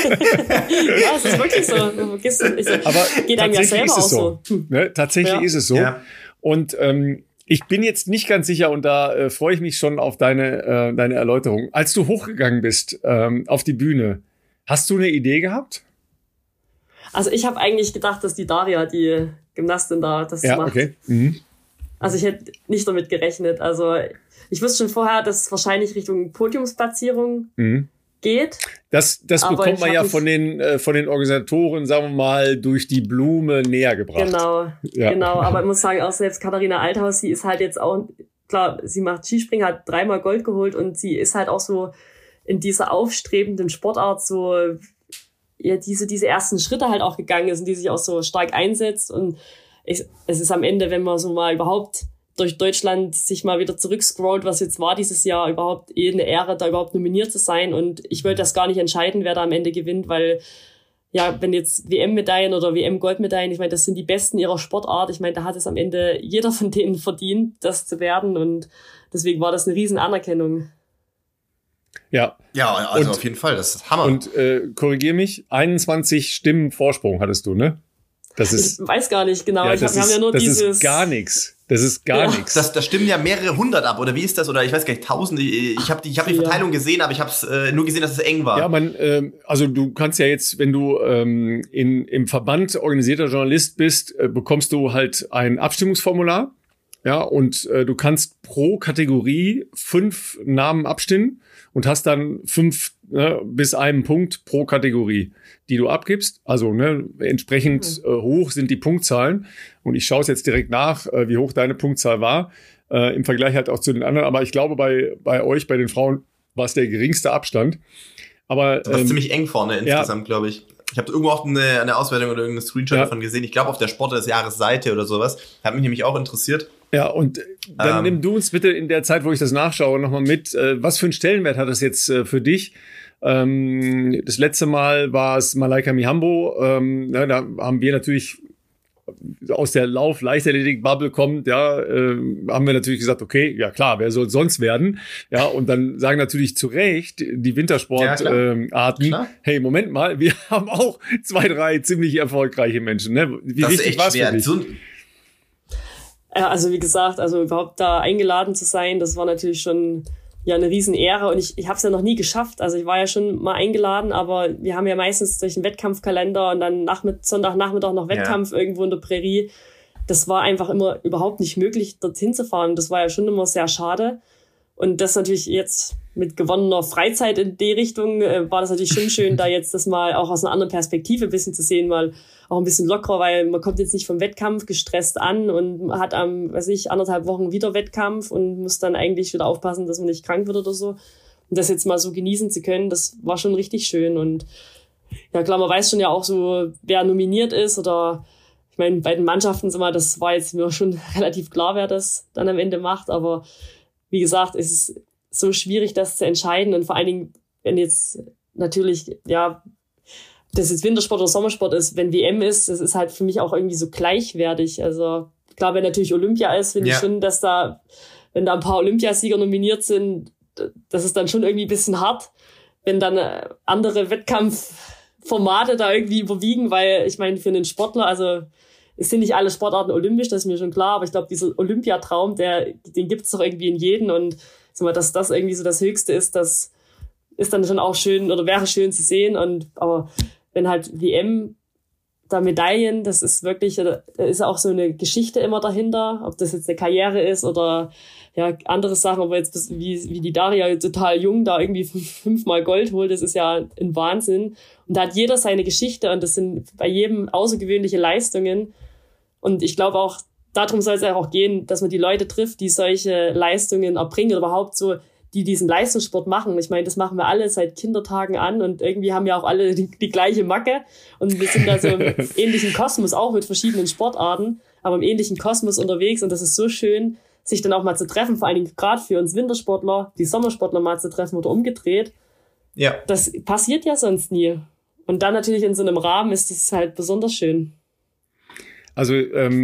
Ja, es ist wirklich so. Du vergisst es. Aber geht einem ja selber auch so. Ne? Tatsächlich ist es so. Ja. Und ich bin jetzt nicht ganz sicher, und da freue ich mich schon auf deine Erläuterung. Als du hochgegangen bist auf die Bühne, hast du eine Idee gehabt? Also ich habe eigentlich gedacht, dass die Daria, die Gymnastin da, das macht. Okay. Also ich hätte nicht damit gerechnet. Also ich wusste schon vorher, dass es wahrscheinlich Richtung Podiumsplatzierung geht. Das bekommt man ja von den Organisatoren, sagen wir mal, durch die Blume näher gebracht. Genau. Aber ich muss sagen, auch selbst Katharina Althaus, sie ist halt jetzt auch, klar, sie macht Skispringen, hat 3-mal Gold geholt und sie ist halt auch so in dieser aufstrebenden Sportart so, ja, diese ersten Schritte halt auch gegangen ist und die sich auch so stark einsetzt. Und es ist am Ende, wenn man so mal überhaupt durch Deutschland sich mal wieder zurückscrollt, was jetzt war dieses Jahr, überhaupt eine Ehre, da überhaupt nominiert zu sein. Und ich wollte das gar nicht entscheiden, wer da am Ende gewinnt, weil, ja, wenn jetzt WM-Medaillen oder WM-Goldmedaillen, ich meine, das sind die Besten ihrer Sportart. Ich meine, da hat es am Ende jeder von denen verdient, das zu werden. Und deswegen war das eine riesen Anerkennung. Ja, also auf jeden Fall, das ist Hammer. Und korrigier mich, 21 Stimmen Vorsprung hattest du, ne? Ich weiß gar nicht genau. Ja, wir haben ja nur dieses. Das ist gar nichts. Das ist gar nichts. Das stimmen ja mehrere hundert ab, oder wie ist das? Oder ich weiß gar nicht, tausend. Ich hab die Verteilung gesehen, aber ich habe es nur gesehen, dass es eng war. Ja, also du kannst ja jetzt, wenn du im Verband organisierter Journalist bist, bekommst du halt ein Abstimmungsformular. Ja, und du kannst pro Kategorie 5 Namen abstimmen und hast dann 5 bis einen Punkt pro Kategorie, die du abgibst. Also entsprechend hoch sind die Punktzahlen. Und ich schaue es jetzt direkt nach, wie hoch deine Punktzahl war, im Vergleich halt auch zu den anderen. Aber ich glaube, bei euch, bei den Frauen, war es der geringste Abstand. Aber das ist ziemlich eng vorne insgesamt, glaube ich. Ich habe irgendwo auch eine Auswertung oder irgendeinen Screenshot davon gesehen. Ich glaube, auf der Sportler des Jahres Seite oder sowas. Hat mich nämlich auch interessiert. Ja, und dann nimm du uns bitte in der Zeit, wo ich das nachschaue, nochmal mit. Was für einen Stellenwert hat das jetzt für dich? Das letzte Mal war es Malaika Mihambo. Da haben wir natürlich aus der Lauf-Leichtathletik-Bubble kommt, haben wir natürlich gesagt, okay, ja klar, wer soll es sonst werden? Ja, und dann sagen natürlich zu Recht die Wintersportarten, hey, Moment mal, wir haben auch 2, 3 ziemlich erfolgreiche Menschen. Ne? Wie wichtig war es für dich? Also wie gesagt, überhaupt da eingeladen zu sein, das war natürlich schon eine Riesenehre und ich habe es ja noch nie geschafft. Also ich war ja schon mal eingeladen, aber wir haben ja meistens durch den Wettkampfkalender und dann Sonntagnachmittag noch Wettkampf irgendwo in der Prärie. Das war einfach immer überhaupt nicht möglich, dorthin zu fahren. Das war ja schon immer sehr schade. Und das natürlich jetzt mit gewonnener Freizeit in die Richtung war das natürlich schon schön, da jetzt das mal auch aus einer anderen Perspektive ein bisschen zu sehen, mal auch ein bisschen lockerer, weil man kommt jetzt nicht vom Wettkampf gestresst an und hat am, 1,5 Wochen wieder Wettkampf und muss dann eigentlich wieder aufpassen, dass man nicht krank wird oder so. Und das jetzt mal so genießen zu können, das war schon richtig schön. Und ja klar, man weiß schon ja auch so, wer nominiert ist oder ich meine, bei den Mannschaften das war jetzt mir schon relativ klar, wer das dann am Ende macht, aber wie gesagt, es ist so schwierig, das zu entscheiden. Und vor allen Dingen, wenn jetzt natürlich, das jetzt Wintersport oder Sommersport ist, wenn WM ist, das ist halt für mich auch irgendwie so gleichwertig. Also klar, wenn natürlich Olympia ist, finde ich schon, dass wenn da ein paar Olympiasieger nominiert sind, das ist dann schon irgendwie ein bisschen hart, wenn dann andere Wettkampfformate da irgendwie überwiegen, weil ich meine, für einen Sportler, also es sind nicht alle Sportarten olympisch, das ist mir schon klar, aber ich glaube, dieser Olympiatraum, den gibt's doch irgendwie in jedem und dass das irgendwie so das Höchste ist, das ist dann schon auch schön oder wäre schön zu sehen. Aber wenn halt WM da Medaillen, das ist wirklich, da ist auch so eine Geschichte immer dahinter, ob das jetzt eine Karriere ist oder andere Sachen, aber jetzt wie die Daria total jung da irgendwie 5-mal Gold holt, das ist ja ein Wahnsinn. Und da hat jeder seine Geschichte und das sind bei jedem außergewöhnliche Leistungen. Und ich glaube auch, darum soll es auch gehen, dass man die Leute trifft, die solche Leistungen erbringen oder überhaupt so, die diesen Leistungssport machen. Ich meine, das machen wir alle seit Kindertagen an und irgendwie haben ja auch alle die gleiche Macke und wir sind da so im ähnlichen Kosmos, auch mit verschiedenen Sportarten, aber im ähnlichen Kosmos unterwegs und das ist so schön, sich dann auch mal zu treffen, vor allen Dingen gerade für uns Wintersportler, die Sommersportler mal zu treffen oder umgedreht. Ja. Das passiert ja sonst nie. Und dann natürlich in so einem Rahmen ist es halt besonders schön. Also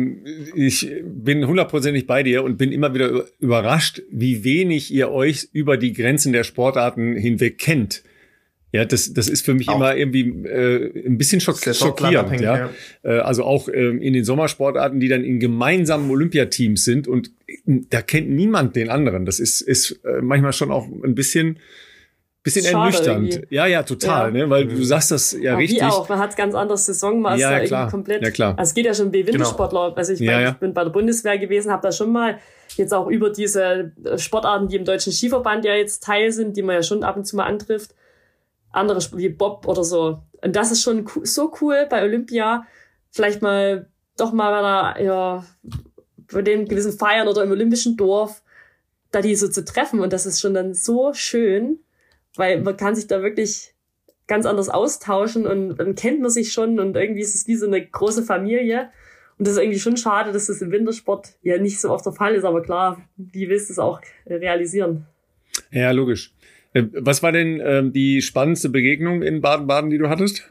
ich bin 100% bei dir und bin immer wieder überrascht, wie wenig ihr euch über die Grenzen der Sportarten hinweg kennt. Ja, das ist für mich auch immer irgendwie ein bisschen schockierend. Ja? Also auch in den Sommersportarten, die dann in gemeinsamen Olympiateams sind und da kennt niemand den anderen. Das ist manchmal schon auch ein bisschen ernüchternd. Irgendwie. Ja, total, ne? Weil du sagst das ja aber richtig. Wie auch, man hat ganz anderes Saisonmaß da irgendwie komplett. Ja, klar. Also es geht ja schon bei Wintersportler. Genau. Also ich bin bei der Bundeswehr gewesen, habe da schon mal jetzt auch über diese Sportarten, die im Deutschen Skiverband ja jetzt Teil sind, die man ja schon ab und zu mal antrifft, andere wie Bob oder so. Und das ist schon so cool bei Olympia, vielleicht mal doch mal bei den gewissen Feiern oder im olympischen Dorf, da die so zu treffen. Und das ist schon dann so schön, weil man kann sich da wirklich ganz anders austauschen und dann kennt man sich schon und irgendwie ist es wie so eine große Familie. Und das ist irgendwie schon schade, dass das im Wintersport ja nicht so oft der Fall ist, aber klar, wie willst du es auch realisieren? Ja, logisch. Was war denn die spannendste Begegnung in Baden-Baden, die du hattest?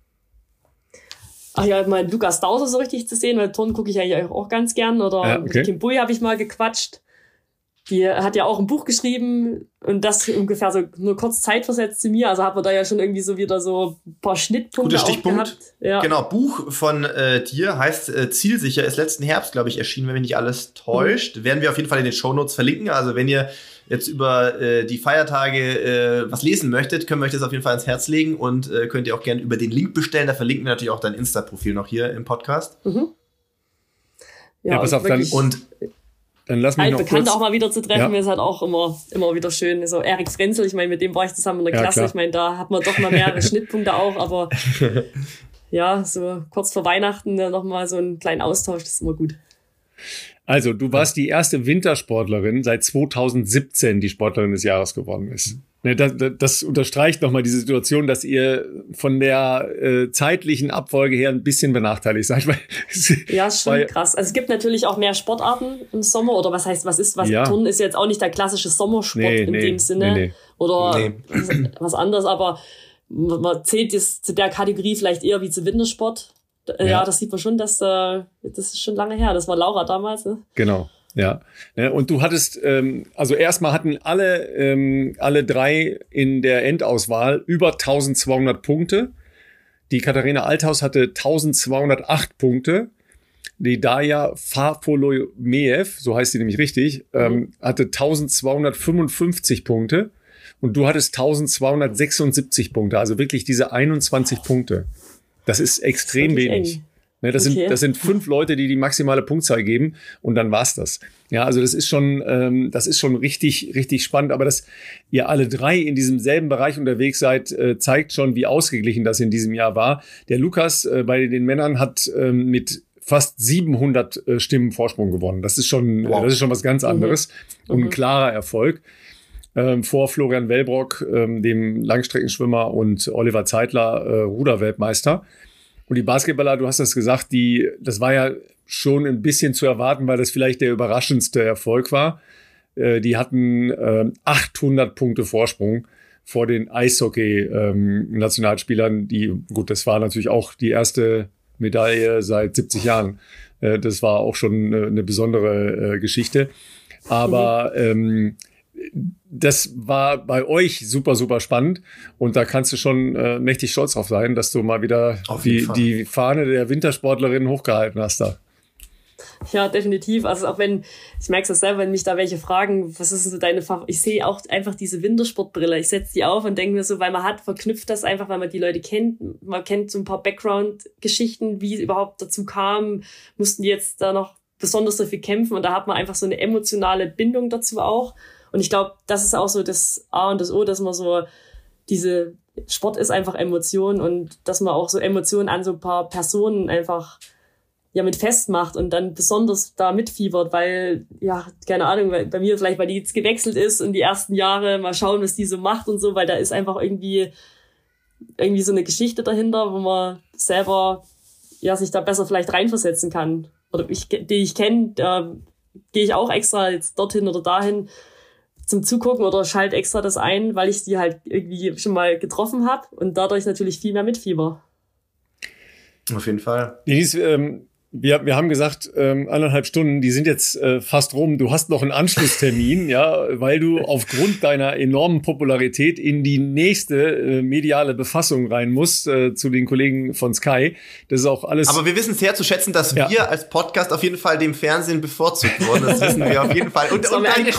Ach ja, mal Lukas Dauser so richtig zu sehen, weil Turnen gucke ich eigentlich auch ganz gern. Oder mit Kim Bui habe ich mal gequatscht. Die hat ja auch ein Buch geschrieben und das ungefähr so nur kurz zeitversetzt zu mir. Also hat man da ja schon irgendwie so wieder so ein paar Schnittpunkte. Guter Stichpunkt. Gehabt. Ja. Genau, Buch von dir heißt Zielsicher, ist letzten Herbst, glaube ich, erschienen, wenn mich nicht alles täuscht. Werden wir auf jeden Fall in den Shownotes verlinken. Also wenn ihr jetzt über die Feiertage was lesen möchtet, können wir euch das auf jeden Fall ans Herz legen und könnt ihr auch gerne über den Link bestellen. Da verlinken wir natürlich auch dein Insta-Profil noch hier im Podcast. Mhm. Ja, pass auf, dann lass mich noch Bekannte auch mal wieder zu treffen, ist halt auch immer wieder schön. So Erik Frenzel, ich meine, mit dem war ich zusammen in der Klasse. Klar. Ich meine, da hat man doch mal mehrere Schnittpunkte auch, aber ja, so kurz vor Weihnachten noch mal so einen kleinen Austausch, das ist immer gut. Also, du warst die erste Wintersportlerin seit 2017, die Sportlerin des Jahres geworden ist. Das unterstreicht nochmal die Situation, dass ihr von der zeitlichen Abfolge her ein bisschen benachteiligt seid. Ja, ist schon krass. Also es gibt natürlich auch mehr Sportarten im Sommer. Oder Turnen ist jetzt auch nicht der klassische Sommersport in dem Sinne. Nee. Oder was anderes. Aber man zählt es zu der Kategorie vielleicht eher wie zu Wintersport. Ja, das sieht man schon, das ist schon lange her. Das war Laura damals. Ne? Genau. Ja, und du hattest, also erstmal hatten alle drei in der Endauswahl über 1200 Punkte. Die Katharina Althaus hatte 1208 Punkte. Die Daria Fafolomeev, so heißt sie nämlich richtig, hatte 1255 Punkte. Und du hattest 1276 Punkte, also wirklich diese 21 Punkte. Das ist extrem wenig. Das sind 5 Leute, die maximale Punktzahl geben und dann war's das. Ja, also das ist schon richtig, richtig spannend. Aber dass ihr alle drei in diesem selben Bereich unterwegs seid, zeigt schon, wie ausgeglichen das in diesem Jahr war. Der Lukas bei den Männern hat mit fast 700 Stimmen Vorsprung gewonnen. Das ist schon was ganz anderes und ein klarer Erfolg. Vor Florian Wellbrock, dem Langstreckenschwimmer, und Oliver Zeitler, Ruderweltmeister. Und die Basketballer, du hast das gesagt, das war ja schon ein bisschen zu erwarten, weil das vielleicht der überraschendste Erfolg war. Die hatten 800 Punkte Vorsprung vor den Eishockey-Nationalspielern. Das war natürlich auch die erste Medaille seit 70 Jahren. Das war auch schon eine besondere Geschichte. Aber das war bei euch super, super spannend. Und da kannst du schon mächtig stolz drauf sein, dass du mal wieder die Fahne der Wintersportlerin hochgehalten hast da. Ja, definitiv. Also auch wenn, ich merke es selber, wenn mich da welche fragen, was ist denn so deine ich sehe auch einfach diese Wintersportbrille. Ich setze die auf und denke mir so, weil man verknüpft das einfach, weil man die Leute kennt. Man kennt so ein paar Background-Geschichten, wie es überhaupt dazu kam. Mussten die jetzt da noch besonders dafür kämpfen, und da hat man einfach so eine emotionale Bindung dazu auch. Und ich glaube, das ist auch so das A und das O, dass man so Sport ist einfach Emotion, und dass man auch so Emotionen an so ein paar Personen einfach mit festmacht und dann besonders da mitfiebert, weil, keine Ahnung, bei mir vielleicht, weil die jetzt gewechselt ist in die ersten Jahre, mal schauen, was die so macht und so, weil da ist einfach irgendwie so eine Geschichte dahinter, wo man selber sich da besser vielleicht reinversetzen kann. Oder die ich kenne, da gehe ich auch extra jetzt dorthin oder dahin zum Zugucken oder schalte extra das ein, weil ich die halt irgendwie schon mal getroffen habe und dadurch natürlich viel mehr mitfieber. Auf jeden Fall. Denise, wir haben gesagt, 1,5 Stunden, die sind jetzt fast rum. Du hast noch einen Anschlusstermin, weil du aufgrund deiner enormen Popularität in die nächste mediale Befassung rein musst, zu den Kollegen von Sky. Das ist auch alles. Aber wir wissen sehr zu schätzen, dass wir als Podcast auf jeden Fall dem Fernsehen bevorzugt wurden. Das wissen wir auf jeden Fall. Und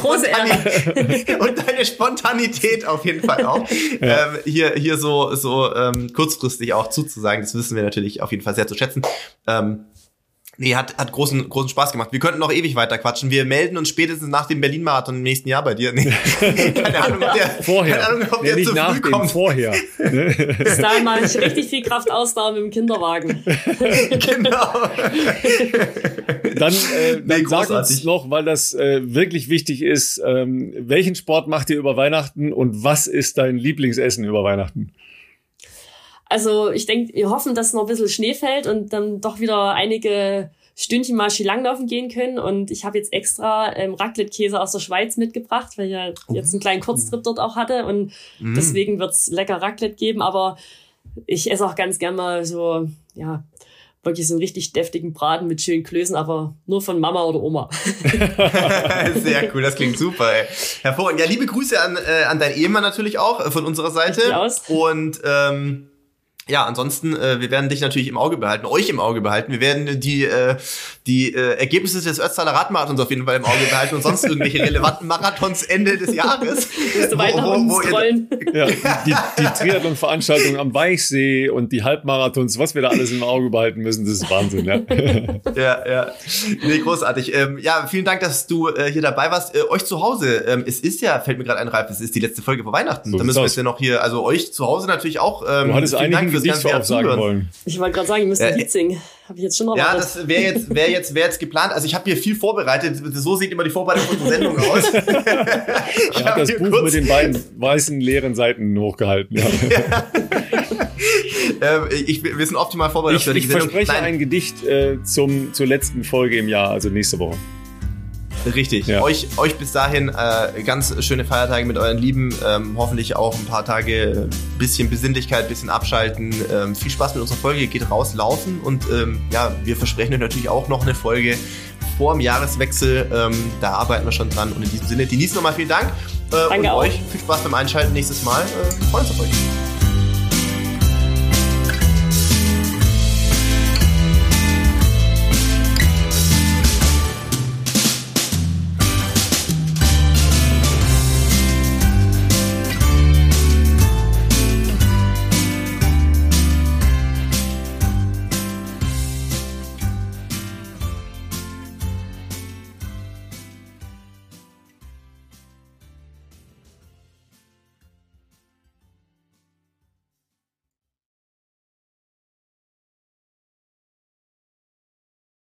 deine Spontanität auf jeden Fall auch. Hier so kurzfristig auch zuzusagen, das wissen wir natürlich auf jeden Fall sehr zu schätzen. Nee, hat großen Spaß gemacht. Wir könnten noch ewig weiter quatschen. Wir melden uns spätestens nach dem Berlin-Marathon im nächsten Jahr bei dir. Nee. Keine Ahnung, ob der zu früh kommt. Vorher. Bis dahin mache ich richtig viel Kraftausdauer mit dem Kinderwagen. Genau. Dann sag uns noch, weil das wirklich wichtig ist, welchen Sport macht ihr über Weihnachten und was ist dein Lieblingsessen über Weihnachten? Also ich denke, wir hoffen, dass noch ein bisschen Schnee fällt und dann doch wieder einige Stündchen mal Skilanglaufen gehen können. Und ich habe jetzt extra Raclette-Käse aus der Schweiz mitgebracht, weil ich ja jetzt einen kleinen Kurztrip dort auch hatte. Und deswegen wird's lecker Raclette geben. Aber ich esse auch ganz gern mal so, ja, wirklich so einen richtig deftigen Braten mit schönen Klößen, aber nur von Mama oder Oma. Sehr cool, das klingt super, ey. Hervorragend. Ja, liebe Grüße an deinen Ehemann natürlich auch von unserer Seite. Und ja, ansonsten, wir werden dich natürlich euch im Auge behalten. Wir werden die Ergebnisse des Ötztaler Radmarathons auf jeden Fall im Auge behalten und sonst irgendwelche relevanten Marathons Ende des Jahres. Die Triathlon-Veranstaltungen am Weichsee und die Halbmarathons, was wir da alles im Auge behalten müssen, das ist Wahnsinn, ja. Ja. Nee, großartig. Ja, vielen Dank, dass du hier dabei warst. Euch zu Hause, es ist ja, fällt mir gerade ein, Ralf, es ist die letzte Folge vor Weihnachten. So da müssen wir jetzt ja noch hier, also euch zu Hause natürlich auch. Du hattest eigentlich ein Gedicht voraussagen wollen. Ich wollte gerade sagen, ihr müsst ein Lied singen. Habe ich jetzt schon erwartet. Ja, das wäre jetzt geplant. Also ich habe hier viel vorbereitet. So sieht immer die Vorbereitung unserer Sendung aus. Ich habe das Buch mit den beiden weißen, leeren Seiten hochgehalten. Ja. Wir sind optimal vorbereitet. Ich verspreche ein Gedicht zur letzten Folge im Jahr, also nächste Woche. Richtig. Ja. Euch bis dahin ganz schöne Feiertage mit euren Lieben. Hoffentlich auch ein paar Tage bisschen Besinnlichkeit, bisschen abschalten. Viel Spaß mit unserer Folge. Geht raus, laufen. Und ja, wir versprechen euch natürlich auch noch eine Folge vor dem Jahreswechsel. Da arbeiten wir schon dran. Und in diesem Sinne, Denise, nochmal vielen Dank. Danke und auch. Euch viel Spaß beim Einschalten nächstes Mal. Wir freuen uns auf euch.